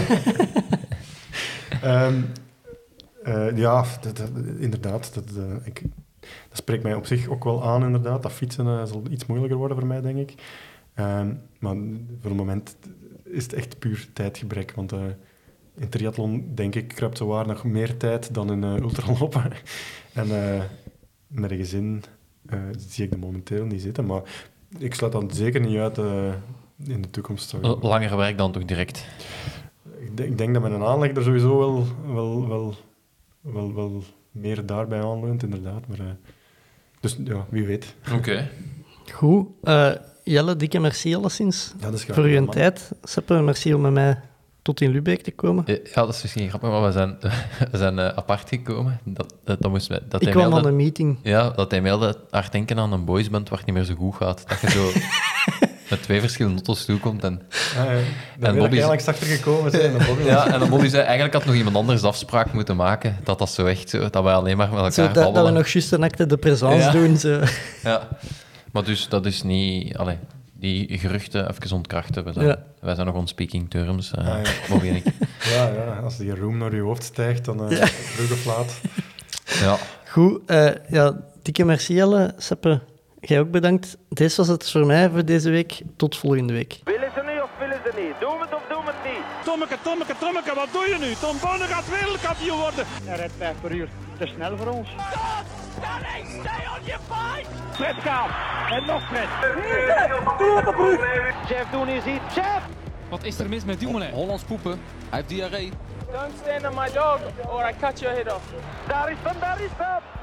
Inderdaad. Dat spreekt mij op zich ook wel aan, inderdaad. Dat fietsen zal iets moeilijker worden voor mij, denk ik. Maar voor het moment is het echt puur tijdgebrek. Want in triathlon, denk ik, kruipt zowaar nog meer tijd dan in ultralopen. En met een gezin zie ik dat momenteel niet zitten. Maar ik sluit dan zeker niet uit in de toekomst. Langer werk dan toch direct? Ik denk dat met een aanleg er sowieso wel meer daarbij aanleunt, inderdaad. Maar, dus ja, wie weet. Oké. Goed. Jelle, dikke merci alleszins Ja, dat is graag voor uw gedaan, man. tijd. Seppe, merci om met mij tot in Lubeck te komen. Ja, dat is misschien grappig, maar we zijn apart gekomen. Dat moest dat Ik hij kwam mailde- aan een meeting. Ja, dat hij mailde hard denken aan een boysband waar het niet meer zo goed gaat. Dat je zo met 2 verschillende auto's toekomt. En Daar ben Bobby ik eigenlijk achter gekomen zijn. en dan Bobby zei, eigenlijk had nog iemand anders afspraak moeten maken. Dat zo echt zo, dat wij alleen maar met elkaar Zo, dat we babbelen. nog juist een acte de présence Ja. doen. Zo. Ja. Maar dus, dat is niet... Allee, die geruchten even ontkrachten. Wij zijn nog on speaking terms, Bobby en ik. Ja, als die roem naar je hoofd stijgt, dan vroeg of laat. Ja. Goed. Dikke merci Jelle. Seppe, jij ook bedankt. Deze was het voor mij voor deze week. Tot volgende week. Willen ze niet of willen ze niet? Doen we het of doen we het niet? Tommeke, wat doe je nu? Tom Bonne gaat wereldkampioen worden. Hij rijdt 5 per uur. Te snel voor ons. Stanley, stay on your fight! Fred gaat. En nog Fred. Jeff doen is iets. Jeff! Wat is er mis met Dumoulin? Hollands poepen. Hij heeft diarree. Don't stand on my dog or I cut your head off. Daar is hem, daar is hem!